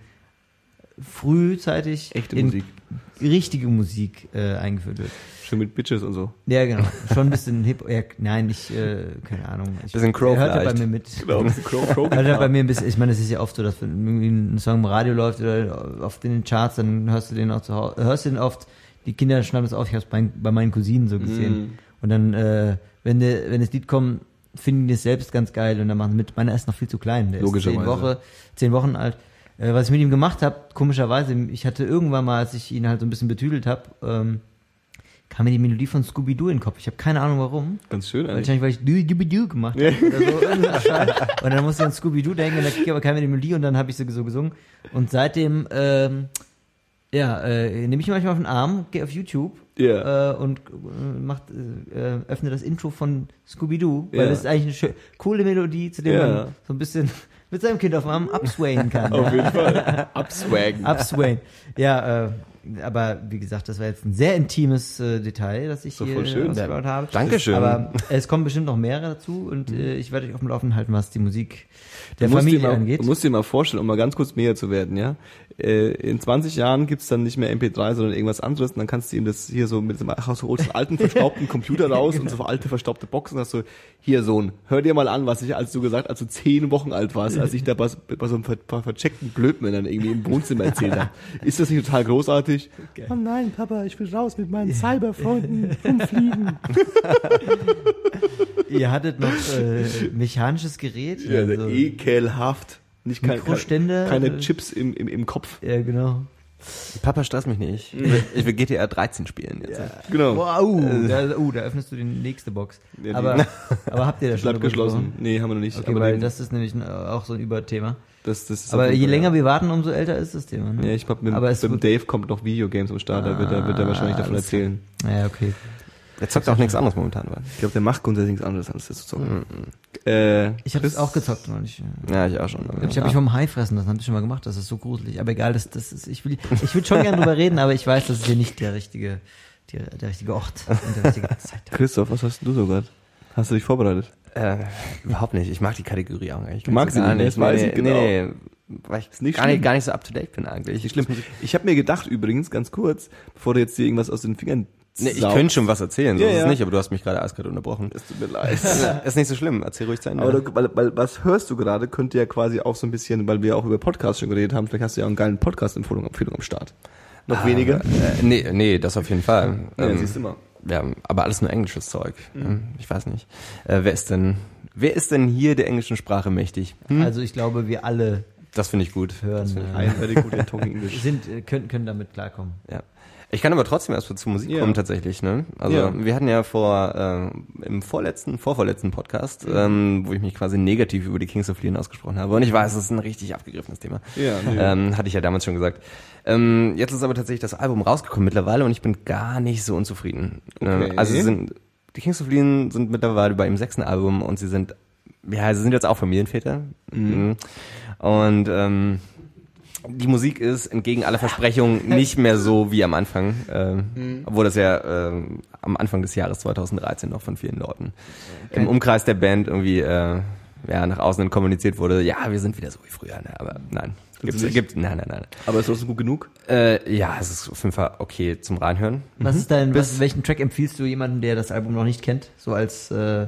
frühzeitig Echte in Musik. richtige Musik eingeführt wird. Schon mit Bitches und so. Ja, genau. Schon ein bisschen Hip. Ja, nein, keine Ahnung. Bisschen Crow er hört ja bei vielleicht. mir mit. Genau. Hört ja bei mir ein bisschen. Ich meine, es ist ja oft so, dass wenn irgendwie ein Song im Radio läuft oder oft in den Charts, dann hörst du den auch zu Hause. Hörst du den oft. Die Kinder schneiden das auf. Ich habe es bei meinen Cousinen so gesehen. Und dann, wenn das Lied kommt, finden die es selbst ganz geil und dann machen sie mit. Meiner ist noch viel zu klein. Der Logischerweise. ist 10 Wochen alt. Was ich mit ihm gemacht habe, komischerweise, ich hatte irgendwann mal, als ich ihn halt so ein bisschen betüdelt habe, kam mir die Melodie von Scooby-Doo in den Kopf. Ich habe keine Ahnung warum. Ganz schön eigentlich. Wahrscheinlich, weil ich Scooby-Doo gemacht habe. Oder so, irgendein Scheiß. Und dann musste ich an Scooby-Doo denken und da kam mir die Melodie und dann habe ich so gesungen. Und seitdem, nehme ich ihn manchmal auf den Arm, gehe auf YouTube und öffne das Intro von Scooby-Doo, weil das ist eigentlich eine coole Melodie, zu der man so ein bisschen mit seinem Kind auf dem Arm upswayen kann. Auf jeden Fall. Upswagen. Upswayen. Ja, aber wie gesagt, das war jetzt ein sehr intimes Detail, das ich So hier voll schön. ausgebaut habe. Dankeschön. Aber es kommen bestimmt noch mehrere dazu und ich werde euch auf dem Laufenden halten, was die Musik der Familie angeht. Du musst dir mal vorstellen, um mal ganz kurz mehr zu werden, ja. In 20 Jahren gibt's dann nicht mehr MP3, sondern irgendwas anderes und dann kannst du ihm das hier so mit so einem alten, verstaubten Computer raus und so alte, verstaubte Boxen hast du, hier Sohn, hör dir mal an, was ich, als du 10 Wochen alt warst, als ich da bei so einem vercheckten Blödmännern irgendwie im Wohnzimmer erzählt habe. Ist das nicht total großartig? Tisch. Geil. Oh nein, Papa, ich will raus mit meinen Cyberfreunden rumfliegen. Ihr hattet noch mechanisches Gerät. Ja, also ekelhaft. Nicht Mikrostände. keine Chips im Kopf. Ja, genau. Papa, stress mich nicht. Ich will GTA 13 spielen jetzt. Ja. Genau. Wow, da öffnest du die nächste Box. Ja, aber habt ihr das schon Bleibt geschlossen. Nee, haben wir noch nicht. Okay, aber weil das ist nämlich auch so ein Überthema. das ist Aber auf jeden je Fall, länger wir warten, umso älter ist das Thema. Ne? Ja, ich glaube, Aber es mit wird- Dave kommt noch Videogames am Start, da wird er wahrscheinlich davon alles erzählen. Ja, okay. Er zockt auch nichts anderes momentan, weil. Ich glaube, der macht grundsätzlich nichts anderes, als das zu zocken. Ich habe es auch gezockt noch nicht. Ja, ich auch schon. Ich habe mich vom Hai fressen, das habe ich schon mal gemacht, das ist so gruselig. Aber egal, das ist, ich will schon gerne drüber reden, aber ich weiß, das ist hier nicht der richtige Ort und der richtige Zeit. Christoph, was hast du so gerade? Hast du dich vorbereitet? Überhaupt nicht. Ich mag die Kategorie auch eigentlich. Du magst sie gar nicht, das weiß ich genau. Nee, weil ich nicht gar schlimm. nicht so up to date bin eigentlich. Nicht schlimm. Ich habe mir gedacht übrigens, ganz kurz, bevor du jetzt dir irgendwas aus den Fingern Nee, ich saugst. könnte schon was erzählen, so Ja, ist es ja. nicht, aber du hast mich gerade eiskalt unterbrochen. Es tut mir leid. Ist nicht so schlimm, erzähl ruhig zu Ende. Aber weil was hörst du gerade, könnte ja quasi auch so ein bisschen, weil wir auch über Podcasts schon geredet haben, vielleicht hast du ja auch einen geilen Podcast-Empfehlung am Start. Noch weniger? Nee, das auf jeden Fall. Siehst du mal. Ja, aber alles nur englisches Zeug. Ich weiß nicht. Wer ist denn hier der englischen Sprache mächtig? Also ich glaube, wir alle Das finde ich gut. hören, Very good at talking English. können damit klarkommen. Ja. Ich kann aber trotzdem erst zur Musik Ja. kommen tatsächlich, ne? Also Ja. wir hatten ja im vorvorletzten Podcast, wo ich mich quasi negativ über die Kings of Leon ausgesprochen habe. Und ich weiß, es ist ein richtig abgegriffenes Thema. Ja, Hatte ich ja damals schon gesagt. Jetzt ist aber tatsächlich das Album rausgekommen mittlerweile und ich bin gar nicht so unzufrieden. Okay. Also die Kings of Leon sind mittlerweile bei ihrem 6. Album und sie sind jetzt auch Familienväter. Und die Musik ist entgegen aller Versprechungen nicht mehr so wie am Anfang, obwohl das ja am Anfang des Jahres 2013 noch von vielen Leuten im Umkreis der Band irgendwie nach außen hin kommuniziert wurde, ja, wir sind wieder so wie früher, ne? Aber nein. Nein. Aber ist das gut genug? Ja, es ist auf jeden Fall okay zum Reinhören. Was ist welchen Track empfiehlst du jemandem, der das Album noch nicht kennt? So als der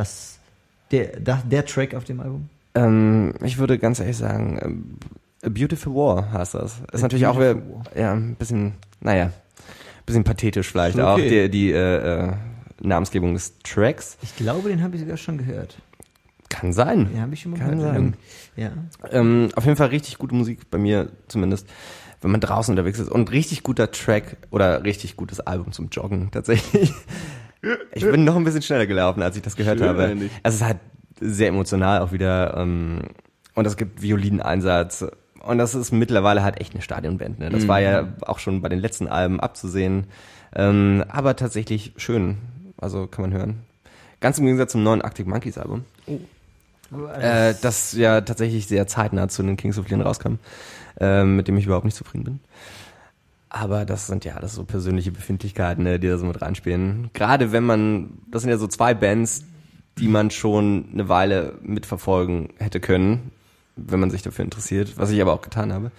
Track auf dem Album? Ich würde ganz ehrlich sagen, A Beautiful War heißt das. Ist natürlich auch ein bisschen pathetisch vielleicht Okay. auch, die Namensgebung des Tracks. Ich glaube, den habe ich sogar schon gehört. Kann sein. Den habe ich schon mal Kann gehört. sein. Ja. Auf jeden Fall richtig gute Musik, bei mir zumindest, wenn man draußen unterwegs ist. Und richtig guter Track oder richtig gutes Album zum Joggen tatsächlich. Ich bin noch ein bisschen schneller gelaufen, als ich das gehört Schön habe. eigentlich. Es ist halt sehr emotional auch wieder. Und es gibt Violineinsatz. Und das ist mittlerweile halt echt eine Stadionband. Ne? Das war ja auch schon bei den letzten Alben abzusehen. Aber tatsächlich schön. Also kann man hören. Ganz im Gegensatz zum neuen Arctic Monkeys Album. Das ja tatsächlich sehr zeitnah zu den Kings of Leon rauskam, mit dem ich überhaupt nicht zufrieden bin. Aber das sind ja alles so persönliche Befindlichkeiten, ne, die da so mit reinspielen. Gerade das sind ja so zwei Bands, die man schon eine Weile mitverfolgen hätte können, wenn man sich dafür interessiert, was ich aber auch getan habe.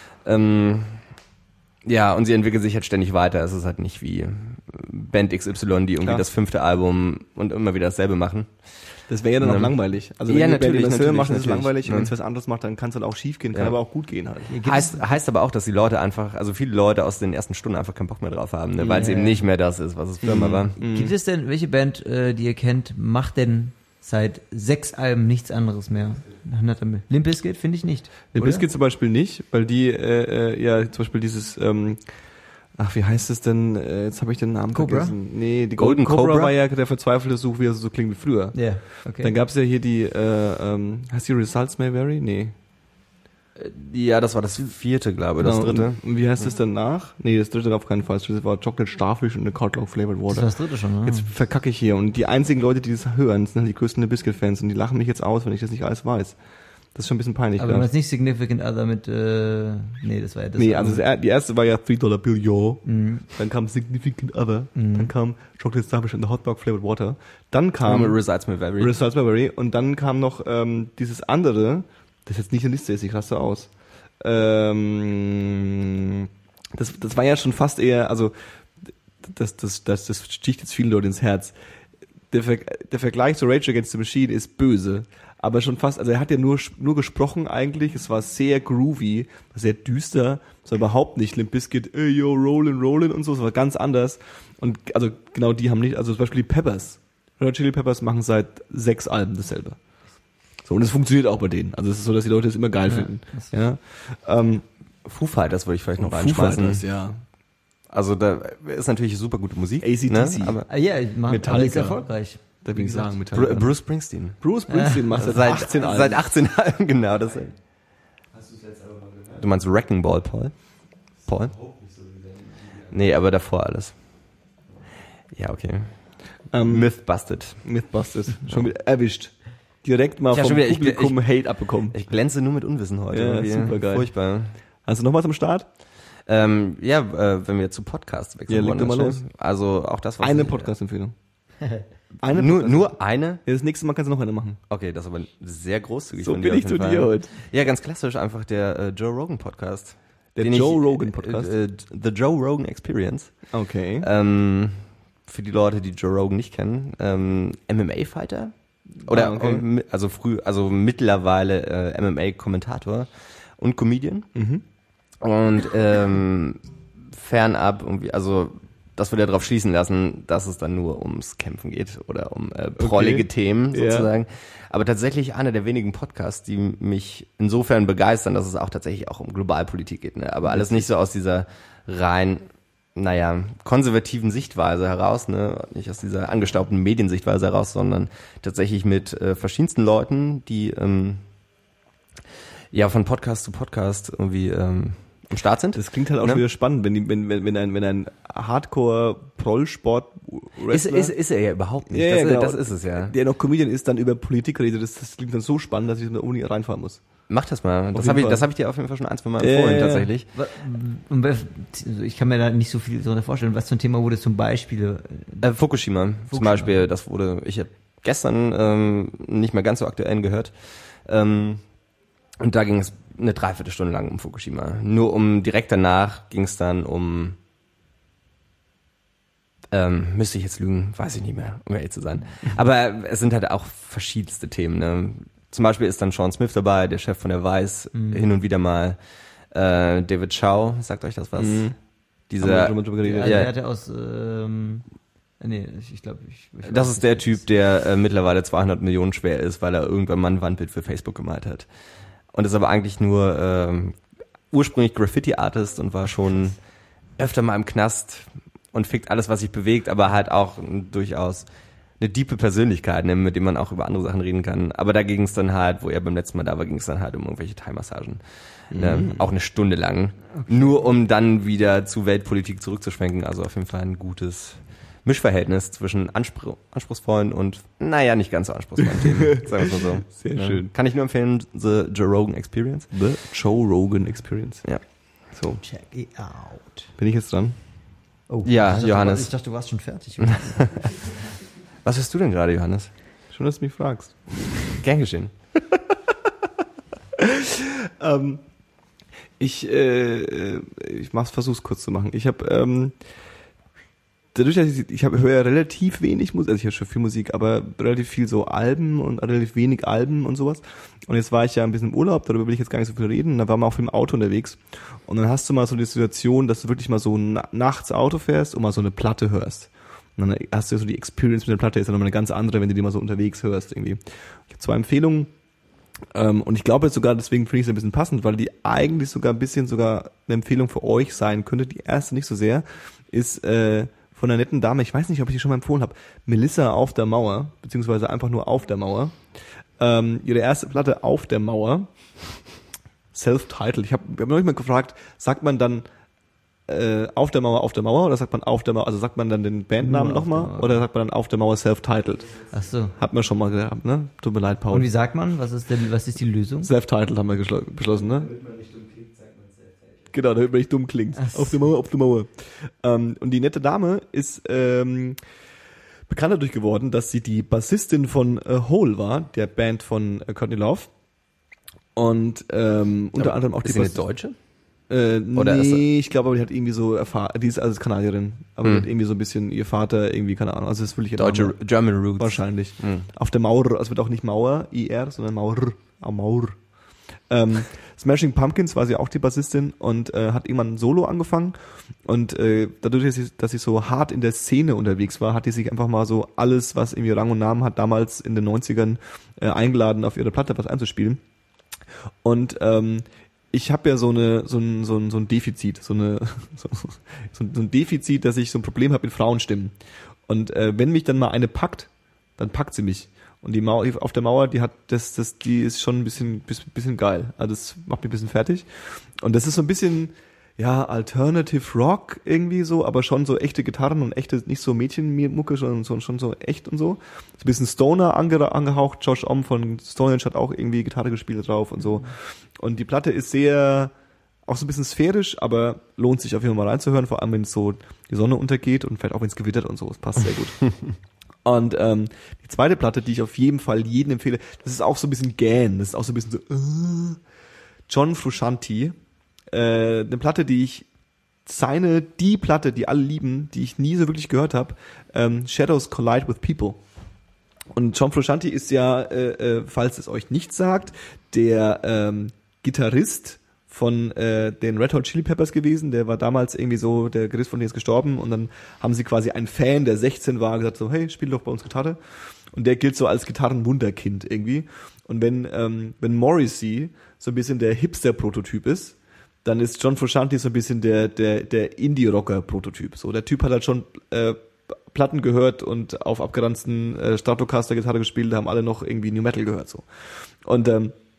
Ja, und sie entwickelt sich halt ständig weiter. Es ist halt nicht wie Band XY, die irgendwie das 5. Album und immer wieder dasselbe machen. Das wäre ja dann auch langweilig. Also wenn Ja, die Band natürlich, dasselbe natürlich, macht, ist es natürlich. langweilig. Und Ja. wenn es was anderes macht, dann kann es dann auch schief gehen, kann Ja. aber auch gut gehen halt. Heißt aber auch, dass die Leute viele Leute aus den ersten Stunden einfach keinen Bock mehr drauf haben, ne? Weil es eben nicht mehr das ist, was es früher mal war. Gibt es denn, welche Band, die ihr kennt, macht denn seit 6 Alben nichts anderes mehr? Limp Bizkit finde ich nicht. Den oder? Biscuit zum Beispiel nicht, weil die zum Beispiel dieses wie heißt es denn? Jetzt habe ich den Namen Cobra? vergessen. Nee, die Golden Golden Cobra Cobra war ja der verzweifelte Such, wie er so klingt wie früher. Ja, okay. Dann gab's ja hier die, heißt die Results May Vary? Nee. Ja, das war das 4., glaube ich, das 3. Und wie heißt es danach? Nee, das 3. auf keinen Fall. Das war Chocolate Starfish und eine Cardlock Flavored das war Water. das 3. schon, ne? Jetzt verkacke ich hier. Und die einzigen Leute, die das hören, sind halt die größten Biscuit-Fans und die lachen mich jetzt aus, wenn ich das nicht alles weiß. Das ist schon ein bisschen peinlich. Aber wenn man jetzt nicht Significant Other mit, nee, das war ja das. Nee, also die erste war ja $3 Bill, yo. Mhm. Dann kam Significant Other. Dann kam Chocolate Starfish and the Hot Dog Flavored Water. Dann kam Results May Vary. Results May Vary. Und dann kam noch dieses andere, das jetzt nicht in der Liste ist, ich raste aus. Das war ja schon fast eher, also das sticht jetzt vielen Leute ins Herz. der Vergleich zu Rage Against the Machine ist böse. Aber schon fast, also er hat ja nur gesprochen eigentlich, es war sehr groovy, sehr düster, es war überhaupt nicht Limp Bizkit, ey yo, rollin' und so, es war ganz anders. Und also genau die haben nicht, also zum Beispiel die Peppers, Red Hot Chili Peppers machen seit 6 Alben dasselbe. So, und es funktioniert auch bei denen. Also es ist so, dass die Leute es immer geil finden. Ja. Foo Fighters würde ich vielleicht noch Foo reinschmeißen. Fighters, ja. Also da ist natürlich super gute Musik. AC/DC. Ne? Aber Ja, machen Metallica. alles erfolgreich. Da will ich sagen, Metallica. Bruce Springsteen. Bruce Springsteen macht seit 18 Alben. Seit 18 Alben, genau. Das, Hast du es jetzt aber mal gehört? du meinst Wrecking Ball, Paul? Paul? Überhaupt nicht so wie dein. Nee, aber davor alles. Ja, okay. Myth busted. Mythbusters. Schon wieder erwischt. Direkt mal Ja, vom schon wieder, Publikum Hate abbekommen. Ich glänze nur mit Unwissen heute. Ja, irgendwie. supergeil. Furchtbar. Hast du noch was am Start? Wenn wir zu Podcasts wechseln Ja, leg wollen. doch mal schnell. los. Also auch das, was Eine ich- Podcast-Empfehlung. Nur eine? Ja, das nächste Mal kannst du noch eine machen. Okay, das ist aber sehr großzügig. So von bin dir ich auf zu jeden dir Fall. heute. Ja, ganz klassisch einfach der Joe Rogan Podcast. Der Den Joe Rogan Podcast? The Joe Rogan Experience. Okay. Für die Leute, die Joe Rogan nicht kennen, MMA-Fighter oder okay. also mittlerweile MMA-Kommentator und Comedian. Und fernab irgendwie, also das würde ja darauf schließen lassen, dass es dann nur ums Kämpfen geht oder um prollige Themen Ja. sozusagen. Aber tatsächlich einer der wenigen Podcasts, die mich insofern begeistern, dass es auch tatsächlich auch um Globalpolitik geht. Ne? Aber alles nicht so aus dieser rein, konservativen Sichtweise heraus, ne? Nicht aus dieser angestaubten Mediensichtweise heraus, sondern tatsächlich mit verschiedensten Leuten, die von Podcast zu Podcast irgendwie am Start sind. Das klingt halt auch Ne? schon wieder spannend, wenn ein Hardcore-Prollsport Ist er ja überhaupt nicht. Ja, genau. Das ist es ja. der noch Comedian ist, dann über Politik redet, das klingt dann so spannend, dass ich da unbedingt reinfahren muss. Mach das mal. Das jeden habe ich, Fall. das hab ich dir auf jeden Fall schon 1, 2 Mal empfohlen, Ja. tatsächlich. Also ich kann mir da nicht so viel darunter vorstellen. Was für ein Thema wurde zum Beispiel? Fukushima zum Beispiel, ich habe gestern nicht mehr ganz so aktuell gehört. Und da ging es eine Dreiviertelstunde lang um Fukushima. Nur direkt danach ging es dann um, müsste ich jetzt lügen, weiß ich nicht mehr, um ehrlich zu sein. Aber es sind halt auch verschiedenste Themen. Ne? Zum Beispiel ist dann Sean Smith dabei, der Chef von der Vice, hin und wieder mal David Chow, sagt euch das was? Haben Dieser, wir drüber geredet. Also Ja. der hatte aus, ich glaube, das ist der Typ, der mittlerweile 200 Millionen schwer ist, weil er irgendwann mal ein Wandbild für Facebook gemalt hat. Und ist aber eigentlich nur ursprünglich Graffiti-Artist und war schon öfter mal im Knast und fickt alles, was sich bewegt, aber halt auch durchaus eine diepe Persönlichkeit, ne, mit dem man auch über andere Sachen reden kann. Aber da ging es dann halt, wo er beim letzten Mal da war, ging es dann halt um irgendwelche Thai-Massagen. Auch eine Stunde lang. Nur um dann wieder zu Weltpolitik zurückzuschwenken. Also auf jeden Fall ein gutes Mischverhältnis zwischen anspruchsvollen und, nicht ganz so anspruchsvollen Themen. Sagen wir mal so. Sehr schön. Kann ich nur empfehlen, The Joe Rogan Experience. The Joe Rogan Experience. Ja. So, Check it out. bin ich jetzt dran? Oh, Ja, ich dachte, Johannes. Ich dachte, du warst schon fertig. Was hörst du denn gerade, Johannes? Schön, dass du mich fragst. Gern geschehen. Ich versuch's kurz zu machen. Ich habe dadurch, dass ich höre ja relativ wenig Musik, also ich höre schon viel Musik, aber relativ viel so Alben und relativ wenig Alben und sowas. Und jetzt war ich ja ein bisschen im Urlaub, darüber will ich jetzt gar nicht so viel reden. Und da war man auch viel im Auto unterwegs. Und dann hast du mal so die Situation, dass du wirklich mal so nachts Auto fährst und mal so eine Platte hörst. Und dann hast du so die Experience mit der Platte, ist dann nochmal eine ganz andere, wenn du die mal so unterwegs hörst irgendwie. Ich habe 2 Empfehlungen. Und ich glaube jetzt sogar, deswegen finde ich es ein bisschen passend, weil die eigentlich sogar ein bisschen sogar eine Empfehlung für euch sein könnte. Die erste nicht so sehr, ist von einer netten Dame, ich weiß nicht, ob ich die schon mal empfohlen habe, Melissa auf der Mauer, beziehungsweise einfach nur auf der Mauer. Ihre erste Platte Auf der Mauer, self-titled. Ich habe noch nicht mal gefragt, sagt man dann auf der Mauer oder sagt man auf der Mauer, also sagt man dann den Bandnamen Nur auf der nochmal Mauer. oder sagt man dann auf der Mauer self-titled? Ach so. Hat man schon mal gehabt, ne? Tut mir leid, Und Paul. wie sagt man? Was ist die Lösung? Self-titled haben wir beschlossen, ne? Damit man nicht dumm klingt, sagt man self-titled. Genau, damit man nicht dumm klingt. Ach so. Auf der Mauer. Und die nette Dame ist bekannt dadurch geworden, dass sie die Bassistin von Hole war, der Band von Courtney Love. Und unter anderem auch die Ist sie eine Bassistin. Deutsche? Oder nee, ich glaube, aber die hat irgendwie so die ist also Kanadierin, aber die hat irgendwie so ein bisschen ihr Vater irgendwie, keine Ahnung, also das ist wirklich deutsche German Roots. wahrscheinlich. Auf der Mauer, also wird auch nicht Mauer, IR, sondern Mauer. Smashing Pumpkins war sie auch die Bassistin und hat irgendwann ein Solo angefangen und dadurch, dass sie so hart in der Szene unterwegs war, hat die sich einfach mal so alles, was irgendwie Rang und Namen hat, damals in den 90ern eingeladen, auf ihre Platte was einzuspielen. Und ich habe ja so ein Defizit, so ein Defizit, dass ich so ein Problem habe mit Frauenstimmen. Und wenn mich dann mal eine packt, dann packt sie mich. Und die Mauer auf der Mauer, die hat die ist schon ein bisschen geil. Also das macht mich ein bisschen fertig. Und das ist so ein bisschen Alternative Rock irgendwie so, aber schon so echte Gitarren und echte, nicht so Mädchenmucke, schon so echt und so. So ein bisschen Stoner angehaucht. Josh Omm von Stonehenge hat auch irgendwie Gitarre gespielt drauf und so. Und die Platte ist auch so ein bisschen sphärisch, aber lohnt sich auf jeden Fall mal reinzuhören, vor allem wenn es so die Sonne untergeht und vielleicht auch wenn es gewittert und so. Es passt sehr gut. Und die zweite Platte, die ich auf jeden Fall jedem empfehle, das ist auch so ein bisschen Gan, das ist auch so ein bisschen so John Frusciante. Eine Platte, die Platte, die alle lieben, die ich nie so wirklich gehört habe, Shadows Collide with People. Und John Frusciante ist ja, falls es euch nicht sagt, der Gitarrist von den Red Hot Chili Peppers gewesen. Der war damals irgendwie so, der Gitarrist von denen ist gestorben und dann haben sie quasi einen Fan, der 16 war, gesagt so, hey, spiel doch bei uns Gitarre. Und der gilt so als Gitarrenwunderkind irgendwie. Und wenn Morrissey so ein bisschen der Hipster-Prototyp ist, dann ist John Frusciante so ein bisschen der Indie-Rocker-Prototyp. So, der Typ hat halt schon Platten gehört und auf abgeranzten Stratocaster-Gitarre gespielt, da haben alle noch irgendwie New Metal gehört. So. Und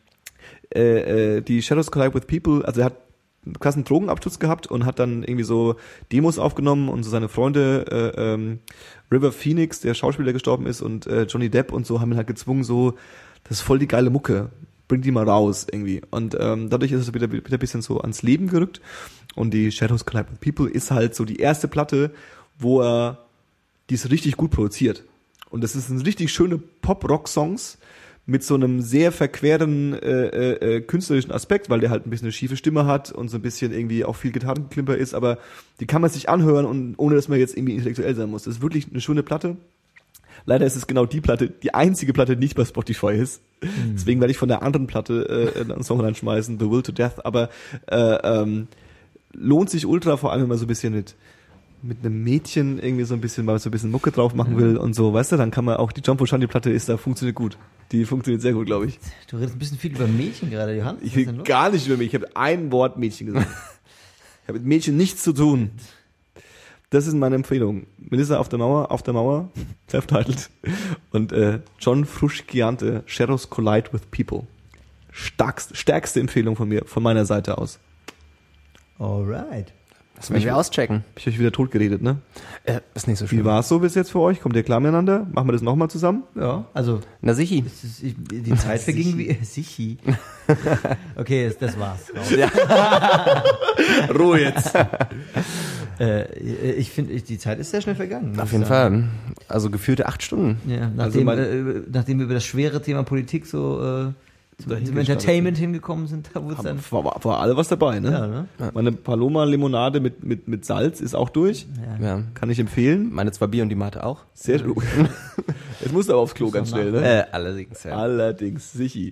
die Shadows Collide with People, also er hat einen krassen Drogenabsturz gehabt und hat dann irgendwie so Demos aufgenommen und so seine Freunde River Phoenix, der Schauspieler, der gestorben ist, und Johnny Depp und so haben ihn halt gezwungen, so, das ist voll die geile Mucke, bring die mal raus irgendwie. Und dadurch ist es wieder ein bisschen so ans Leben gerückt und die Shadows Collide with People ist halt so die erste Platte, wo er die ist richtig gut produziert. Und das ist ein richtig schöne Pop-Rock-Songs mit so einem sehr verqueren künstlerischen Aspekt, weil der halt ein bisschen eine schiefe Stimme hat und so ein bisschen irgendwie auch viel Gitarrenklimper ist, aber die kann man sich anhören und ohne dass man jetzt irgendwie intellektuell sein muss. Das ist wirklich eine schöne Platte. Leider ist es genau die Platte, die einzige Platte, die nicht bei Spotify ist. Deswegen werde ich von der anderen Platte einen Song reinschmeißen, The Will to Death, aber lohnt sich ultra, vor allem wenn man so ein bisschen mit einem Mädchen irgendwie so ein bisschen Mucke drauf machen will und so, weißt du, dann kann man auch, die John Frusciante-Platte funktioniert gut. Die funktioniert sehr gut, glaube ich. Du redest ein bisschen viel über Mädchen gerade, Johann. Ich rede gar nicht über mich. Ich habe ein Wort Mädchen gesagt. Ich habe mit Mädchen nichts zu tun. Das ist meine Empfehlung. Melissa auf der Mauer, self-titled. Und John Frusciante, Shadows Collide with People. Stärkste Empfehlung von mir, von meiner Seite aus. Alright. Das müssen wir auschecken. Hab ich euch wieder tot geredet, ne? Ist nicht so schlimm. Wie war es so bis jetzt für euch? Kommt ihr klar miteinander? Machen wir das nochmal zusammen? Ja, also Na sichi. die Zeit verging wie Sichi. Okay, das war's. Ruhe jetzt. Ich finde, die Zeit ist sehr schnell vergangen. Auf jeden Fall. Also gefühlte 8 Stunden. Ja, nachdem wir über das schwere Thema Politik so zum Entertainment hingekommen sind, da wurde es dann... War alle was dabei, ne? Ja, ne? Meine Paloma-Limonade mit Salz ist auch durch. Ja. Kann ich empfehlen. Meine 2 Bier und die Mate auch. Sehr gut. Jetzt musst du aber aufs Klo ganz schnell, ne? Allerdings, ja. Allerdings, sichi.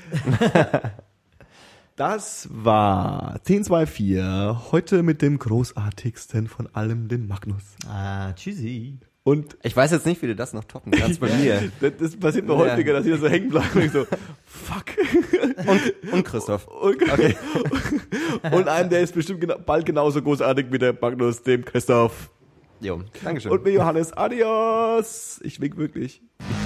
Das war 1024, heute mit dem großartigsten von allem, den Magnus. Tschüssi. Und Ich weiß jetzt nicht, wie du das noch toppen kannst bei mir. das passiert mir häufiger, dass ich da so hängen bleibe und ich so, fuck. Und Christoph. Okay. Und einem, der ist bestimmt bald genauso großartig wie der Magnus, dem Christoph. Jo, Dankeschön. Und mir Johannes, adios. Ich wink wirklich.